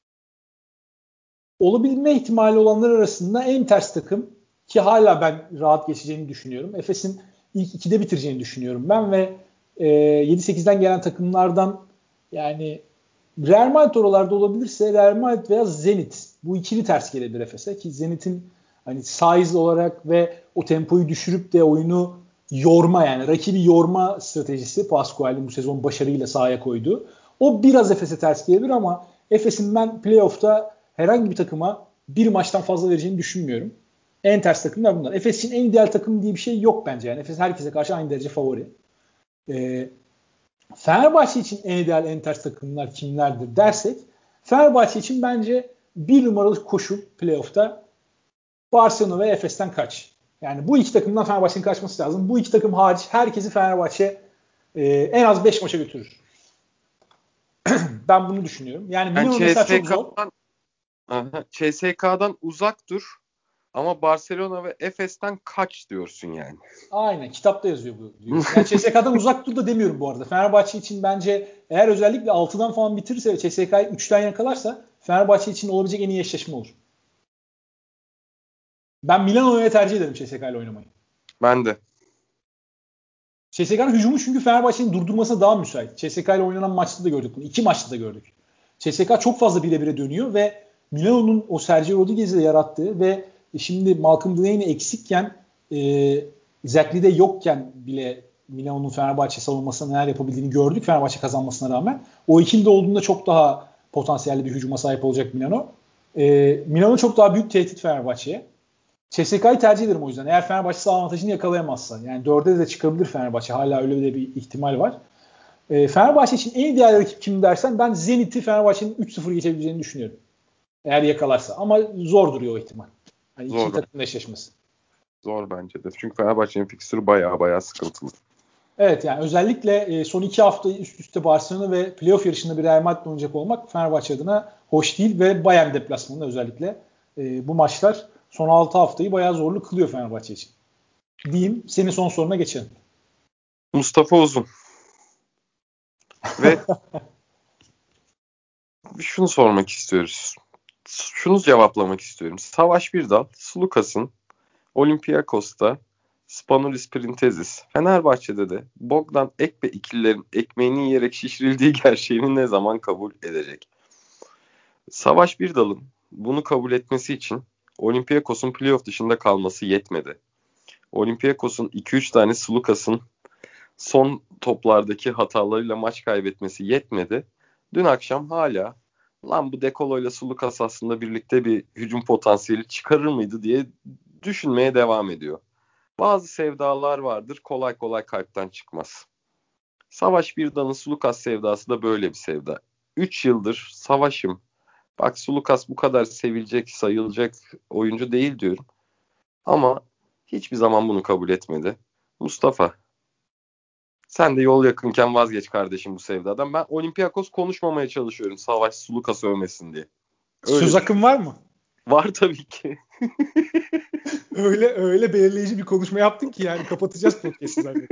olabilme ihtimali olanlar arasında en ters takım, ki hala ben rahat geçeceğini düşünüyorum. Efes'in ilk ikide bitireceğini düşünüyorum ben ve e, yedi sekizden gelen takımlardan yani Real Madrid oralarda olabilirse Real Madrid veya Zenit, bu ikili ters gelebilir Efes'e, ki Zenit'in hani size olarak ve o tempoyu düşürüp de oyunu yorma, yani rakibi yorma stratejisi Pascual'in bu sezon başarıyla sahaya koyduğu. O biraz Efes'e ters gelebilir ama Efes'in ben playoff'ta herhangi bir takıma bir maçtan fazla vereceğini düşünmüyorum. En ters takımlar bunlar. Efes için en ideal takım diye bir şey yok bence. Yani Efes herkese karşı aynı derece favori. Ee, Fenerbahçe için en ideal en ters takımlar kimlerdir dersek Fenerbahçe için bence bir numaralı koşul playoff'ta Barcelona ve Efes'ten kaç. Yani bu iki takımdan Fenerbahçe'nin kaçması lazım. Bu iki takım hariç herkesi Fenerbahçe e, en az beş maça götürür. Ben bunu düşünüyorum. Yani Yani Milano mesela çok zor. C S K'dan uzak dur ama Barcelona ve Efes'ten kaç diyorsun yani. Aynen kitapta yazıyor bu diyor. Yani C S K'dan uzak dur da demiyorum bu arada. Fenerbahçe için bence eğer özellikle altıdan falan bitirirse ve C S K'yı üçten yakalarsa Fenerbahçe için olabilecek en iyi eşleşme olur. Ben Milano'ya tercih ederim C S K ile oynamayı. Ben de. C S K'nın hücumu çünkü Fenerbahçe'nin durdurmasına daha müsait. C S K ile oynanan maçta da gördük bunu. İki maçta da gördük. C S K çok fazla bire bire dönüyor ve Milano'nun o Sergio Rodriguez'le yarattığı ve şimdi Malcolm Delaney eksikken e, Zekli de yokken bile Milano'nun Fenerbahçe savunmasına neler yapabildiğini gördük Fenerbahçe kazanmasına rağmen. O ikili olduğunda çok daha potansiyelli bir hücuma sahip olacak Milano. E, Milano çok daha büyük tehdit Fenerbahçe'ye. C S K'yı tercih ederim o yüzden. Eğer Fenerbahçe sağ avantajını yakalayamazsa. Yani dörde de çıkabilir Fenerbahçe. Hala öyle de bir ihtimal var. E, Fenerbahçe için en ideal rakip kim dersen ben Zenit'i Fenerbahçe'nin üç sıfır geçebileceğini düşünüyorum. Eğer yakalarsa. Ama zor duruyor o ihtimal. Yani iki takımın eşleşmesi. Zor bence de. Çünkü Fenerbahçe'nin fikstürü bayağı bayağı sıkıntılı. Evet yani özellikle e, son iki haftayı üst üste Barcelona ve playoff yarışında bir Real Madrid oynayacak olmak Fenerbahçe adına hoş değil ve Bayern deplasmanında özellikle e, bu maçlar son altı haftayı bayağı zorlu kılıyor Fenerbahçe için. Diyeyim senin son soruna geçelim. Mustafa Uzun. Ve şunu sormak istiyoruz. Şunu cevaplamak istiyorum. Savaş Birdal, Sulukas'ın Olympiakos'ta Spanoulis Printezis, Fenerbahçe'de de Bogdan Ekpe ikililerin ekmeğini yiyerek şişirildiği gerçeğini ne zaman kabul edecek? Savaş Birdal'ın bunu kabul etmesi için Olympiakos'un playoff dışında kalması yetmedi. Olympiakos'un iki üç tane Sulukas'ın son toplardaki hatalarıyla maç kaybetmesi yetmedi. Dün akşam hala lan bu Dekolo ile Sulukas aslında birlikte bir hücum potansiyeli çıkarır mıydı diye düşünmeye devam ediyor. Bazı sevdalar vardır kolay kolay kalpten çıkmaz. Savaş Birdal'ın Sulukas sevdası da böyle bir sevda. üç yıldır savaşım. Bak Sulukas bu kadar sevilecek, sayılacak oyuncu değil diyorum. Ama hiçbir zaman bunu kabul etmedi. Mustafa, sen de yol yakınken vazgeç kardeşim bu sevdadan. Ben Olympiakos konuşmamaya çalışıyorum Savaş Sulukas övmesin diye. Öyle Söz hakkın var mı? Var tabii ki. öyle öyle belirleyici bir konuşma yaptın ki yani kapatacağız podcast'ı zaten.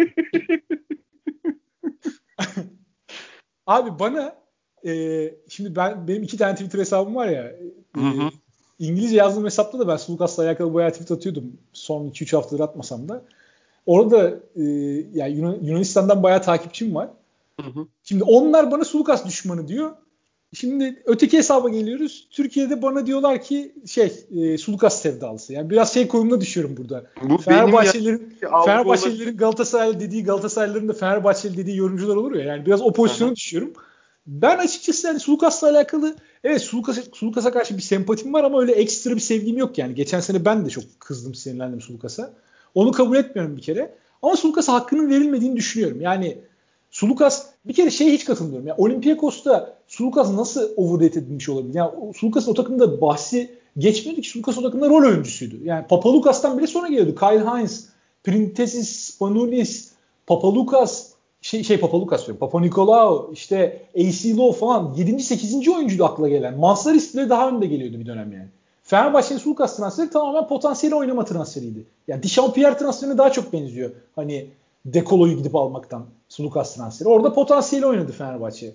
Abi bana e, şimdi ben benim iki tane Twitter hesabım var ya. E, Hı hı. İngilizce yazdığım hesapta da ben Sulukas'la alakalı bayağı tweet atıyordum. Son iki üç haftadır atmasam da. Orada e, yani Yunan, Yunanistan'dan bayağı takipçim var. Hı hı. Şimdi onlar bana Sulukas düşmanı diyor. Şimdi öteki hesaba geliyoruz. Türkiye'de bana diyorlar ki şey e, Sulukas sevdalısı. Yani biraz şey konumuna düşüyorum burada. Bu benim ya Fenerbahçelilerin algı Fenerbahçelilerin Galatasaraylı dediği Galatasaraylıların da Fenerbahçeli dediği yorumcular olur ya. Yani biraz o pozisyona Hı-hı. düşüyorum. Ben açıkçası yani Sulukas'la alakalı evet Sulukas, Sulukas'a karşı bir sempatim var ama öyle ekstra bir sevgim yok yani. Geçen sene ben de çok kızdım, sinirlendim Sulukas'a. Onu kabul etmiyorum bir kere. Ama Sulukas'a hakkının verilmediğini düşünüyorum. Yani Sulukas bir kere şeye hiç katılmıyorum. Yani Olympiakos'ta Sulukas nasıl overrated edilmiş olabilir? Yani Sulukas'ın o takımda bahsi geçmiyordu ki. Sulukas o takımda rol oyuncusuydu. Yani Papalukas'tan bile sonra geliyordu. Kyle Hines, Printezis, Spanoulis, Papalukas, şey, şey Papalukas diyorum. Papanikolaou, işte A C Lowe falan yedinci sekizinci oyuncuydu akla gelen. Mansaris bile daha önde geliyordu bir dönem yani. Fenerbahçe'nin Sulukas transferi tamamen potansiyeli oynama transferiydi. Yani Dechampierre transferine daha çok benziyor. Hani Dekolo'yu gidip almaktan Sulukas transferi. Orada potansiyeli oynadı Fenerbahçe.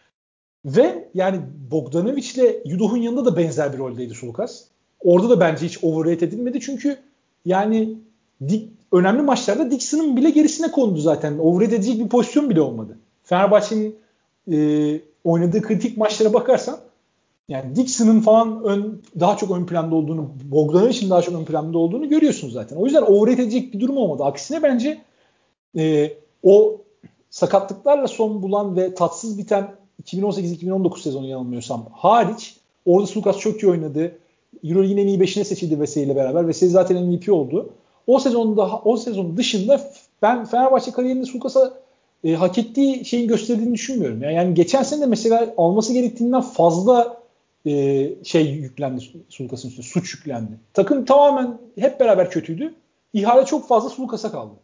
Ve yani Bogdanovic'le Yudoh'un yanında da benzer bir roldeydi Sulukas. Orada da bence hiç overrate edilmedi. Çünkü yani dik, önemli maçlarda Dixon'ın bile gerisine kondu zaten. Overrate edecek bir pozisyon bile olmadı. Fenerbahçe'nin e, oynadığı kritik maçlara bakarsan yani Dixon'ın falan ön, daha çok ön planda olduğunu, Bogdanovic'in daha çok ön planda olduğunu görüyorsunuz zaten. O yüzden overrate edecek bir durum olmadı. Aksine bence e, o sakatlıklarla son bulan ve tatsız biten iki bin on sekiz iki bin on dokuz sezonu yanılmıyorsam hariç orada Sulukas çok iyi oynadı. Euroleague'in en iyi beşine seçildi Veseli ile beraber. Veseli zaten M V P oldu. O sezonda o sezon dışında ben Fenerbahçe kariyerinde Sulukas'a e, hak ettiği şeyin gösterdiğini düşünmüyorum. Yani, yani geçen sene de mesela alması gerektiğinden fazla e, şey yüklendi Sulukas'ın üstüne. Suç yüklendi. Takım tamamen hep beraber kötüydü. İhale çok fazla Sulukas'a kaldı.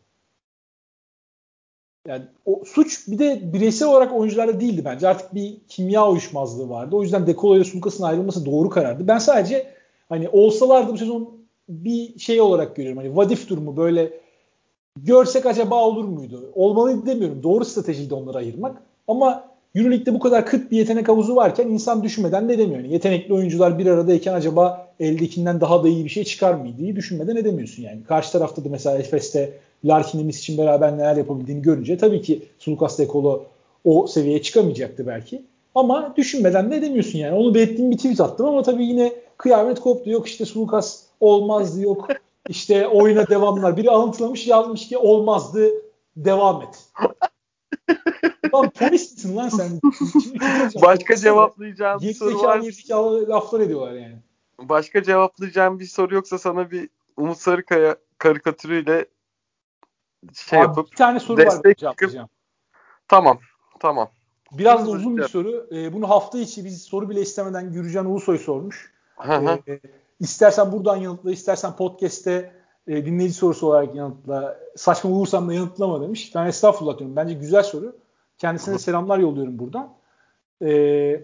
Yani o suç bir de bireysel olarak oyuncularda değildi bence. Artık bir kimya uyuşmazlığı vardı. O yüzden De Colo ile Sulukas'ın ayrılması doğru karardı. Ben sadece hani olsalardı bu sezon bir şey olarak görüyorum. Hani vadif durumu böyle görsek acaba olur muydu? Olmalıydı demiyorum. Doğru stratejiydi onları ayırmak. Ama EuroLeague'de bu kadar kıt bir yetenek havuzu varken insan düşünmeden ne demiyor? Yani yetenekli oyuncular bir aradayken acaba eldekinden daha da iyi bir şey çıkar mıydı diye düşünmeden edemiyorsun yani. Karşı tarafta da mesela Efes'te Larkin'imiz için beraber neler yapabildiğini görünce tabii ki Sulukas De Colo o seviyeye çıkamayacaktı belki. Ama düşünmeden de edemiyorsun yani. Onu belirttiğim bir tweet attım ama tabii yine kıyamet koptu. Yok işte Sulukas olmazdı, yok işte oyuna devamlar. Biri alıntılamış, yazmış ki olmazdı, devam et. Lan polis misin lan sen? Şimdi küfür edeceğim. Başka cevaplayacağım bir soru var. Gerizekalı gerizekalı laflar ediyorlar yani. Başka cevaplayacağım bir soru yoksa sana bir Umut Sarıkaya karikatürüyle şey Abi yapıp bir tane soru var destek çıkıp cevaplayacağım. tamam tamam. Biraz da uzun bir Hızlıca. soru. Ee, bunu hafta içi biz soru bile istemeden Gürcan Ulusoy sormuş. Hı hı. Ee, istersen buradan yanıtla, istersen podcast'te e, dinleyici sorusu olarak yanıtla. Saçma bulursam da yanıtlama demiş. Ben estağfurullah diyorum. Bence güzel soru. Kendisine de selamlar yolluyorum buradan. Ee,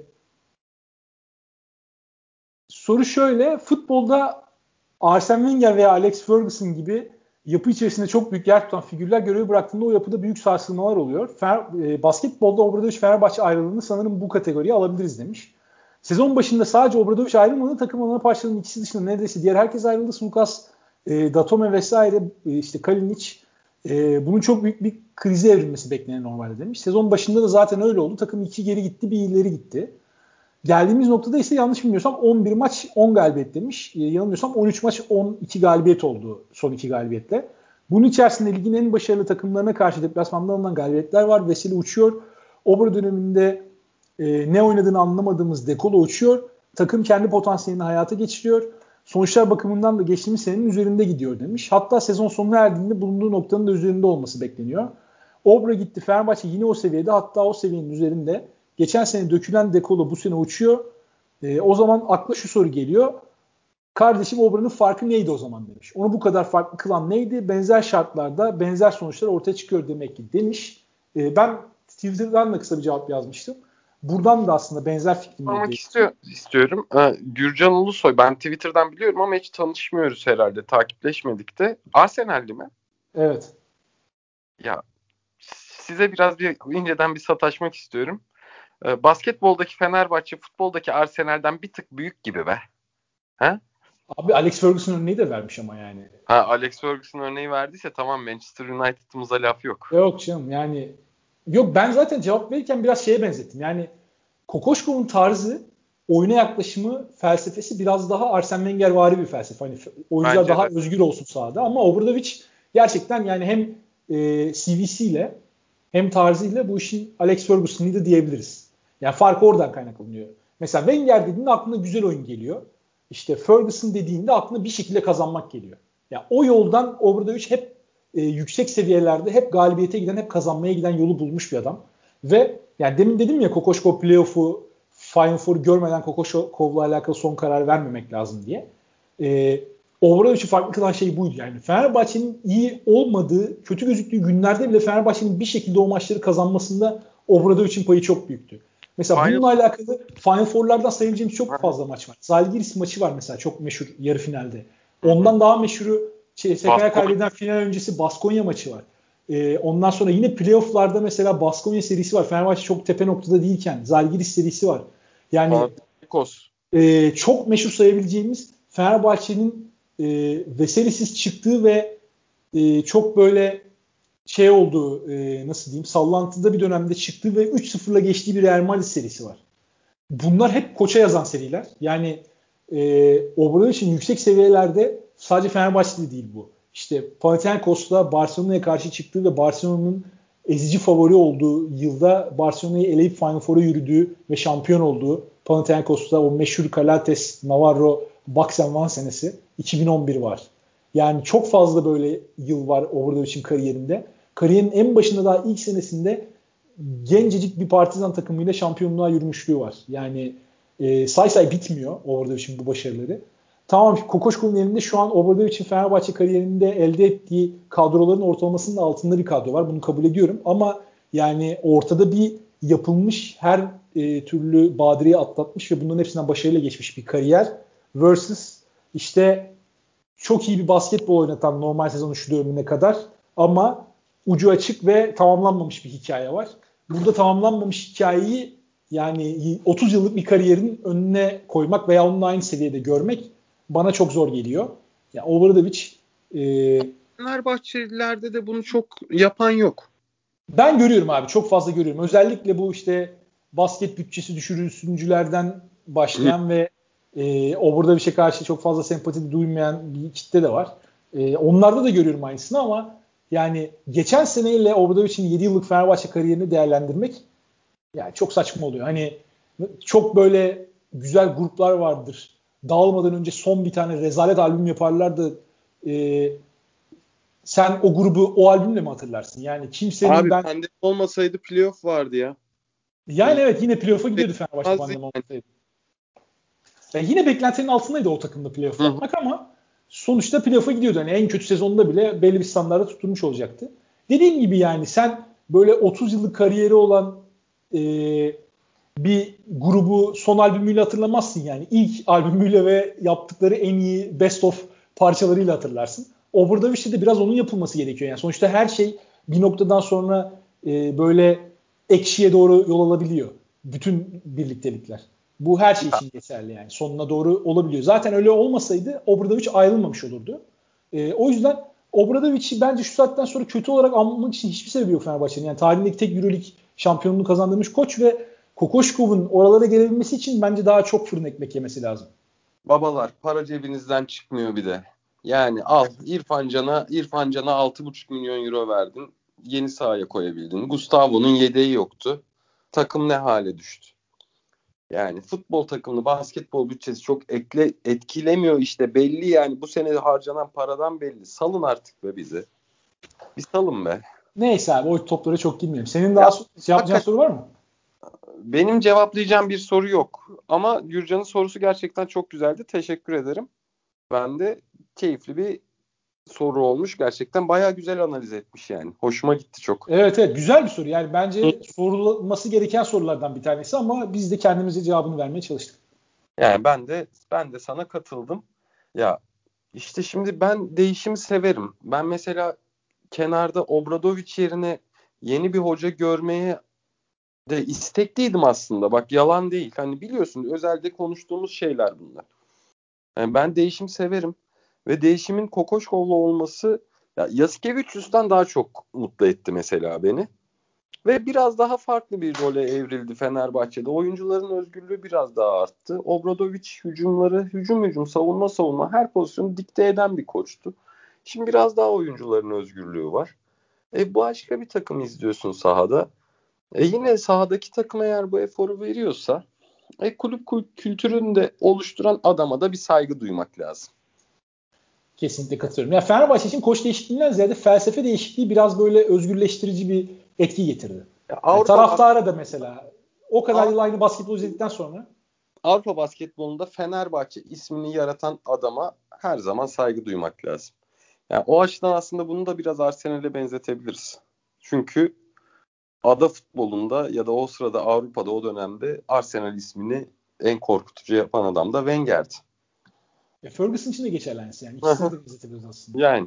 soru şöyle. Futbolda Arsene Wenger veya Alex Ferguson gibi yapı içerisinde çok büyük yer tutan figürler görevi bıraktığında o yapıda büyük sarsılmalar oluyor. Fer, e, basketbolda Obradović Fenerbahçe ayrılığını sanırım bu kategoriye alabiliriz demiş. Sezon başında sadece Obradović ayrılmadı. Takım ana parçalarının ikisi dışında neredeyse diğer herkes ayrıldı. Sulukas, e, Datome vesaire, e, işte Kalinic. E, bunun çok büyük bir krize evrilmesi beklenen normalde demiş. Sezon başında da zaten öyle oldu. Takım iki geri gitti, bir ileri gitti. Geldiğimiz noktada ise yanlış bilmiyorsam on bir maç on galibiyet demiş. E, yanılmıyorsam on üç maç on iki galibiyet oldu son iki galibiyetle. Bunun içerisinde ligin en başarılı takımlarına karşı deplasmanda alınan galibiyetler var. Veseli uçuyor. Obra döneminde e, ne oynadığını anlamadığımız De Colo uçuyor. Takım kendi potansiyelini hayata geçiriyor. Sonuçlar bakımından da geçtiğimiz senenin üzerinde gidiyor demiş. Hatta sezon sonuna erdiğinde bulunduğu noktanın da üzerinde olması bekleniyor. Obra gitti. Fenerbahçe yine o seviyede, hatta o seviyenin üzerinde. Geçen sene dökülen De Colo bu sene uçuyor. E, o zaman akla şu soru geliyor. Kardeşim Obra'nın farkı neydi o zaman demiş. Onu bu kadar farklı kılan neydi? Benzer şartlarda benzer sonuçlar ortaya çıkıyor demek ki demiş. E, ben Twitter'dan da kısa bir cevap yazmıştım. Buradan da aslında benzer fikrimle Sormak istiyor, istiyorum. Ee, Gürcan Ulusoy, ben Twitter'dan biliyorum ama hiç tanışmıyoruz herhalde. Takipleşmedik de. Arsenal'li mi? Evet. Ya size biraz bir inceden bir sataşmak istiyorum. Ee, basketboldaki Fenerbahçe, futboldaki Arsenal'den bir tık büyük gibi be. He? Abi Alex Ferguson örneği de vermiş ama yani. Ha, Alex Ferguson örneği verdiyse tamam, Manchester United'ımıza laf yok. Yok canım yani. Yok, ben zaten cevap verirken biraz şeye benzettim. Yani Kokoşkov'un tarzı, oyuna yaklaşımı, felsefesi biraz daha Arsene Wengervari bir felsefe. Hani oyuncular Bence daha de. özgür olsun sahada, ama Obradović gerçekten yani hem e, C V'siyle hem tarzıyla bu işin Alex Ferguson'ıydı diyebiliriz. Yani fark oradan kaynaklanıyor. Mesela Wenger dediğinde aklına güzel oyun geliyor. İşte Ferguson dediğinde aklına bir şekilde kazanmak geliyor. Yani o yoldan Obradović hep e, yüksek seviyelerde hep galibiyete giden, hep kazanmaya giden yolu bulmuş bir adam. Ve yani demin dedim ya, Kokoşkov playoff'u, Final Four'u görmeden Kokoşkov'la alakalı son karar vermemek lazım diye. E, Obradović'i farklı kılan şey buydu yani. Fenerbahçe'nin iyi olmadığı, kötü gözüktüğü günlerde bile Fenerbahçe'nin bir şekilde o maçları kazanmasında Obradović'in payı çok büyüktü. Mesela Final... bununla alakalı Final Four'lardan sayabileceğimiz çok fazla maç var. Zalgiris maçı var mesela, çok meşhur yarı finalde. Ondan daha meşhuru C S K A kaybeden final öncesi Baskonya maçı var. Ee, ondan sonra yine playoff'larda mesela Baskonya serisi var. Fenerbahçe çok tepe noktada değilken Zalgiris serisi var. Yani e, çok meşhur sayabileceğimiz Fenerbahçe'nin e, Veselisiz çıktığı ve e, çok böyle şey olduğu, e, nasıl diyeyim, sallantıda bir dönemde çıktığı ve üç sıfırla geçtiği bir Real Madrid serisi var. Bunlar hep koça yazan seriler. Yani e, Obradović'in yüksek seviyelerde sadece Fenerbahçe'de değil bu. İşte Panathinaikos'ta Barcelona'ya karşı çıktığı ve Barcelona'nın ezici favori olduğu yılda Barcelona'yı eleyip Final Four'a yürüdüğü ve şampiyon olduğu Panathinaikos'ta o meşhur Calates, Navarro, Bucks and One senesi iki bin on bir var. Yani çok fazla böyle yıl var Obradović'in kariyerinde. Kariyerinin en başında daha ilk senesinde gencecik bir Partizan takımıyla şampiyonluğa yürümüşlüğü var. Yani e, say say bitmiyor Obradovic'in bu başarıları. Tamam, Kokoşkov'un elinde şu an Obradovic'in Fenerbahçe kariyerinde elde ettiği kadroların ortalamasının altında bir kadro var. Bunu kabul ediyorum. Ama yani ortada bir yapılmış, her e, türlü badireyi atlatmış ve bunların hepsinden başarıyla geçmiş bir kariyer versus işte çok iyi bir basketbol oynatan normal sezonun şu dönemine kadar ama ucu açık ve tamamlanmamış bir hikaye var. Burada tamamlanmamış hikayeyi yani otuz yıllık bir kariyerin önüne koymak veya onunla aynı seviyede görmek bana çok zor geliyor. Yani Obradovic e, Fenerbahçelilerde de bunu çok yapan yok. Ben görüyorum abi. Çok fazla görüyorum. Özellikle bu işte basket bütçesi düşürücülerden başlayan ve e, Obradovic'e karşı çok fazla sempati duymayan bir kitle de var. E, onlarda da görüyorum aynısını ama yani geçen seneyle Obradovic'in yedi yıllık Fenerbahçe kariyerini değerlendirmek yani çok saçma oluyor. Hani çok böyle güzel gruplar vardır. Dağılmadan önce son bir tane rezalet albüm yaparlar da e, sen o grubu o albümle mi hatırlarsın? Yani kimsenin Abi ben pandemi olmasaydı playoff vardı ya. yani evet yine playoff'a gidiyordu Fenerbahçe Pekmez pandemi yani. olmasaydı. Yani yine beklentinin altındaydı o takımda playoff Hı hı. yapmak ama sonuçta playoff'a gidiyordu. Yani en kötü sezonunda bile belli bir standarda tutturmuş olacaktı. Dediğim gibi yani sen böyle otuz yıllık kariyeri olan e, bir grubu son albümüyle hatırlamazsın yani. İlk albümüyle ve yaptıkları en iyi best of parçalarıyla hatırlarsın. Obradovic'te de biraz onun yapılması gerekiyor. Yani sonuçta her şey bir noktadan sonra e, böyle ekşiye doğru yol alabiliyor. Bütün birliktelikler. Bu her şey için geçerli yani. Sonuna doğru olabiliyor. Zaten öyle olmasaydı Obradovic ayrılmamış olurdu. E, o yüzden Obradovic'i bence şu saatten sonra kötü olarak anmak için hiçbir sebebi yok Fenerbahçe'nin. Yani tarihindeki tek Euroleague şampiyonluğunu kazandırmış koç ve Kokoşkov'un oralara gelebilmesi için bence daha çok fırın ekmek yemesi lazım. Babalar para cebinizden çıkmıyor bir de. Yani al İrfan Can'a İrfan Can'a altı buçuk milyon euro verdin. Yeni sahaya koyabildin. Gustavo'nun yedeği yoktu. Takım ne hale düştü? Yani futbol takımını basketbol bütçesi çok ekle, etkilemiyor işte belli yani bu sene harcanan paradan belli. Salın artık be bizi. Bir salın be. Neyse abi o toplara çok girmeyelim. Senin Ya daha so- yapacağın hakikaten soru var mı? benim cevaplayacağım bir soru yok. Ama Gürcan'ın sorusu gerçekten çok güzeldi. Teşekkür ederim. Ben de keyifli bir soru olmuş. Gerçekten bayağı güzel analiz etmiş yani. Hoşuma gitti çok. Evet evet güzel bir soru. Yani Hı. bence sorulması gereken sorulardan bir tanesi ama biz de kendimize cevabını vermeye çalıştık. Yani ben de ben de sana katıldım. Ya işte şimdi ben değişimi severim. Ben mesela kenarda Obradovic yerine yeni bir hoca görmeye de istekliydim aslında. Bak yalan değil. Hani biliyorsun özelde konuştuğumuz şeyler bunlar. Yani ben değişim severim. Ve değişimin Kokoşkov'la olması ya Yasikevicius'tan daha çok mutlu etti mesela beni. Ve biraz daha farklı bir role evrildi Fenerbahçe'de. Oyuncuların özgürlüğü biraz daha arttı. Obradovic hücumları, hücum hücum, savunma savunma her pozisyonu dikte eden bir koçtu. Şimdi biraz daha oyuncuların özgürlüğü var. E başka bir takım izliyorsun sahada. E yine sahadaki takım eğer bu eforu veriyorsa e kulüp kültürünü de oluşturan adama da bir saygı duymak lazım. Kesinlikle katılıyorum. Ya Fenerbahçe için koç değişikliğinden ziyade felsefe değişikliği biraz böyle özgürleştirici bir etki getirdi. Ya Yani Avrupa bas taraftara da mesela o kadar yıl Avrupa, aynı basketbol izledikten sonra Avrupa basketbolunda Fenerbahçe ismini yaratan adama her zaman saygı duymak lazım. Yani o açıdan aslında bunu da biraz Arsenal'e benzetebiliriz. Çünkü ada futbolunda ya da o sırada Avrupa'da o dönemde Arsenal ismini en korkutucu yapan adam da Wenger'di. ya Ferguson için de geçerli aynısı yani. İkisine de benzetebiliriz aslında. Yani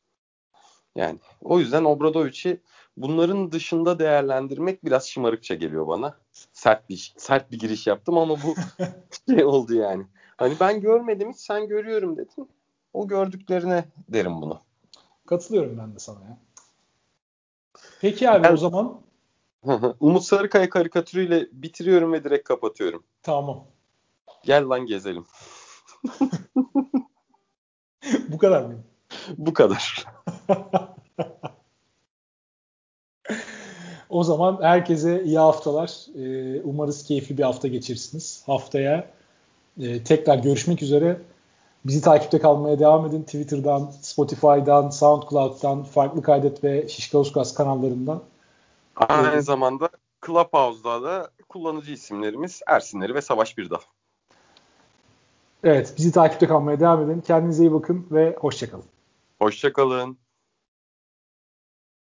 yani o yüzden Obradovic'i bunların dışında değerlendirmek biraz şımarıkça geliyor bana. Sert bir sert bir giriş yaptım ama bu şey oldu yani. Hani ben görmedim hiç sen görüyorum dedin. O gördüklerine derim bunu. Katılıyorum ben de sana ya. Peki abi o Gel. zaman Umut Sarıkaya karikatürüyle bitiriyorum ve direkt kapatıyorum. tamam. Gel lan gezelim. Bu kadar mı? Bu kadar. O zaman herkese iyi haftalar. Ee, umarız keyifli bir hafta geçirirsiniz. Haftaya e, tekrar görüşmek üzere. Bizi takipte kalmaya devam edin. Twitter'dan, Spotify'dan, SoundCloud'dan, Farklı Kaydet ve Şişka Uskas kanallarından. Aynı ee, zamanda Clubhouse'da da kullanıcı isimlerimiz Ersinleri ve Savaş Birdal. Evet, bizi takipte kalmaya devam edin. Kendinize iyi bakın ve hoşça kalın. Hoşça kalın.